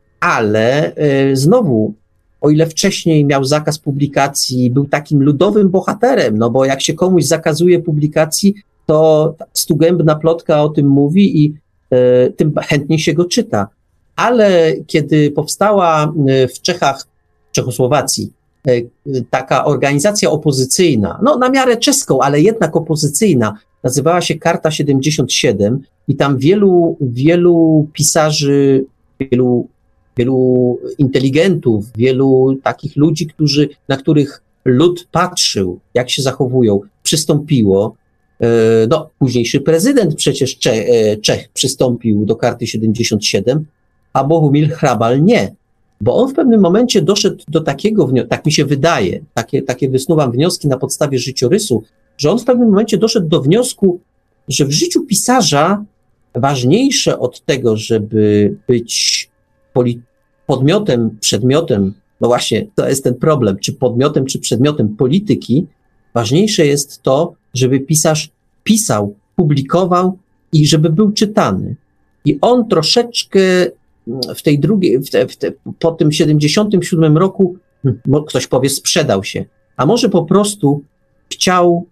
ale e, znowu, o ile wcześniej miał zakaz publikacji, był takim ludowym bohaterem, no bo jak się komuś zakazuje publikacji, to stugębna plotka o tym mówi i e, tym chętniej się go czyta. Ale kiedy powstała w Czechach, Czechosłowacji, e, taka organizacja opozycyjna, no na miarę czeską, ale jednak opozycyjna, nazywała się Karta siedemdziesiąt siedem i tam wielu, wielu pisarzy, wielu, wielu inteligentów, wielu takich ludzi, którzy, na których lud patrzył, jak się zachowują, przystąpiło. No, późniejszy prezydent przecież Czech, Czech przystąpił do Karty siedemdziesiąt siedem, a Bohumil Hrabal nie, bo on w pewnym momencie doszedł do takiego wniosku, tak mi się wydaje, takie, takie wysnuwam wnioski na podstawie życiorysu, że on w pewnym momencie doszedł do wniosku, że w życiu pisarza ważniejsze od tego, żeby być poli- podmiotem, przedmiotem, no właśnie, to jest ten problem, czy podmiotem, czy przedmiotem polityki, ważniejsze jest to, żeby pisarz pisał, publikował i żeby był czytany. I on troszeczkę w tej drugiej, w te, w te, po tym siedemdziesiątym siódmym roku, ktoś powie, sprzedał się, a może po prostu chciał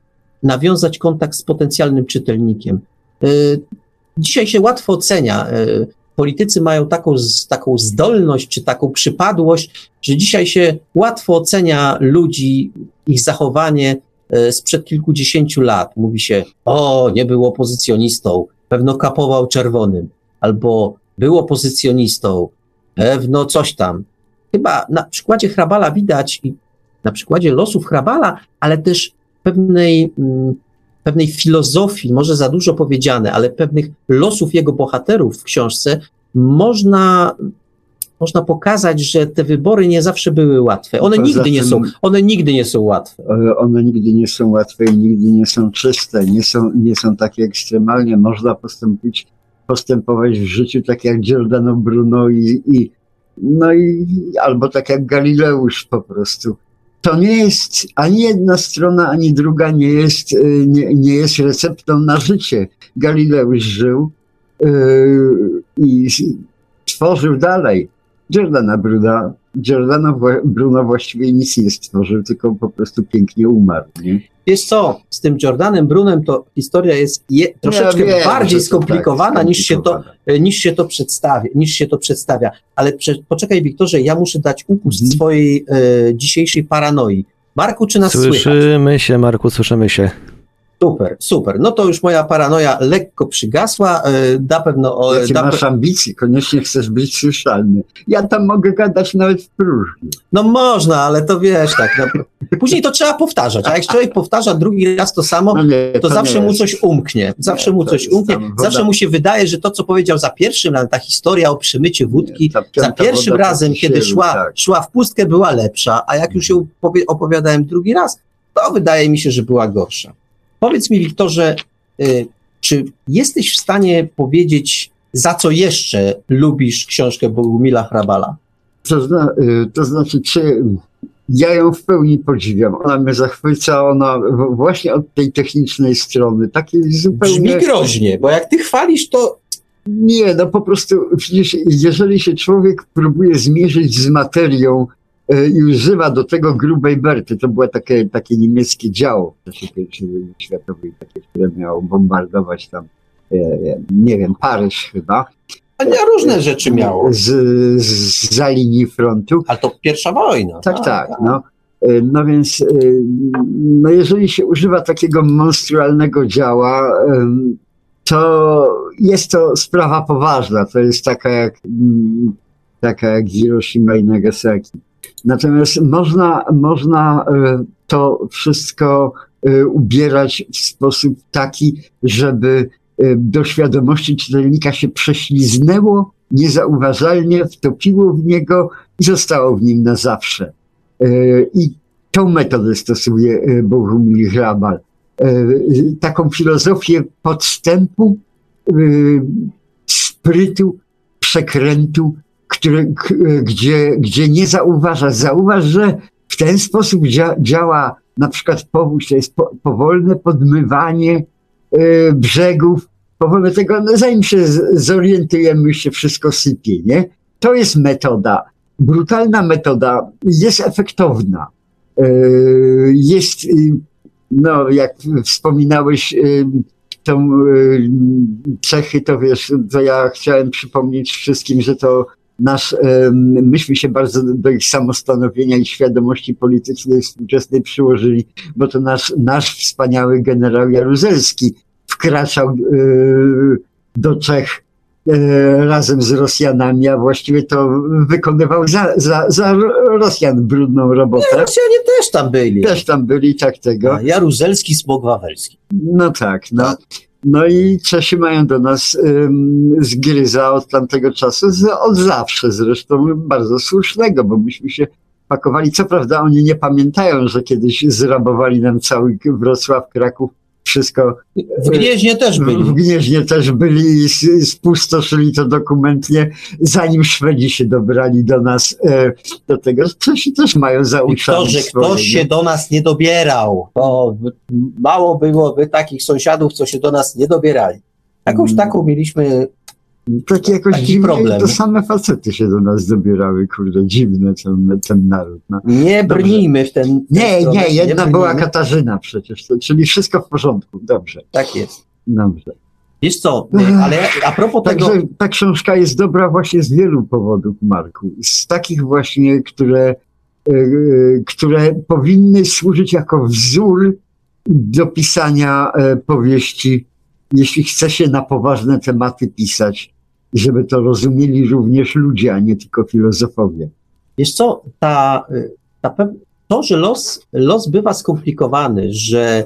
nawiązać kontakt z potencjalnym czytelnikiem. Dzisiaj się łatwo ocenia. Politycy mają taką, taką zdolność, czy taką przypadłość, że dzisiaj się łatwo ocenia ludzi, ich zachowanie sprzed kilkudziesięciu lat. Mówi się, o, nie był opozycjonistą, pewno kapował czerwonym, albo był opozycjonistą, pewno coś tam. Chyba na przykładzie Hrabala widać, i na przykładzie losów Hrabala, ale też pewnej, pewnej filozofii, może za dużo powiedziane, ale pewnych losów jego bohaterów w książce można, można pokazać, że te wybory nie zawsze były łatwe. One Poza nigdy nie tym, są, one nigdy nie są łatwe. One nigdy nie są łatwe i nigdy nie są czyste, nie są, nie są takie ekstremalnie. Można postąpić, postępować w życiu tak jak Giordano Bruno i, i no i albo tak jak Galileusz po prostu. To nie jest, ani jedna strona, ani druga nie jest, nie, nie jest receptą na życie. Galileusz żył yy, i tworzył dalej. Giordano Bruno, Giordano Bruno właściwie nic nie stworzył, tylko po prostu pięknie umarł. Nie? Wiesz co, z tym Giordanem Brunem to historia jest je, troszeczkę ja wiem, bardziej to skomplikowana, tak, niż, się to, niż, się to przedstawia, niż się to przedstawia. Ale prze, poczekaj, Wiktorze, ja muszę dać upust hmm. swojej e, dzisiejszej paranoi. Marku, czy nas słyszymy słychać? Słyszymy się, Marku, słyszymy się. Super, super. No to już moja paranoja lekko przygasła. Na pewno... Jakie da masz pe... ambicje, koniecznie chcesz być słyszalny. Ja tam mogę gadać nawet w próżni. No można, ale to wiesz, tak. No, później to trzeba powtarzać, a jak człowiek powtarza drugi raz to samo, no nie, to, to zawsze mu coś umknie. Zawsze nie, mu coś umknie. Zawsze mu się wydaje, że to, co powiedział za pierwszym razem, ta historia o przymyciu wódki, nie, za pierwszym razem, kiedy szła, tak. szła w pustkę, była lepsza, a jak już ją opowiadałem drugi raz, to wydaje mi się, że była gorsza. Powiedz mi, Wiktorze, y, czy jesteś w stanie powiedzieć, za co jeszcze lubisz książkę Bogumila Hrabala? To, zna, y, to znaczy, czy ja ją w pełni podziwiam. Ona mnie zachwyca, ona w, właśnie od tej technicznej strony, takiej zupełnie... Brzmi groźnie, bo jak ty chwalisz, to... Nie, no po prostu, przecież jeżeli się człowiek próbuje zmierzyć z materią, i używa do tego grubej berty. To było takie, takie niemieckie działo w czasie pierwszej wojny światowej, takie, które miało bombardować tam, nie wiem, Paryż chyba. A nie, różne rzeczy miało. Z, z, za linii frontu. Ale to pierwsza wojna. Tak, tak. tak no. no więc, no jeżeli się używa takiego monstrualnego działa, to jest to sprawa poważna. To jest taka jak, taka jak Hiroshima i Nagasaki. Natomiast można, można to wszystko ubierać w sposób taki, żeby do świadomości czytelnika się prześliznęło, niezauważalnie wtopiło w niego i zostało w nim na zawsze. I tą metodę stosuje Bogumil Hrabal. Taką filozofię podstępu, sprytu, przekrętu, Który, gdzie, gdzie nie zauważasz. Zauważ, że w ten sposób dzia, działa na przykład powódź, to jest po, powolne podmywanie y, brzegów, powolne tego, no zanim się z, zorientujemy, już się wszystko sypie, nie? To jest metoda, brutalna metoda, jest efektowna. Y, jest, y, no jak wspominałeś, y, tą y, cechy, to wiesz, to ja chciałem przypomnieć wszystkim, że to nasz, myśmy się bardzo do ich samostanowienia i świadomości politycznej współczesnej przyłożyli, bo to nasz, nasz wspaniały generał Jaruzelski wkraczał do Czech razem z Rosjanami, a właściwie to wykonywał za, za, za Rosjan brudną robotę. Nie, Rosjanie też tam byli. Też tam byli, tak tego. A Jaruzelski, smok wawelski. No tak, no. No i Czesi mają do nas ym, zgryza od tamtego czasu, z, od zawsze zresztą bardzo słusznego, bo myśmy się pakowali. Co prawda oni nie pamiętają, że kiedyś zrabowali nam cały Wrocław, Kraków, wszystko. W Gnieźnie też byli. W Gnieźnie też byli i spustoszyli to dokumentnie, zanim Szwedzi się dobrali do nas, e, do tego. Czesi też mają zauczane. To, że ktoś się do nas nie dobierał. To mało byłoby takich sąsiadów, co się do nas nie dobierali. Jakąś hmm. taką mieliśmy Tak jakoś Taki dziwnie, problem. to same facety się do nas dobierały, kurde, dziwne ten, ten naród. No. Nie brnijmy w ten... Nie, stronę, nie, jedna brnijmy. była Katarzyna przecież, to, czyli wszystko w porządku, dobrze, Tak jest. dobrze. Wiesz co, ale a propos Także tego... ta książka jest dobra właśnie z wielu powodów, Marku. Z takich właśnie, które, yy, które powinny służyć jako wzór do pisania yy, powieści, jeśli chce się na poważne tematy pisać, żeby to rozumieli również ludzie, a nie tylko filozofowie. Wiesz co, ta, ta pew... to, że los, los bywa skomplikowany, że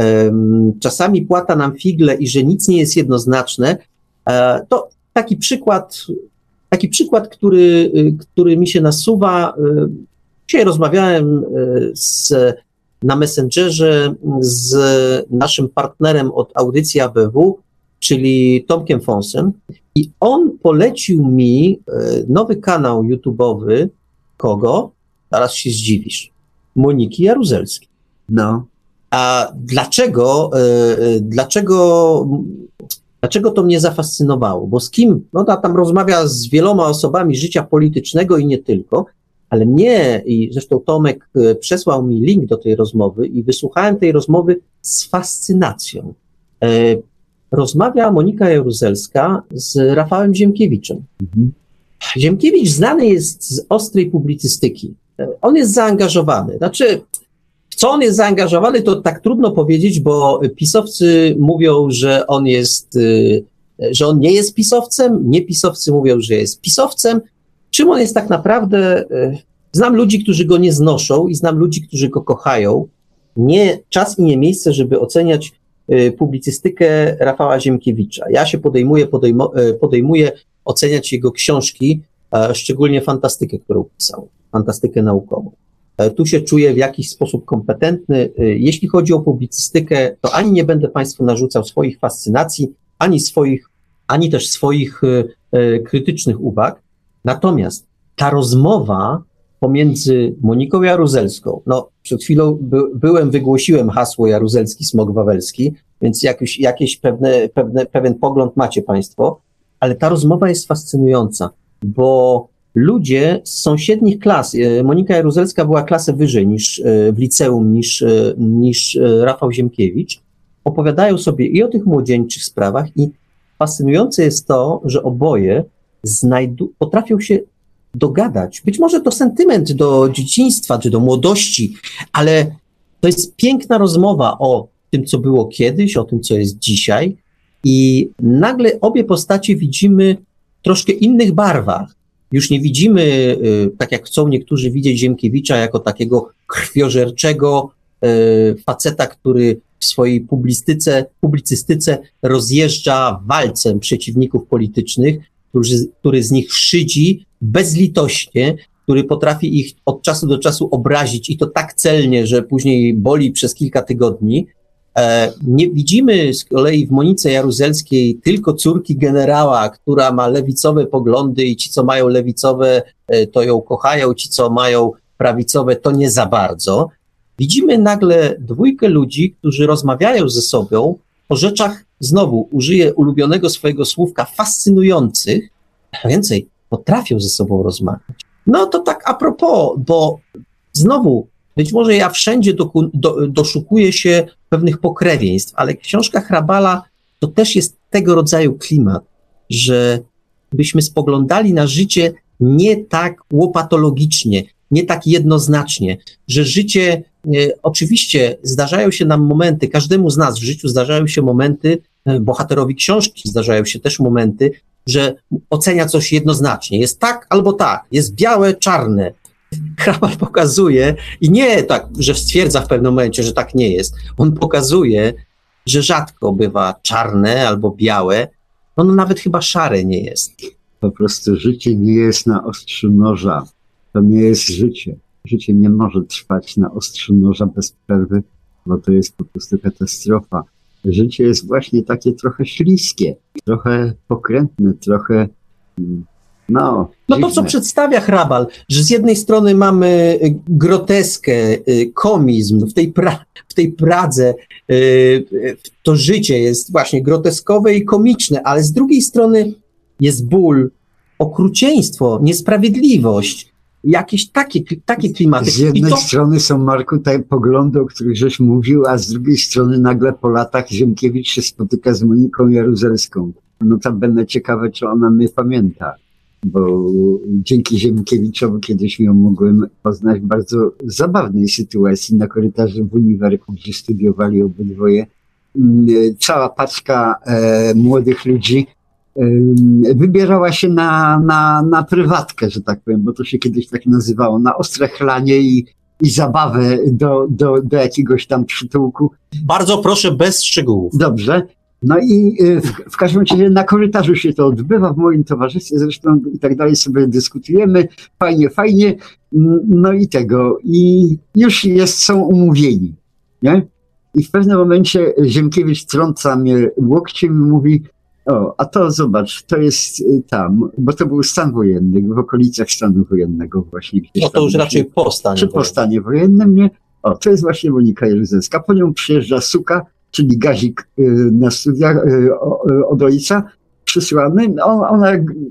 um, czasami płata nam figle i że nic nie jest jednoznaczne, e, to taki przykład, taki przykład, który, który mi się nasuwa. Dzisiaj rozmawiałem z, na Messengerze z naszym partnerem od audycji A B W, czyli Tomkiem Fonsem, i on polecił mi nowy kanał YouTube'owy. Kogo? Zaraz się zdziwisz. Moniki Jaruzelskiej. No. A dlaczego, yy, dlaczego, dlaczego to mnie zafascynowało? Bo z kim? No ta tam rozmawia z wieloma osobami życia politycznego i nie tylko, ale mnie, i zresztą Tomek yy, przesłał mi link do tej rozmowy i wysłuchałem tej rozmowy z fascynacją. Yy, rozmawia Monika Jaruzelska z Rafałem Ziemkiewiczem. Mhm. Ziemkiewicz znany jest z ostrej publicystyki. On jest zaangażowany. Znaczy, w co on jest zaangażowany, to tak trudno powiedzieć, bo pisowcy mówią, że on jest, że on nie jest pisowcem, niepisowcy mówią, że jest pisowcem. Czym on jest tak naprawdę? Znam ludzi, którzy go nie znoszą i znam ludzi, którzy go kochają. Nie czas i nie miejsce, żeby oceniać publicystykę Rafała Ziemkiewicza. Ja się podejmuję, podejmo, podejmuję oceniać jego książki, szczególnie fantastykę, którą pisał, fantastykę naukową. Tu się czuję w jakiś sposób kompetentny. Jeśli chodzi o publicystykę, to ani nie będę Państwu narzucał swoich fascynacji, ani swoich, ani też swoich krytycznych uwag. Natomiast ta rozmowa pomiędzy Moniką Jaruzelską, no przed chwilą by, byłem, wygłosiłem hasło Jaruzelski, Smok Wawelski, więc jakiś, jakieś pewne, pewne, pewien pogląd macie Państwo, ale ta rozmowa jest fascynująca, bo ludzie z sąsiednich klas, Monika Jaruzelska była klasę wyżej niż w liceum, niż, niż Rafał Ziemkiewicz, opowiadają sobie i o tych młodzieńczych sprawach i fascynujące jest to, że oboje znajdu, potrafią się dogadać. Być może to sentyment do dzieciństwa czy do młodości, ale to jest piękna rozmowa o tym, co było kiedyś, o tym, co jest dzisiaj i nagle obie postacie widzimy w troszkę innych barwach. Już nie widzimy, tak jak chcą niektórzy widzieć Ziemkiewicza, jako takiego krwiożerczego faceta, który w swojej publicystyce, publicystyce rozjeżdża walcem przeciwników politycznych, który, który z nich szydzi bezlitośnie, który potrafi ich od czasu do czasu obrazić i to tak celnie, że później boli przez kilka tygodni. Nie widzimy z kolei w Monice Jaruzelskiej tylko córki generała, która ma lewicowe poglądy i ci, co mają lewicowe, to ją kochają, ci, co mają prawicowe, to nie za bardzo. Widzimy nagle dwójkę ludzi, którzy rozmawiają ze sobą o rzeczach, znowu użyję ulubionego swojego słówka, fascynujących, a więcej, potrafią ze sobą rozmawiać. No to tak a propos, bo znowu, być może ja wszędzie do, do, doszukuję się pewnych pokrewieństw, ale książka Hrabala to też jest tego rodzaju klimat, że byśmy spoglądali na życie nie tak łopatologicznie, nie tak jednoznacznie, że życie, e, oczywiście zdarzają się nam momenty, każdemu z nas w życiu zdarzają się momenty, e, bohaterowi książki zdarzają się też momenty, że ocenia coś jednoznacznie, jest tak albo tak, jest białe, czarne. Hrabal pokazuje i nie tak, że stwierdza w pewnym momencie, że tak nie jest. On pokazuje, że rzadko bywa czarne albo białe, ono nawet chyba szare nie jest. Po prostu życie nie jest na ostrzu noża. To nie jest życie. Życie nie może trwać na ostrzu noża bez przerwy, bo to jest po prostu katastrofa. Życie jest właśnie takie trochę śliskie, trochę pokrętne, trochę... No, no to, co przedstawia Hrabal, że z jednej strony mamy groteskę, komizm, w tej, pra, w tej Pradze to życie jest właśnie groteskowe i komiczne, ale z drugiej strony jest ból, okrucieństwo, niesprawiedliwość, jakieś takie, takie klimaty. Z jednej I to... strony są, Marku, te poglądy, o których żeś mówił, a z drugiej strony nagle po latach Ziemkiewicz się spotyka z Moniką Jaruzelską. Notabene ciekawe, czy ona mnie pamięta, bo dzięki Ziemkiewiczowi kiedyś ją mogłem poznać w bardzo zabawnej sytuacji na korytarzu w Uniwerku, gdzie studiowali obydwoje. Cała paczka e, młodych ludzi e, wybierała się na, na, na prywatkę, że tak powiem, bo to się kiedyś tak nazywało, na ostre chlanie i, i zabawę do, do, do jakiegoś tam przytułku. Bardzo proszę, bez szczegółów. Dobrze. No i w, w każdym razie na korytarzu się to odbywa, w moim towarzystwie zresztą i tak dalej sobie dyskutujemy, fajnie, fajnie, no i tego, i już jest, są umówieni, nie? I w pewnym momencie Ziemkiewicz trąca mnie łokciem i mówi, o, a to zobacz, to jest tam, bo to był stan wojenny, w okolicach stanu wojennego właśnie. No to już raczej po stanie Czy po stanie wojennym, nie? O, to jest właśnie Monika Jaruzelska. Po nią przyjeżdża Suka, czyli Gazik y, na studiach y, o, y, od ojca przysłany. On, ona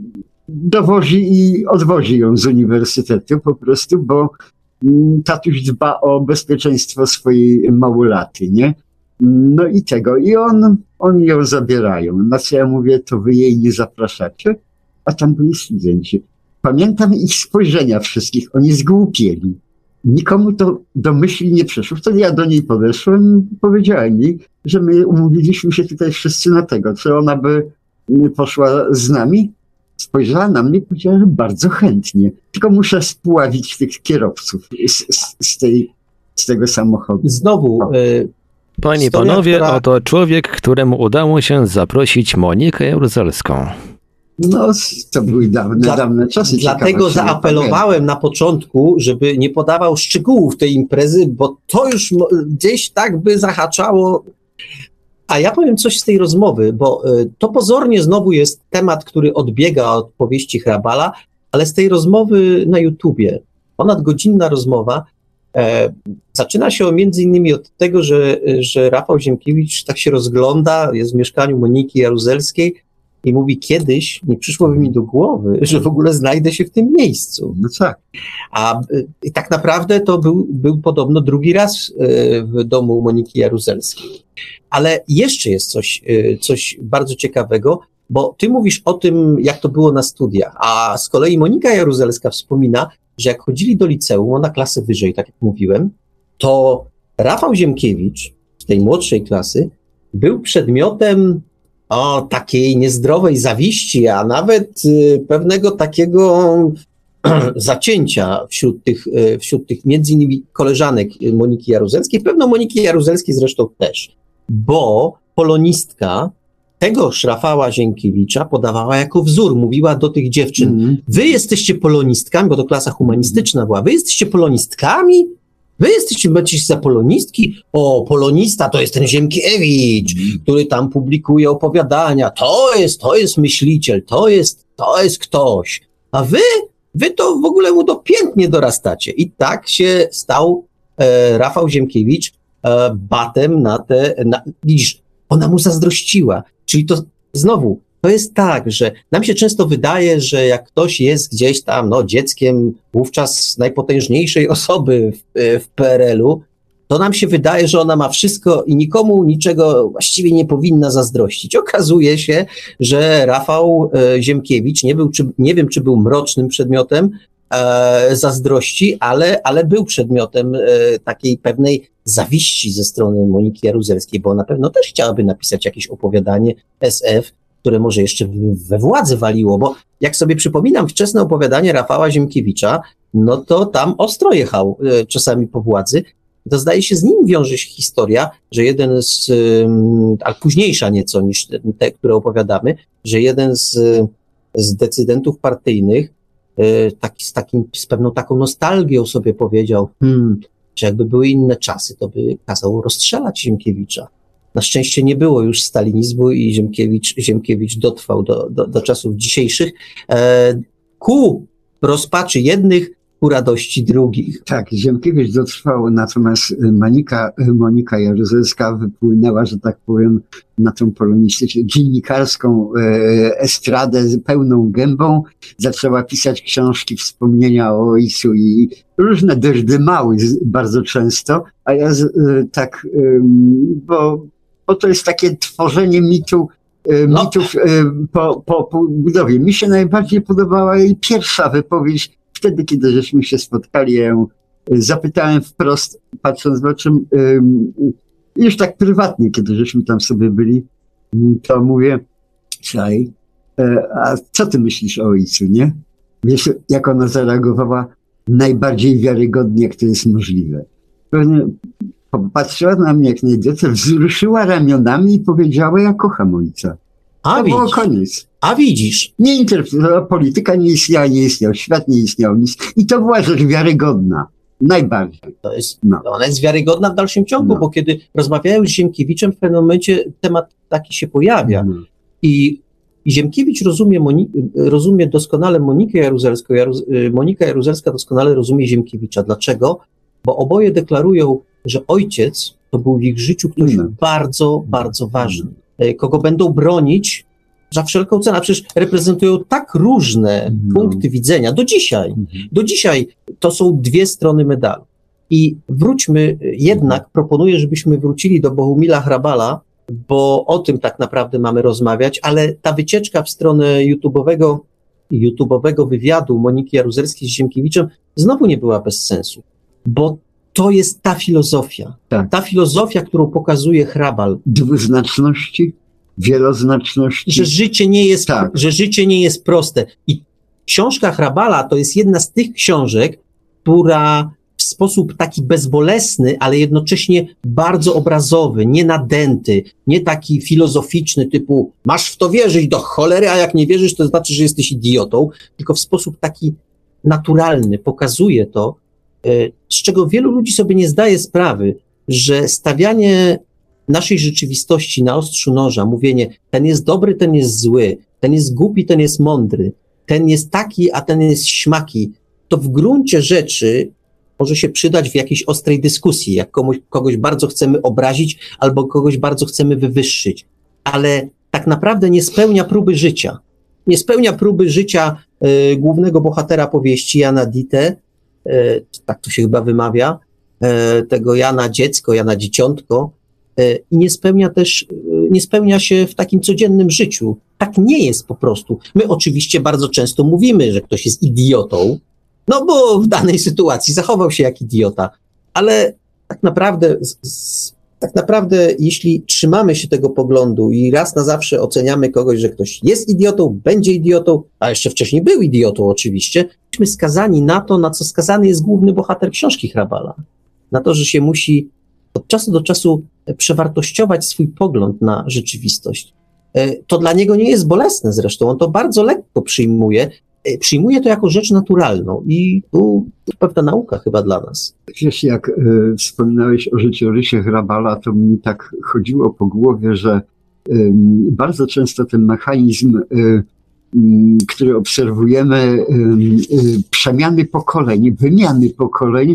dowozi i odwozi ją z uniwersytetu po prostu, bo y, tatuś dba o bezpieczeństwo swojej małolaty, nie? No i tego. I on, oni ją zabierają. Na co ja mówię, to wy jej nie zapraszacie? A tam byli studenci. Pamiętam ich spojrzenia wszystkich. Oni zgłupieli. Nikomu to do myśli nie przeszło. Wtedy ja do niej podeszłem i powiedziałem jej, że my umówiliśmy się tutaj wszyscy na tego. Czy ona by poszła z nami? Spojrzała na mnie i powiedziała, że bardzo chętnie. Tylko muszę spławić tych kierowców z, z, z, tej, z tego samochodu. I znowu... Y Panie i Historia, panowie, która... oto człowiek, któremu udało się zaprosić Monikę Jaruzelską. No, to były dawne, Dla, dawne czasy. Dlatego Ciekawe, zaapelowałem na początku, żeby nie podawał szczegółów tej imprezy, bo to już gdzieś tak by zahaczało. A ja powiem coś z tej rozmowy, bo to pozornie znowu jest temat, który odbiega od powieści Hrabala, ale z tej rozmowy na YouTubie, ponadgodzinna rozmowa, E, zaczyna się między innymi od tego, że, że Rafał Ziemkiewicz tak się rozgląda, jest w mieszkaniu Moniki Jaruzelskiej i mówi, kiedyś nie przyszłoby mi do głowy, że w ogóle znajdę się w tym miejscu. No tak. A e, tak naprawdę to był, był podobno drugi raz e, w domu Moniki Jaruzelskiej. Ale jeszcze jest coś, e, coś bardzo ciekawego, bo ty mówisz o tym, jak to było na studiach, a z kolei Monika Jaruzelska wspomina, że jak chodzili do liceum, ona klasę wyżej, tak jak mówiłem, to Rafał Ziemkiewicz z tej młodszej klasy był przedmiotem o, takiej niezdrowej zawiści, a nawet y, pewnego takiego zacięcia wśród tych, y, wśród tych między innymi koleżanek Moniki Jaruzelskiej, pewno Moniki Jaruzelskiej zresztą też, bo polonistka tegoż Rafała Ziemkiewicza podawała jako wzór, mówiła do tych dziewczyn, mm. wy jesteście polonistkami, bo to klasa humanistyczna była, wy jesteście polonistkami? Wy jesteście, będziecie za polonistki? O, polonista to jest ten Ziemkiewicz, mm. który tam publikuje opowiadania, to jest, to jest myśliciel, to jest, to jest ktoś, a wy, wy to w ogóle mu do pięt nie dorastacie. I tak się stał e, Rafał Ziemkiewicz e, batem na te, na, widzisz, ona mu zazdrościła. Czyli to znowu, to jest tak, że nam się często wydaje, że jak ktoś jest gdzieś tam, no, dzieckiem wówczas najpotężniejszej osoby w, w P R L-u, to nam się wydaje, że ona ma wszystko i nikomu niczego właściwie nie powinna zazdrościć. Okazuje się, że Rafał e, Ziemkiewicz nie był, czy, nie wiem, czy był mrocznym przedmiotem e, zazdrości, ale, ale był przedmiotem e, takiej pewnej zawiści ze strony Moniki Jaruzelskiej, bo na pewno też chciałaby napisać jakieś opowiadanie S F, które może jeszcze we władzy waliło, bo jak sobie przypominam wczesne opowiadanie Rafała Ziemkiewicza, no to tam ostro jechał e, czasami po władzy. To zdaje się z nim wiąże się historia, że jeden z, ale późniejsza nieco niż te, te które opowiadamy, że jeden z, z decydentów partyjnych taki, z, takim, z pewną taką nostalgią sobie powiedział, hmm, że jakby były inne czasy, to by kazał rozstrzelać Ziemkiewicza. Na szczęście nie było już stalinizmu i Ziemkiewicz, Ziemkiewicz dotrwał do, do, do czasów dzisiejszych. E, ku rozpaczy jednych ku radości drugich. Tak, Ziemkiewicz dotrwał, natomiast Monika, Monika Jaruzelska wypłynęła, że tak powiem, na tą polonistyczną, dziennikarską e, estradę z pełną gębą. Zaczęła pisać książki, wspomnienia o ojcu i różne dyrdymały bardzo często, a ja z, e, tak, e, bo, bo to jest takie tworzenie mitu, e, No. mitów e, po, po, po budowie. Mi się najbardziej podobała jej pierwsza wypowiedź, wtedy, kiedy żeśmy się spotkali, ja ją zapytałem wprost, patrząc w oczy, już tak prywatnie, kiedy żeśmy tam sobie byli, to mówię, słuchaj, a co ty myślisz o ojcu, nie? Wiesz, jak ona zareagowała? Najbardziej wiarygodnie, jak to jest możliwe. Pewnie popatrzyła na mnie jak na idiotę, wzruszyła ramionami i powiedziała, ja kocham ojca. A To było widzisz, koniec. a widzisz. Nie interpretowała, polityka nie istniała, nie istniał, świat nie istniał, nic. I to była rzecz wiarygodna. Najbardziej. To jest, No. ona jest wiarygodna w dalszym ciągu, No. bo kiedy rozmawiałem z Ziemkiewiczem, w pewnym momencie temat taki się pojawia. Mhm. I Ziemkiewicz rozumie, Moni- rozumie doskonale Monikę Jaruzelską. Jaruz- Monika Jaruzelska doskonale rozumie Ziemkiewicza. Dlaczego? Bo oboje deklarują, że ojciec to był w ich życiu ktoś No. bardzo, bardzo ważny. Kogo będą bronić za wszelką cenę. A przecież reprezentują tak różne No. punkty widzenia do dzisiaj. Mhm. Do dzisiaj to są dwie strony medalu. I wróćmy jednak, proponuję, żebyśmy wrócili do Bohumila Hrabala, bo o tym tak naprawdę mamy rozmawiać, ale ta wycieczka w stronę YouTube'owego, YouTube'owego wywiadu Moniki Jaruzelskiej z Ziemkiewiczem znowu nie była bez sensu, bo to jest ta filozofia. Tak. Ta filozofia, którą pokazuje Hrabal, Dwuznaczności, wieloznaczności. że życie nie jest, Tak. że życie nie jest proste. I książka Hrabala to jest jedna z tych książek, która w sposób taki bezbolesny, ale jednocześnie bardzo obrazowy, nie nadęty, nie taki filozoficzny typu masz w to wierzyć do cholery, a jak nie wierzysz, to znaczy, że jesteś idiotą, tylko w sposób taki naturalny pokazuje to, y, z czego wielu ludzi sobie nie zdaje sprawy, że stawianie naszej rzeczywistości na ostrzu noża, mówienie ten jest dobry, ten jest zły, ten jest głupi, ten jest mądry, ten jest taki, a ten jest śmaki, to w gruncie rzeczy może się przydać w jakiejś ostrej dyskusji, jak komuś, kogoś bardzo chcemy obrazić albo kogoś bardzo chcemy wywyższyć, ale tak naprawdę nie spełnia próby życia. Nie spełnia próby życia y, głównego bohatera powieści Jana Dite, y, tak to się chyba wymawia, y, tego Jana dziecko, Jana dzieciątko, y, i nie spełnia też, y, nie spełnia się w takim codziennym życiu. Tak nie jest po prostu. My oczywiście bardzo często mówimy, że ktoś jest idiotą, no bo w danej sytuacji zachował się jak idiota, ale tak naprawdę, z, z, tak naprawdę jeśli trzymamy się tego poglądu i raz na zawsze oceniamy kogoś, że ktoś jest idiotą, będzie idiotą, a jeszcze wcześniej był idiotą oczywiście, jesteśmy skazani na to, na co skazany jest główny bohater książki Hrabala. Na to, że się musi od czasu do czasu przewartościować swój pogląd na rzeczywistość. To dla niego nie jest bolesne zresztą, on to bardzo lekko przyjmuje, przyjmuje to jako rzecz naturalną i tu pewna nauka chyba dla nas. Wiesz, jak y, wspominałeś o życiorysie Hrabala, to mi tak chodziło po głowie, że y, bardzo często ten mechanizm, y, y, który obserwujemy, y, y, przemiany pokoleń, wymiany pokoleń,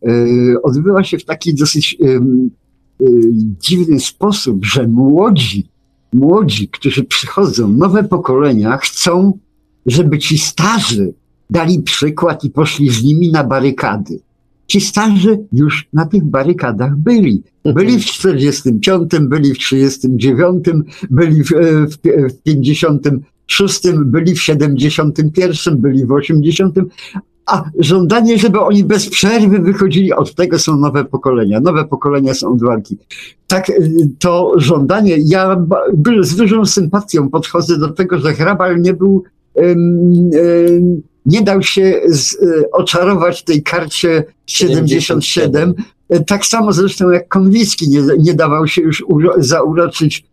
y, odbywa się w taki dosyć y, y, dziwny sposób, że młodzi, młodzi, którzy przychodzą, nowe pokolenia, chcą, żeby ci starzy dali przykład i poszli z nimi na barykady. Ci starzy już na tych barykadach byli. Byli w czterdziestym piątym, byli w trzydziestym dziewiątym, byli w, w, w pięćdziesiątym szóstym, byli w siedemdziesiątym pierwszym, byli w osiemdziesiątym. A żądanie, żeby oni bez przerwy wychodzili, od tego są nowe pokolenia. Nowe pokolenia są od walki. Tak, to żądanie, ja z dużą sympatią podchodzę do tego, że Hrabal nie był nie dał się z, oczarować w tej karcie siedemdziesiąt siedem. Tak samo zresztą jak Konwicki nie, nie dawał się już uro, zauroczyć.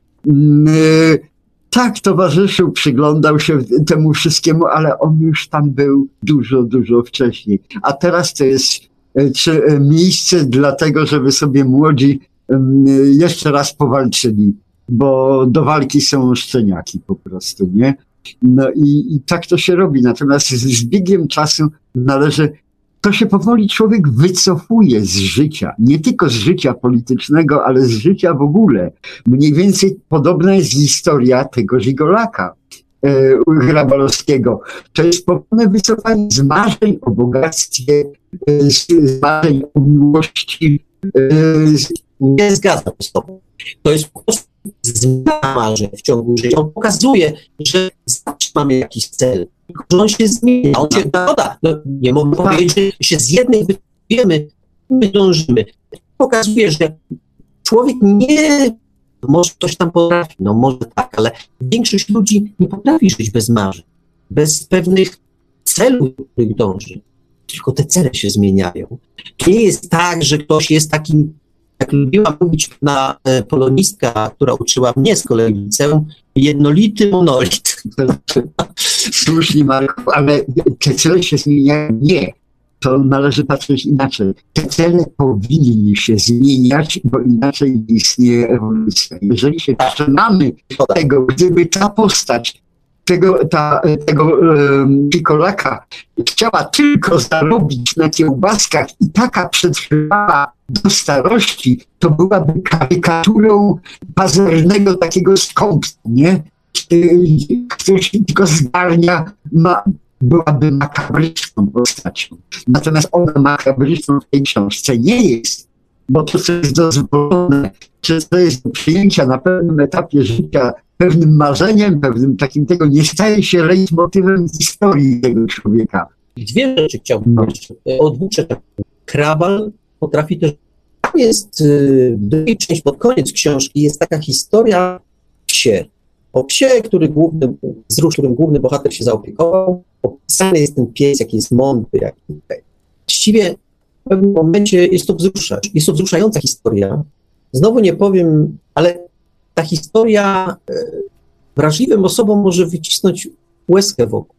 Tak, towarzyszył, przyglądał się temu wszystkiemu, ale on już tam był dużo, dużo wcześniej. A teraz to jest czy, miejsce dla tego, żeby sobie młodzi jeszcze raz powalczyli, bo do walki są szczeniaki po prostu, nie? No i, i tak to się robi. Natomiast z, z biegiem czasu należy to się powoli człowiek wycofuje z życia. Nie tylko z życia politycznego, ale z życia w ogóle. Mniej więcej podobna jest historia tego Żigolaka e, Grabalowskiego. To jest powolne wycofanie z marzeń o bogactwie, e, z, z marzeń o miłości. E, z... Nie zgadzam się z tobą. To jest po prostu zmiana marzeń w ciągu życia. On pokazuje, że zawsze mamy jakiś cel, że on się zmienia, on się doda. No, nie mogę powiedzieć, że się z jednej wywiemy, my dążymy. Pokazuje, że człowiek nie, może ktoś tam potrafi, no może tak, ale większość ludzi nie potrafi żyć bez marzeń, bez pewnych celów, do których dąży. Tylko te cele się zmieniają. To nie jest tak, że ktoś jest takim, jak lubiła mówić na e, polonistka, która uczyła mnie z kolei w liceum, jednolity monolit. Słusznie, Marku, ale te cele się zmieniają. Nie. To należy patrzeć inaczej. Te cele powinny się zmieniać, bo inaczej nie istnieje ewolucja. Jeżeli się trzymamy tego, gdyby ta postać tego, ta, tego um, Pikolaka chciała tylko zarobić na kiełbaskach i taka przetrwała do starości, to byłaby karykaturą pazernego takiego skąpca, nie? Ktoś tylko zgarnia, ma, byłaby makabryczną postacią. Natomiast ona makabryczną w tej książce nie jest, bo to, co jest dozwolone, czy to jest do przyjęcia na pewnym etapie życia, pewnym marzeniem, pewnym takim tego, nie staje się leitmotywem historii tego człowieka. Dwie rzeczy chciałbym powiedzieć. O dwóch rzeczach. Krabal potrafi też... Tam jest y, druga część, pod koniec książki jest taka historia psie. O psie, który główny, z którym główny bohater się zaopiekował. Opisany jest ten pies, jaki jest mądry. Jaki... Właściwie w pewnym momencie jest to wzruszać. Jest to wzruszająca historia. Znowu nie powiem, ale ta historia e, wrażliwym osobom może wycisnąć łezkę wokół,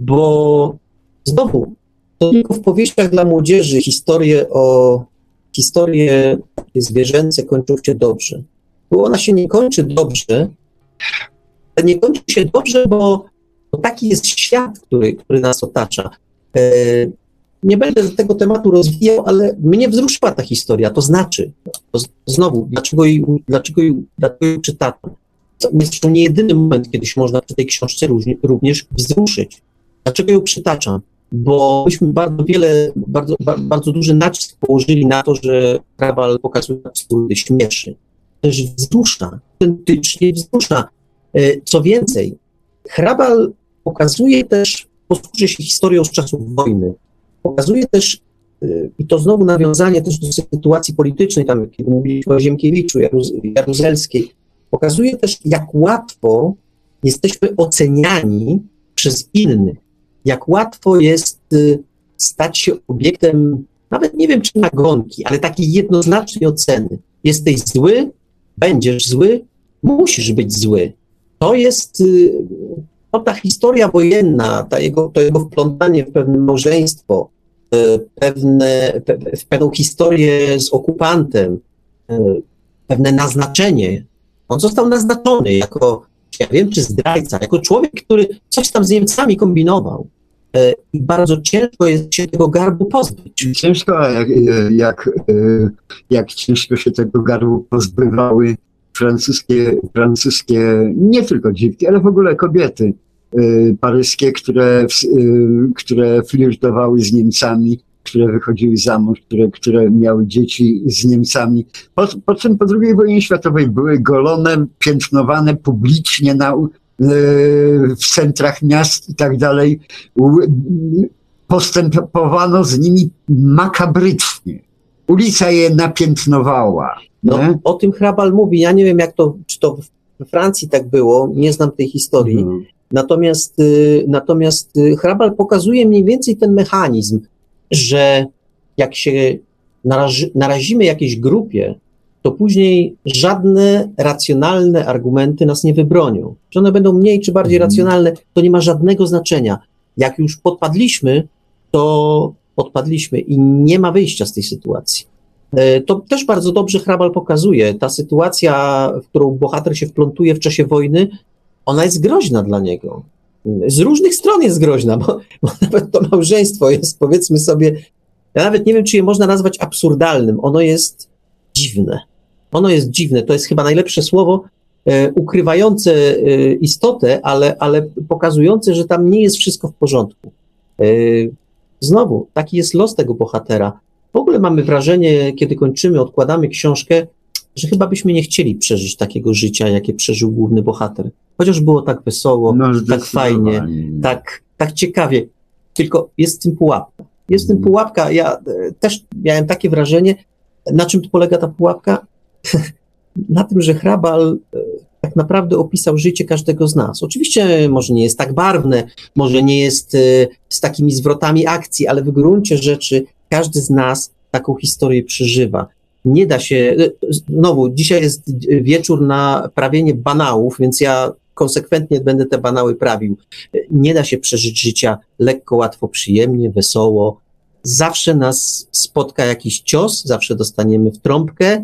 bo znowu, to tylko w powieściach dla młodzieży historie o historie zwierzęce kończą się dobrze. Bo ona się nie kończy dobrze, ale nie kończy się dobrze, bo, bo taki jest świat, który, który nas otacza. E, nie będę tego tematu rozwijał, ale mnie wzruszyła ta historia, to znaczy, to z, znowu, dlaczego jej, dlaczego jej, dlaczego jej czytam? To jest to nie jedyny moment, kiedy się można przy tej książce różnie, również wzruszyć. Dlaczego ją przytaczam? Bo myśmy bardzo wiele, bardzo, ba, bardzo duży nacisk położyli na to, że Krabal pokazuje absurdy, śmieszy. Też wzrusza, autentycznie wzrusza. Co więcej, Krabal pokazuje też, posłuży się historią z czasów wojny, pokazuje też, i to znowu nawiązanie też do sytuacji politycznej, tam kiedy mówiliśmy o Ziemkiewiczu, Jaruzelskiej, pokazuje też, jak łatwo jesteśmy oceniani przez innych, jak łatwo jest stać się obiektem, nawet nie wiem czy nagonki, ale takiej jednoznacznej oceny. Jesteś zły, będziesz zły, musisz być zły. To jest to ta historia wojenna, ta jego, to jego wplątanie w pewne małżeństwo, pewne, pe, w pewną historię z okupantem, pewne naznaczenie. On został naznaczony jako, ja wiem, czy zdrajca, jako człowiek, który coś tam z Niemcami kombinował. I bardzo ciężko jest się tego garbu pozbyć. Ciężko, jak, jak, jak ciężko się tego garbu pozbywały francuskie, francuskie, nie tylko dziwki, ale w ogóle kobiety paryskie, które, które flirtowały z Niemcami, które wychodziły za mąż, które, które miały dzieci z Niemcami. Po, po czym po drugiej wojnie światowej były golone, piętnowane publicznie na, w centrach miast i tak dalej. Postępowano z nimi makabrycznie. Ulica je napiętnowała. No, o tym Krabal mówi. Ja nie wiem, jak to, czy to we Francji tak było, nie znam tej historii. Hmm. Natomiast, y, natomiast y, Krabal pokazuje mniej więcej ten mechanizm, że jak się naraży, narazimy jakiejś grupie, to później żadne racjonalne argumenty nas nie wybronią. Czy one będą mniej czy bardziej hmm. racjonalne, to nie ma żadnego znaczenia. Jak już podpadliśmy, to podpadliśmy i nie ma wyjścia z tej sytuacji. To też bardzo dobrze Krabal pokazuje. Ta sytuacja, w którą bohater się wplątuje w czasie wojny, ona jest groźna dla niego. Z różnych stron jest groźna, bo, bo nawet to małżeństwo jest, powiedzmy sobie, ja nawet nie wiem, czy je można nazwać absurdalnym. Ono jest dziwne. Ono jest dziwne. To jest chyba najlepsze słowo, e, ukrywające e, istotę, ale, ale pokazujące, że tam nie jest wszystko w porządku. E, znowu, taki jest los tego bohatera. W ogóle mamy wrażenie, kiedy kończymy, odkładamy książkę, że chyba byśmy nie chcieli przeżyć takiego życia, jakie przeżył główny bohater. Chociaż było tak wesoło, No, tak fajnie, tak, tak ciekawie. Tylko jest w tym pułapka. Jest w tym pułapka. Ja e, też miałem takie wrażenie, na czym tu polega ta pułapka? Na tym, że Hrabal e, tak naprawdę opisał życie każdego z nas. Oczywiście może nie jest tak barwne, może nie jest e, z takimi zwrotami akcji, ale w gruncie rzeczy każdy z nas taką historię przeżywa. Nie da się, znowu, dzisiaj jest wieczór na prawienie banałów, więc ja konsekwentnie będę te banały prawił. Nie da się przeżyć życia lekko, łatwo, przyjemnie, wesoło. Zawsze nas spotka jakiś cios, zawsze dostaniemy w trąbkę.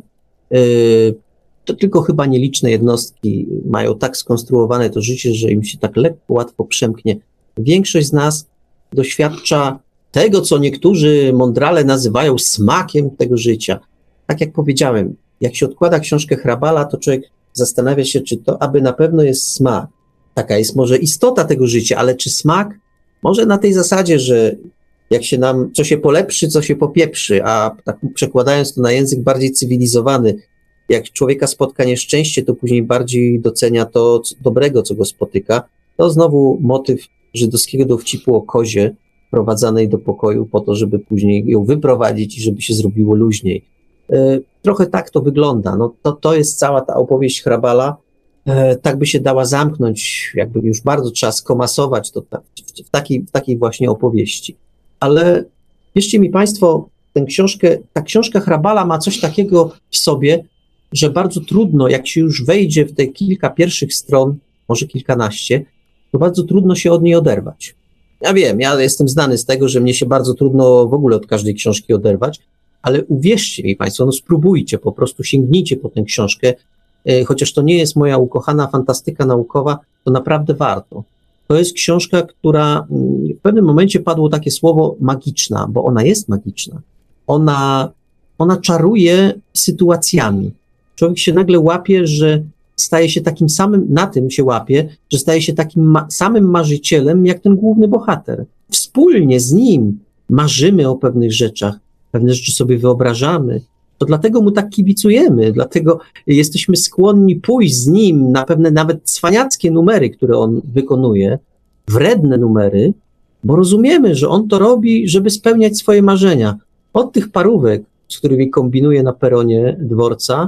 To tylko chyba nieliczne jednostki mają tak skonstruowane to życie, że im się tak lekko, łatwo przemknie. Większość z nas doświadcza tego, co niektórzy mądrale nazywają smakiem tego życia. Tak jak powiedziałem, jak się odkłada książkę Hrabala, to człowiek zastanawia się, czy to aby na pewno jest smak. Taka jest może istota tego życia, ale czy smak? Może na tej zasadzie, że jak się nam, co się polepszy, co się popieprzy, a tak przekładając to na język bardziej cywilizowany, jak człowieka spotka nieszczęście, to później bardziej docenia to co, dobrego, co go spotyka. To znowu motyw żydowskiego dowcipu o kozie prowadzanej do pokoju po to, żeby później ją wyprowadzić i żeby się zrobiło luźniej. Trochę tak to wygląda. No to, to jest cała ta opowieść Hrabala. Tak by się dała zamknąć, jakby już bardzo trzeba skomasować to w takiej, w takiej właśnie opowieści. Ale wierzcie mi Państwo, tę książkę, ta książka Hrabala ma coś takiego w sobie, że bardzo trudno, jak się już wejdzie w te kilka pierwszych stron, może kilkanaście, to bardzo trudno się od niej oderwać. Ja wiem, ja jestem znany z tego, że mnie się bardzo trudno w ogóle od każdej książki oderwać, ale uwierzcie mi Państwo, no spróbujcie, po prostu sięgnijcie po tę książkę, chociaż to nie jest moja ukochana fantastyka naukowa, to naprawdę warto. To jest książka, która w pewnym momencie padło takie słowo magiczna, bo ona jest magiczna. Ona, ona czaruje sytuacjami. Człowiek się nagle łapie, że staje się takim samym, na tym się łapie, że staje się takim ma- samym marzycielem, jak ten główny bohater. Wspólnie z nim marzymy o pewnych rzeczach, pewne rzeczy sobie wyobrażamy. To dlatego mu tak kibicujemy, dlatego jesteśmy skłonni pójść z nim na pewne nawet cwaniackie numery, które on wykonuje, wredne numery, bo rozumiemy, że on to robi, żeby spełniać swoje marzenia. Od tych parówek, z którymi kombinuje na peronie dworca,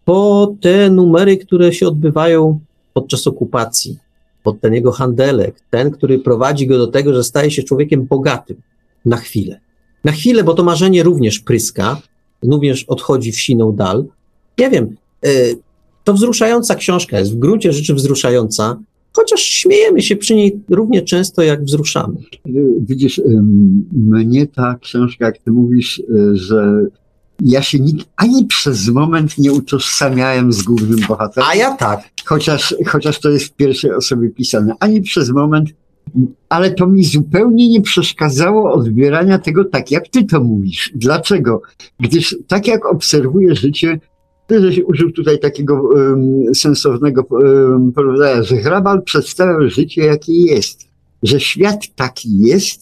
po te numery, które się odbywają podczas okupacji, pod ten jego handelek, ten, który prowadzi go do tego, że staje się człowiekiem bogatym na chwilę. Na chwilę, bo to marzenie również pryska, również odchodzi w siną dal. Nie wiem, to wzruszająca książka jest, w gruncie rzeczy wzruszająca, chociaż śmiejemy się przy niej równie często, jak wzruszamy. Widzisz, mnie ta książka, jak ty mówisz, że ja się nikt, ani przez moment nie utożsamiałem z głównym bohaterem. A ja tak. Chociaż, chociaż to jest w pierwszej osobie pisane. Ani przez moment, ale to mi zupełnie nie przeszkadzało odbierania tego tak, jak ty to mówisz. Dlaczego? Gdyż tak jak obserwuję życie, ty żeś użył tutaj takiego um, sensownego um, porównania, że Hrabal przedstawiał życie, jakie jest. Że świat taki jest,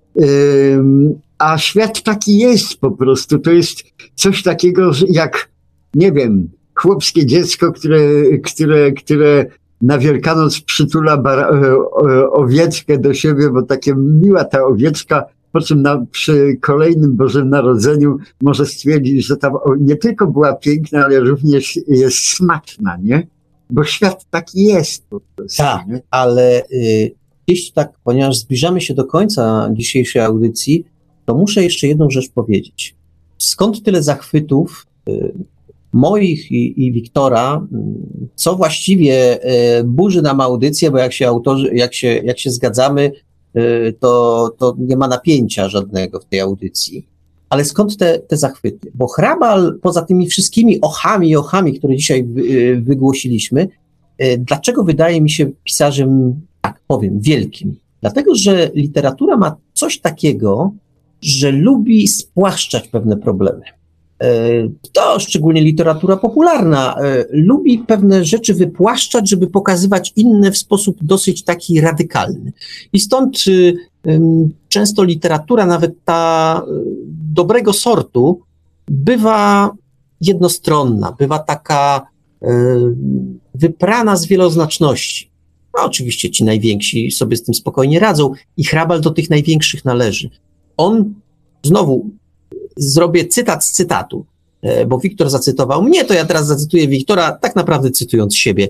um, a świat taki jest po prostu. To jest coś takiego jak, nie wiem, chłopskie dziecko, które, które, które na Wielkanoc przytula bara, owieczkę do siebie, bo takie miła ta owieczka, po czym na, przy kolejnym Bożym Narodzeniu może stwierdzić, że ta nie tylko była piękna, ale również jest smaczna, nie? Bo świat taki jest po prostu. Tak, nie? ale y, jeśli tak, ponieważ zbliżamy się do końca dzisiejszej audycji, to muszę jeszcze jedną rzecz powiedzieć. Skąd tyle zachwytów y, moich i, i Wiktora, co właściwie y, burzy nam audycję, bo jak się autorzy, jak się, jak się zgadzamy, y, to, to nie ma napięcia żadnego w tej audycji. Ale skąd te, te zachwyty? Bo Hrabal, poza tymi wszystkimi ochami i ochami, które dzisiaj wy, y, wygłosiliśmy, y, dlaczego wydaje mi się pisarzem, tak powiem, wielkim? Dlatego, że literatura ma coś takiego, że lubi spłaszczać pewne problemy. To szczególnie literatura popularna lubi pewne rzeczy wypłaszczać, żeby pokazywać inne w sposób dosyć taki radykalny. I stąd często literatura, nawet ta dobrego sortu, bywa jednostronna, bywa taka wyprana z wieloznaczności. No, oczywiście ci najwięksi sobie z tym spokojnie radzą i Hrabal do tych największych należy. On, znowu zrobię cytat z cytatu, bo Wiktor zacytował mnie, to ja teraz zacytuję Wiktora, tak naprawdę cytując siebie.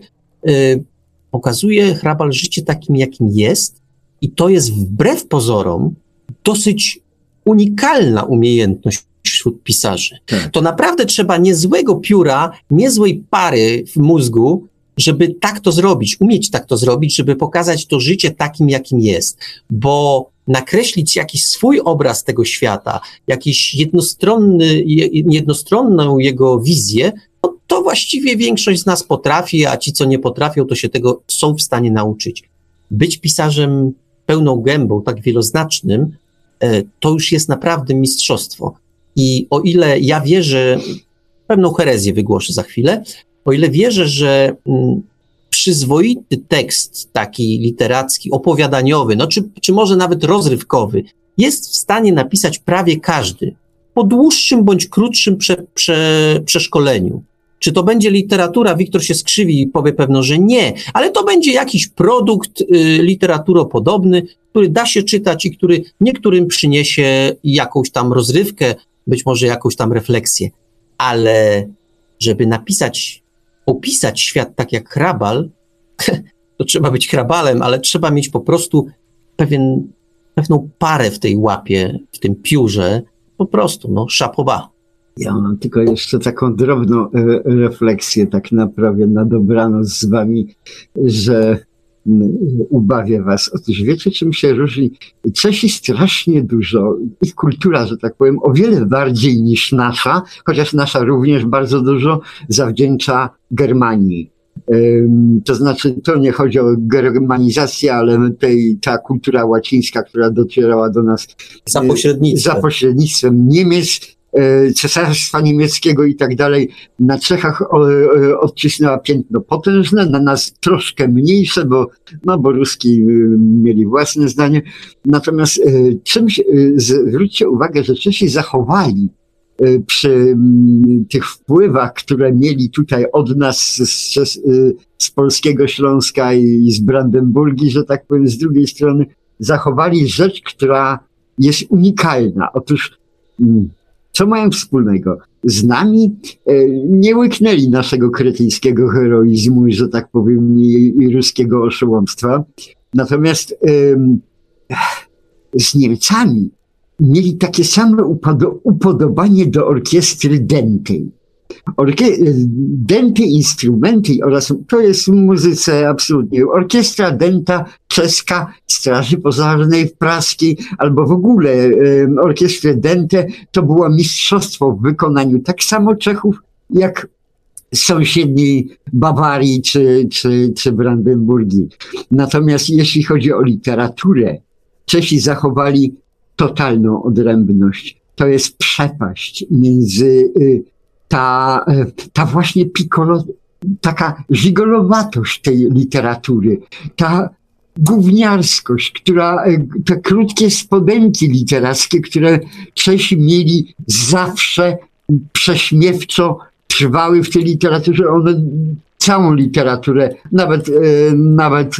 Pokazuje Hrabal życie takim, jakim jest i to jest wbrew pozorom dosyć unikalna umiejętność wśród pisarzy. Tak. To naprawdę trzeba niezłego pióra, niezłej pary w mózgu, żeby tak to zrobić, umieć tak to zrobić, żeby pokazać to życie takim, jakim jest. Bo nakreślić jakiś swój obraz tego świata, jakiś jednostronny, jednostronną jego wizję, no to właściwie większość z nas potrafi, a ci, co nie potrafią, to się tego są w stanie nauczyć. Być pisarzem pełną gębą, tak wieloznacznym, to już jest naprawdę mistrzostwo. I o ile ja wierzę, pewną herezję wygłoszę za chwilę, o ile wierzę, że mm, przyzwoity tekst taki literacki, opowiadaniowy, no czy, czy może nawet rozrywkowy, jest w stanie napisać prawie każdy, po dłuższym bądź krótszym prze, prze, przeszkoleniu. Czy to będzie literatura, Wiktor się skrzywi i powie pewno, że nie, ale to będzie jakiś produkt y, literaturopodobny, który da się czytać i który niektórym przyniesie jakąś tam rozrywkę, być może jakąś tam refleksję. Ale żeby napisać, opisać świat tak jak Hrabal, to trzeba być Hrabalem, ale trzeba mieć po prostu pewien, pewną parę w tej łapie, w tym piórze, po prostu, no, chapeau. Ja mam tylko jeszcze taką drobną e, refleksję, tak naprawdę na dobranoc z wami, że m, ubawię was. Otóż wiecie, czym się różni? Czesi strasznie dużo, ich kultura, że tak powiem, o wiele bardziej niż nasza, chociaż nasza również bardzo dużo zawdzięcza Germanii. Ym, to znaczy, to nie chodzi o germanizację, ale tej, ta kultura łacińska, która docierała do nas za pośrednictwem, za pośrednictwem Niemiec, Cesarstwa Niemieckiego i tak dalej, na Czechach odcisnęła piętno potężne, na nas troszkę mniejsze, bo, no, bo Ruski mieli własne zdanie. Natomiast czymś, zwróćcie uwagę, że Czesi zachowali przy tych wpływach, które mieli tutaj od nas z, z, z polskiego Śląska i z Brandenburgii, że tak powiem, z drugiej strony, zachowali rzecz, która jest unikalna. Otóż co mają wspólnego? Z nami e, nie łyknęli naszego kretyńskiego heroizmu, że tak powiem, i, i ruskiego oszołomstwa. Natomiast e, z Niemcami mieli takie same upado- upodobanie do orkiestry dętej. Orkie- dęte instrumenty oraz, to jest w muzyce absolutnie, orkiestra dęta czeska, Straży Pożarnej w praskiej, albo w ogóle e, orkiestrę dęte, to było mistrzostwo w wykonaniu tak samo Czechów, jak sąsiedniej Bawarii czy, czy, czy Brandenburgii. Natomiast jeśli chodzi o literaturę, Czesi zachowali totalną odrębność. To jest przepaść między y, ta, ta właśnie piccolo, taka żigolowatość tej literatury, ta gówniarskość, która, te krótkie spodenki literackie, które Czesi mieli zawsze prześmiewczo, trwały w tej literaturze, one całą literaturę, nawet, nawet,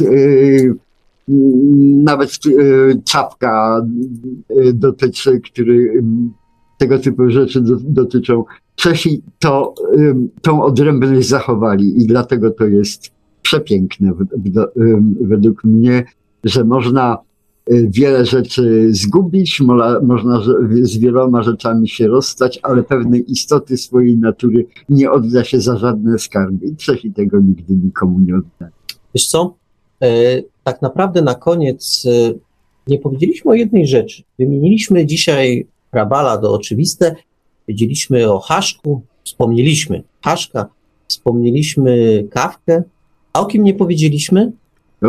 nawet Czapka dotyczy, który tego typu rzeczy do, dotyczą. Czesi to, tą odrębność zachowali i dlatego to jest przepiękne w, w, według mnie, że można wiele rzeczy zgubić, mo, można z wieloma rzeczami się rozstać, ale pewnej istoty swojej natury nie odda się za żadne skarby i Czesi tego nigdy nikomu nie oddają. Wiesz co, e, tak naprawdę na koniec e, nie powiedzieliśmy o jednej rzeczy. Wymieniliśmy dzisiaj Hrabala, to oczywiste, powiedzieliśmy o Haszku, wspomnieliśmy Haszka, wspomnieliśmy Kafkę, a o kim nie powiedzieliśmy? O,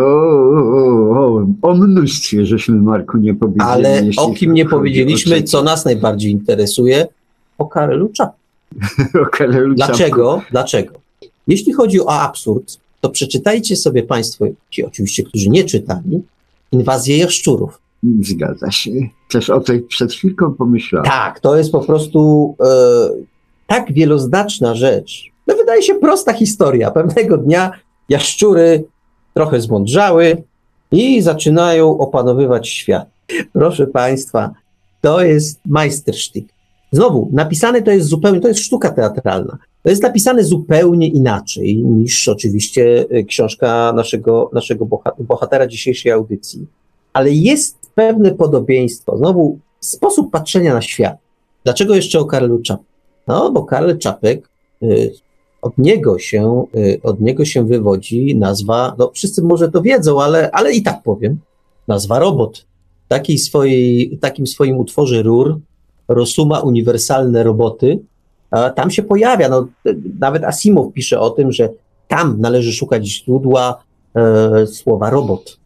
o, o, o mnóstwie żeśmy, Marku, nie powiedzieli. Ale o jeśli kim nie chodzi powiedzieliśmy, o co nas najbardziej interesuje? O Karelu Czapku. o Karelu Dlaczego? Czapku. Dlaczego? Jeśli chodzi o absurd, to przeczytajcie sobie Państwo, ci oczywiście, którzy nie czytali, Inwazję jaszczurów. Zgadza się. Też o tej przed chwilką pomyślałem. Tak, to jest po prostu e, tak wieloznaczna rzecz. No wydaje się prosta historia. Pewnego dnia jaszczury trochę zmądrzały i zaczynają opanowywać świat. Proszę Państwa, to jest Majstersztyk. Znowu, napisane to jest zupełnie, to jest sztuka teatralna. To jest napisane zupełnie inaczej niż oczywiście książka naszego, naszego bohatera dzisiejszej audycji. Ale jest pewne podobieństwo. Znowu, sposób patrzenia na świat. Dlaczego jeszcze o Karlu Czapku? No, bo Karel Czapek, y, od niego się, y, od niego się wywodzi nazwa, no wszyscy może to wiedzą, ale, ale i tak powiem, nazwa robot. Takiej swojej, takim swoim utworze Rur, Rosuma Uniwersalne Roboty, a tam się pojawia, no, nawet Asimow pisze o tym, że tam należy szukać źródła e, słowa robot.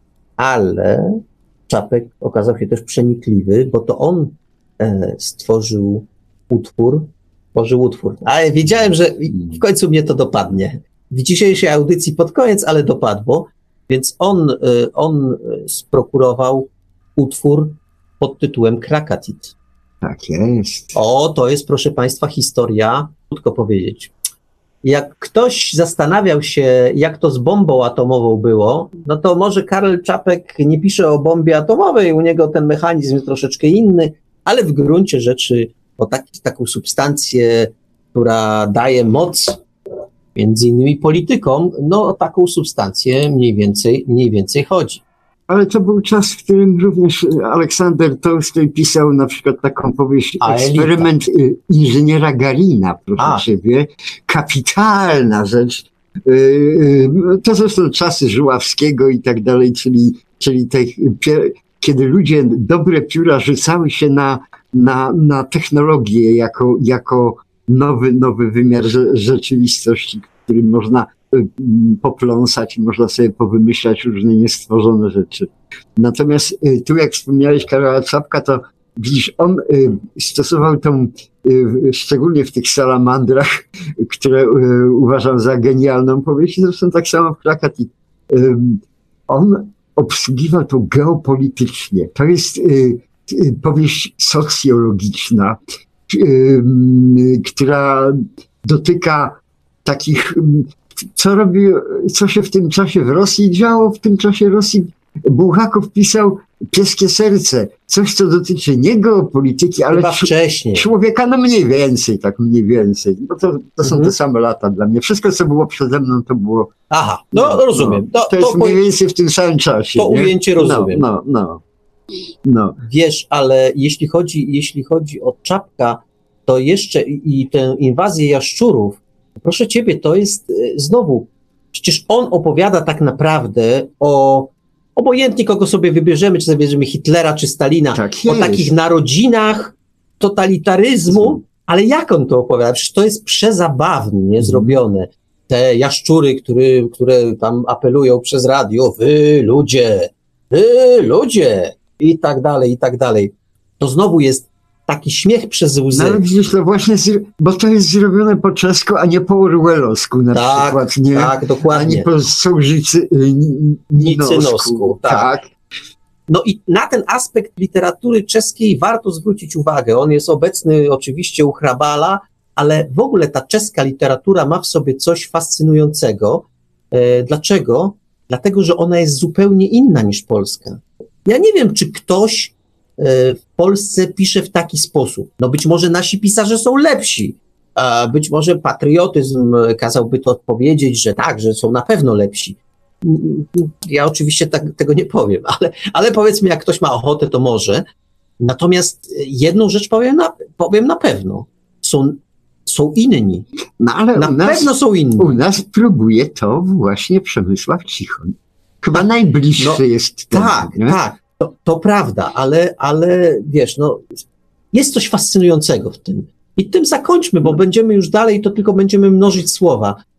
Ale Czapek okazał się też przenikliwy, bo to on e, stworzył utwór, stworzył utwór. Ale wiedziałem, że w końcu mnie to dopadnie. W dzisiejszej audycji pod koniec, ale dopadło, więc on, e, on sprokurował utwór pod tytułem Krakatit. Tak jest. O, to jest, proszę Państwa, historia, krótko powiedzieć. Jak ktoś zastanawiał się, jak to z bombą atomową było, no to może Karel Czapek nie pisze o bombie atomowej, u niego ten mechanizm jest troszeczkę inny, ale w gruncie rzeczy o taki, taką substancję, która daje moc między innymi politykom, no o taką substancję mniej więcej, mniej więcej chodzi. Ale to był czas, w którym również Aleksander Tolstoj pisał na przykład taką powieść, A, Eksperyment Elita. Inżyniera Garina, proszę A. Ciebie. Kapitalna rzecz. To zresztą czasy Żuławskiego i tak dalej, czyli, czyli te, kiedy ludzie, dobre pióra rzucały się na, na, na technologię jako, jako nowy, nowy wymiar rzeczywistości, którym można popląsać i można sobie powymyślać różne niestworzone rzeczy. Natomiast tu, jak wspomniałeś Karola Czapka, to widzisz, on stosował tą, szczególnie w tych salamandrach, które uważam za genialną powieść, zresztą tak samo w Krakatit. On obsługiwał to geopolitycznie. To jest powieść socjologiczna, która dotyka takich, co robi, co się w tym czasie w Rosji działo. W tym czasie Rosji Bułhakow pisał Pieskie serce, coś, co dotyczy nie geopolityki, ale Chyba wcześniej. człowieka, no mniej więcej, tak mniej więcej. Bo to, to są Mhm. te same lata dla mnie. Wszystko, co było przede mną, to było... Aha, no, rozumiem. No, To, to jest to, mniej więcej w tym samym czasie. to nie? ujęcie rozumiem. No, no, no. no. Wiesz, ale jeśli chodzi, jeśli chodzi o Czapka, to jeszcze i, i tę inwazję jaszczurów, proszę Ciebie, to jest y, znowu, przecież on opowiada tak naprawdę o, obojętnie kogo sobie wybierzemy, czy sobie wybierzemy Hitlera, czy Stalina, Tak o jest. takich narodzinach totalitaryzmu, ale jak on to opowiada? Przecież to jest przezabawnie zrobione. Te jaszczury, który, które tam apelują przez radio, wy ludzie, wy ludzie, i tak dalej, i tak dalej. To znowu jest taki śmiech przez łzy. No ale widzisz, to właśnie, z, bo to jest zrobione po czesku, a nie po orwellowsku na Tak, przykład, nie? tak, dokładnie. Ani po Sołżycy, Nicynosku, tak. tak. No i na ten aspekt literatury czeskiej warto zwrócić uwagę. On jest obecny oczywiście u Hrabala, ale w ogóle ta czeska literatura ma w sobie coś fascynującego. E, dlaczego? Dlatego, że ona jest zupełnie inna niż polska. Ja nie wiem, czy ktoś e, w Polsce pisze w taki sposób. No być może nasi pisarze są lepsi, a być może patriotyzm kazałby to odpowiedzieć, że tak, że są na pewno lepsi. Ja oczywiście tak, tego nie powiem, ale, ale powiedzmy, jak ktoś ma ochotę, to może. Natomiast jedną rzecz powiem na, powiem na pewno. Są, są inni. No ale Na u nas, pewno są inni. u nas próbuje to właśnie Przemysław Cichoń. Chyba najbliższy No, jest ten, Tak, nie? tak, to, to prawda, ale, ale wiesz, no, jest coś fascynującego w tym. I tym zakończmy, bo będziemy już dalej, to tylko będziemy mnożyć słowa.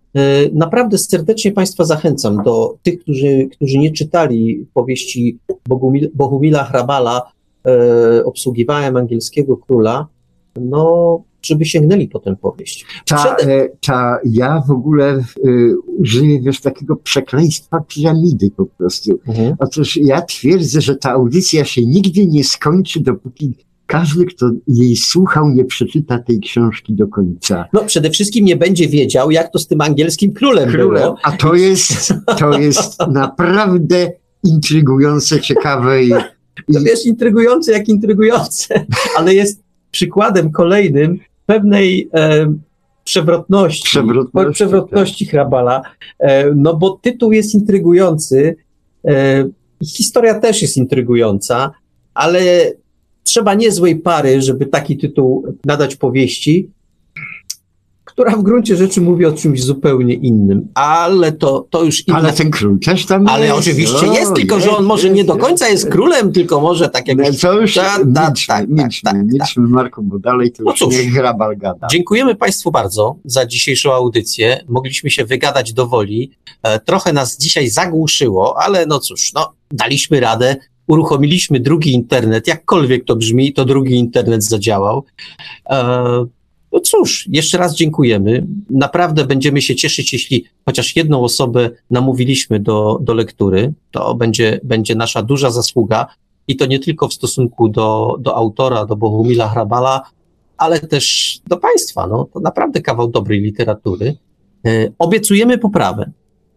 Naprawdę serdecznie Państwa zachęcam do tych, którzy, którzy nie czytali powieści Bohumila, Bohumila Hrabala, e, Obsługiwałem angielskiego króla, no, żeby sięgnęli po tę powieść. Ta, Przed... e, ta, ja w ogóle e, użyję, wiesz, takiego przekleństwa piramidy po prostu. Mhm. Otóż ja twierdzę, że ta audycja się nigdy nie skończy, dopóki każdy, kto jej słuchał, nie przeczyta tej książki do końca. No przede wszystkim nie będzie wiedział, jak to z tym angielskim królem, królem. było. A to jest, to jest naprawdę intrygujące, ciekawe i... To wiesz, intrygujące jak intrygujące, ale jest przykładem kolejnym pewnej e, przewrotności, przewrotności, przewrotności tak. Hrabala, e, no bo tytuł jest intrygujący, e, historia też jest intrygująca, ale trzeba niezłej pary, żeby taki tytuł nadać powieści, która w gruncie rzeczy mówi o czymś zupełnie innym, ale to, to już inna... Ale ten król też tam ale jest. Ale oczywiście o, jest, tylko jest, że on może jest, nie do końca jest, jest królem, tylko może tak jak... No to już ta, ta, milczmy, tak, milczmy, tak, milczmy tak. Marku, bo dalej to no już cóż, nie Hrabal gada. Dziękujemy Państwu bardzo za dzisiejszą audycję. Mogliśmy się wygadać do woli. E, trochę nas dzisiaj zagłuszyło, ale no cóż, no daliśmy radę. Uruchomiliśmy drugi internet, jakkolwiek to brzmi, to drugi internet zadziałał. E, no cóż, jeszcze raz dziękujemy. Naprawdę będziemy się cieszyć, jeśli chociaż jedną osobę namówiliśmy do, do lektury. To będzie, będzie nasza duża zasługa i to nie tylko w stosunku do, do autora, do Bohumila Hrabala, ale też do Państwa. No, to naprawdę kawał dobrej literatury. E, obiecujemy poprawę,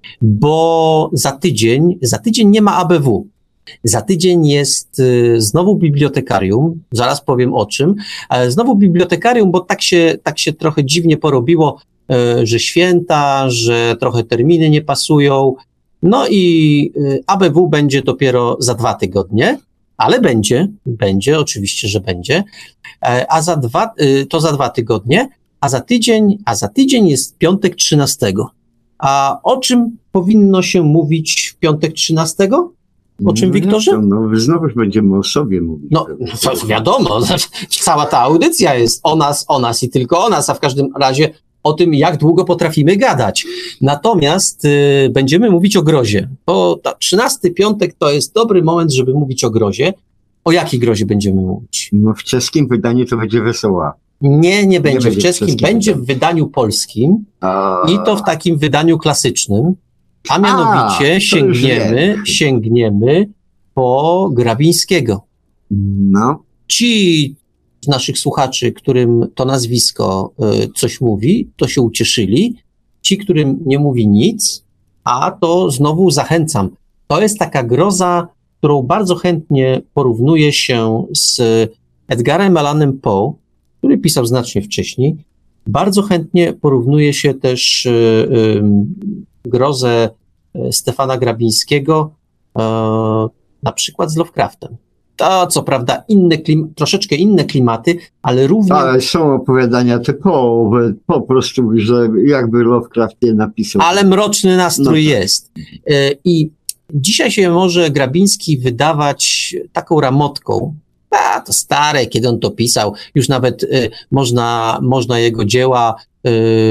bo za tydzień, za tydzień nie ma A B W. Za tydzień jest y, znowu bibliotekarium, zaraz powiem o czym, ale znowu bibliotekarium, bo tak się, tak się trochę dziwnie porobiło, y, że święta, że trochę terminy nie pasują, no i y, A B W będzie dopiero za dwa tygodnie, ale będzie, będzie, oczywiście, że będzie, e, a za dwa, y, to za dwa tygodnie, a za tydzień, a za tydzień jest piątek trzynastego. A o czym powinno się mówić w piątek trzynastego? O czym, no, Wiktorze? No, znowuż będziemy o sobie mówić. No, wiadomo, cała ta audycja jest o nas, o nas i tylko o nas, a w każdym razie o tym, jak długo potrafimy gadać. Natomiast y, będziemy mówić o grozie, bo ta trzynasty piątek to jest dobry moment, żeby mówić o grozie. O jakiej grozie będziemy mówić? No, w czeskim wydaniu to będzie Wesoła. Nie, nie będzie. Nie w czeskim, w będzie w wydaniu polskim a... i to w takim wydaniu klasycznym. A mianowicie A, sięgniemy, sięgniemy po Grabińskiego. No. Ci z naszych słuchaczy, którym to nazwisko y, coś mówi, to się ucieszyli. Ci, którym nie mówi nic, a to znowu zachęcam. To jest taka groza, którą bardzo chętnie porównuje się z Edgarem Allanem Poe, który pisał znacznie wcześniej. Bardzo chętnie porównuje się też y, y, grozę Stefana Grabińskiego e, na przykład z Lovecraftem. To co prawda inne klim, troszeczkę inne klimaty, ale również... Ale są opowiadania typowe, po prostu, że jakby Lovecraft je napisał. Ale mroczny nastrój no tak. jest. E, I dzisiaj się może Grabiński wydawać taką ramotką. A, to stare, kiedy on to pisał. Już nawet e, można, można jego dzieła e,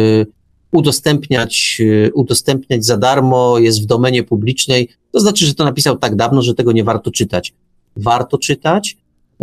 udostępniać, udostępniać za darmo, jest w domenie publicznej, to znaczy, że to napisał tak dawno, że tego nie warto czytać. Warto czytać.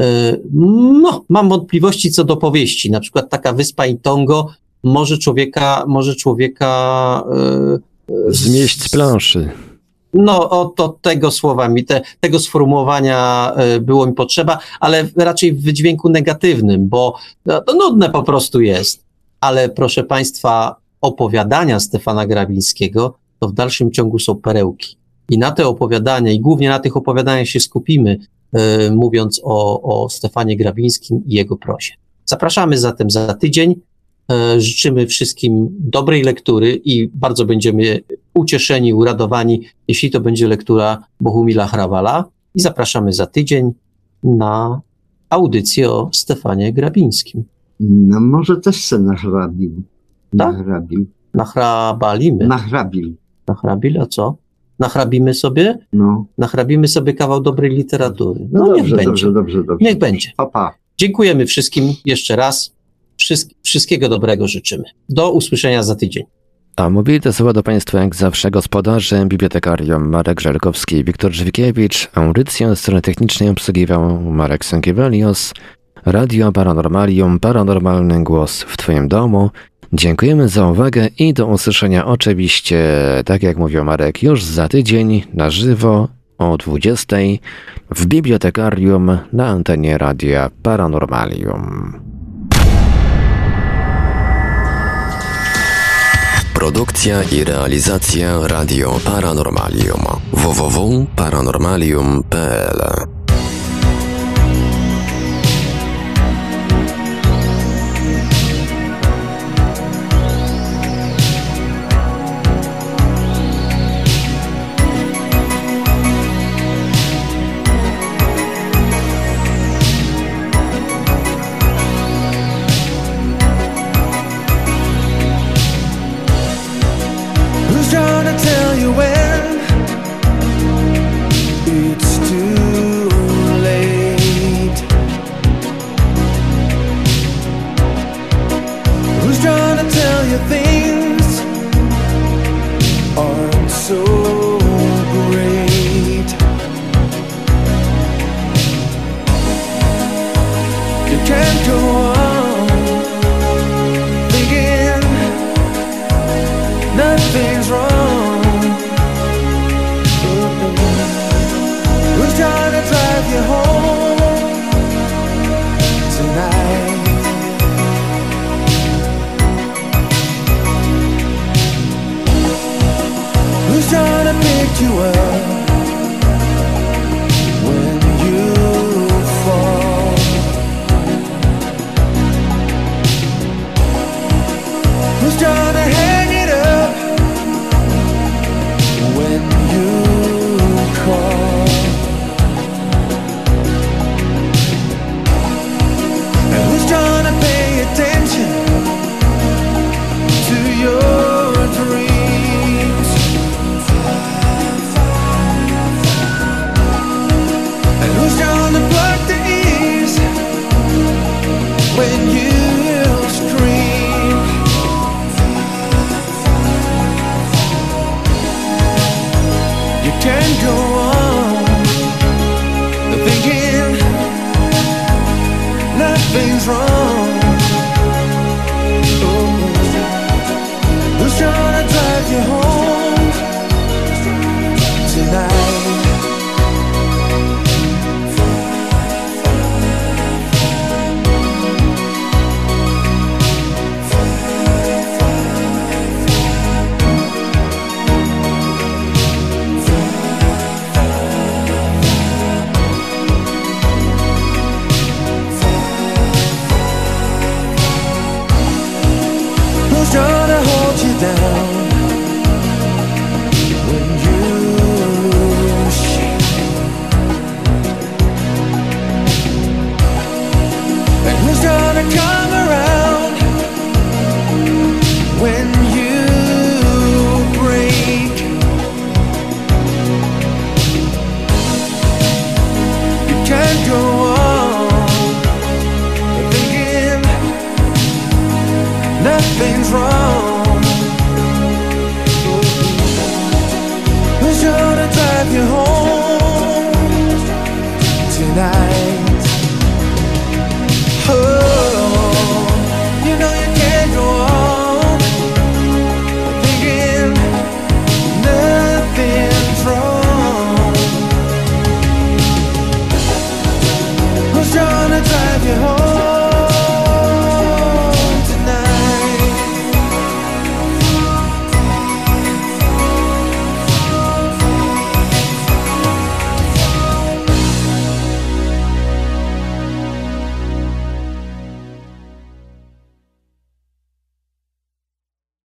No, mam wątpliwości co do powieści. Na przykład taka Wyspa Intongo może człowieka, może człowieka zmieść z planszy. No, o to tego słowa mi, te, tego sformułowania było mi potrzeba, ale raczej w wydźwięku negatywnym, bo no, to nudne po prostu jest. Ale proszę Państwa, opowiadania Stefana Grabińskiego to w dalszym ciągu są perełki. I na te opowiadania, i głównie na tych opowiadaniach się skupimy, yy, mówiąc o, o Stefanie Grabińskim i jego prozie. Zapraszamy zatem za tydzień. Yy, życzymy wszystkim dobrej lektury i bardzo będziemy ucieszeni, uradowani, jeśli to będzie lektura Bohumila Hrabala. I zapraszamy za tydzień na audycję o Stefanie Grabińskim. No może też se nachrabił. Nachrabił. Nachrabalimy. Nachrabił. Nachrabil, a co? Nachrabimy sobie? No. Nachrabimy sobie kawał dobrej literatury. No, no dobrze, niech będzie. dobrze, dobrze, dobrze. Niech będzie. Pa, pa. Dziękujemy wszystkim jeszcze raz. Wszyst- wszystkiego dobrego życzymy. Do usłyszenia za tydzień. A mówili te słowa do Państwa jak zawsze gospodarze, bibliotekarium Marek Żelkowski i Wiktor Żywkiewicz. Audycję z strony technicznej obsługiwał Marek Sękiewelios. Radio Paranormalium, paranormalny głos w Twoim domu. Dziękujemy za uwagę i do usłyszenia oczywiście, tak jak mówił Marek, już za tydzień na żywo o dwudziestej w bibliotekarium na antenie Radia Paranormalium. Produkcja i realizacja Radio Paranormalium. w w w kropka paranormalium kropka p l Nothing's wrong.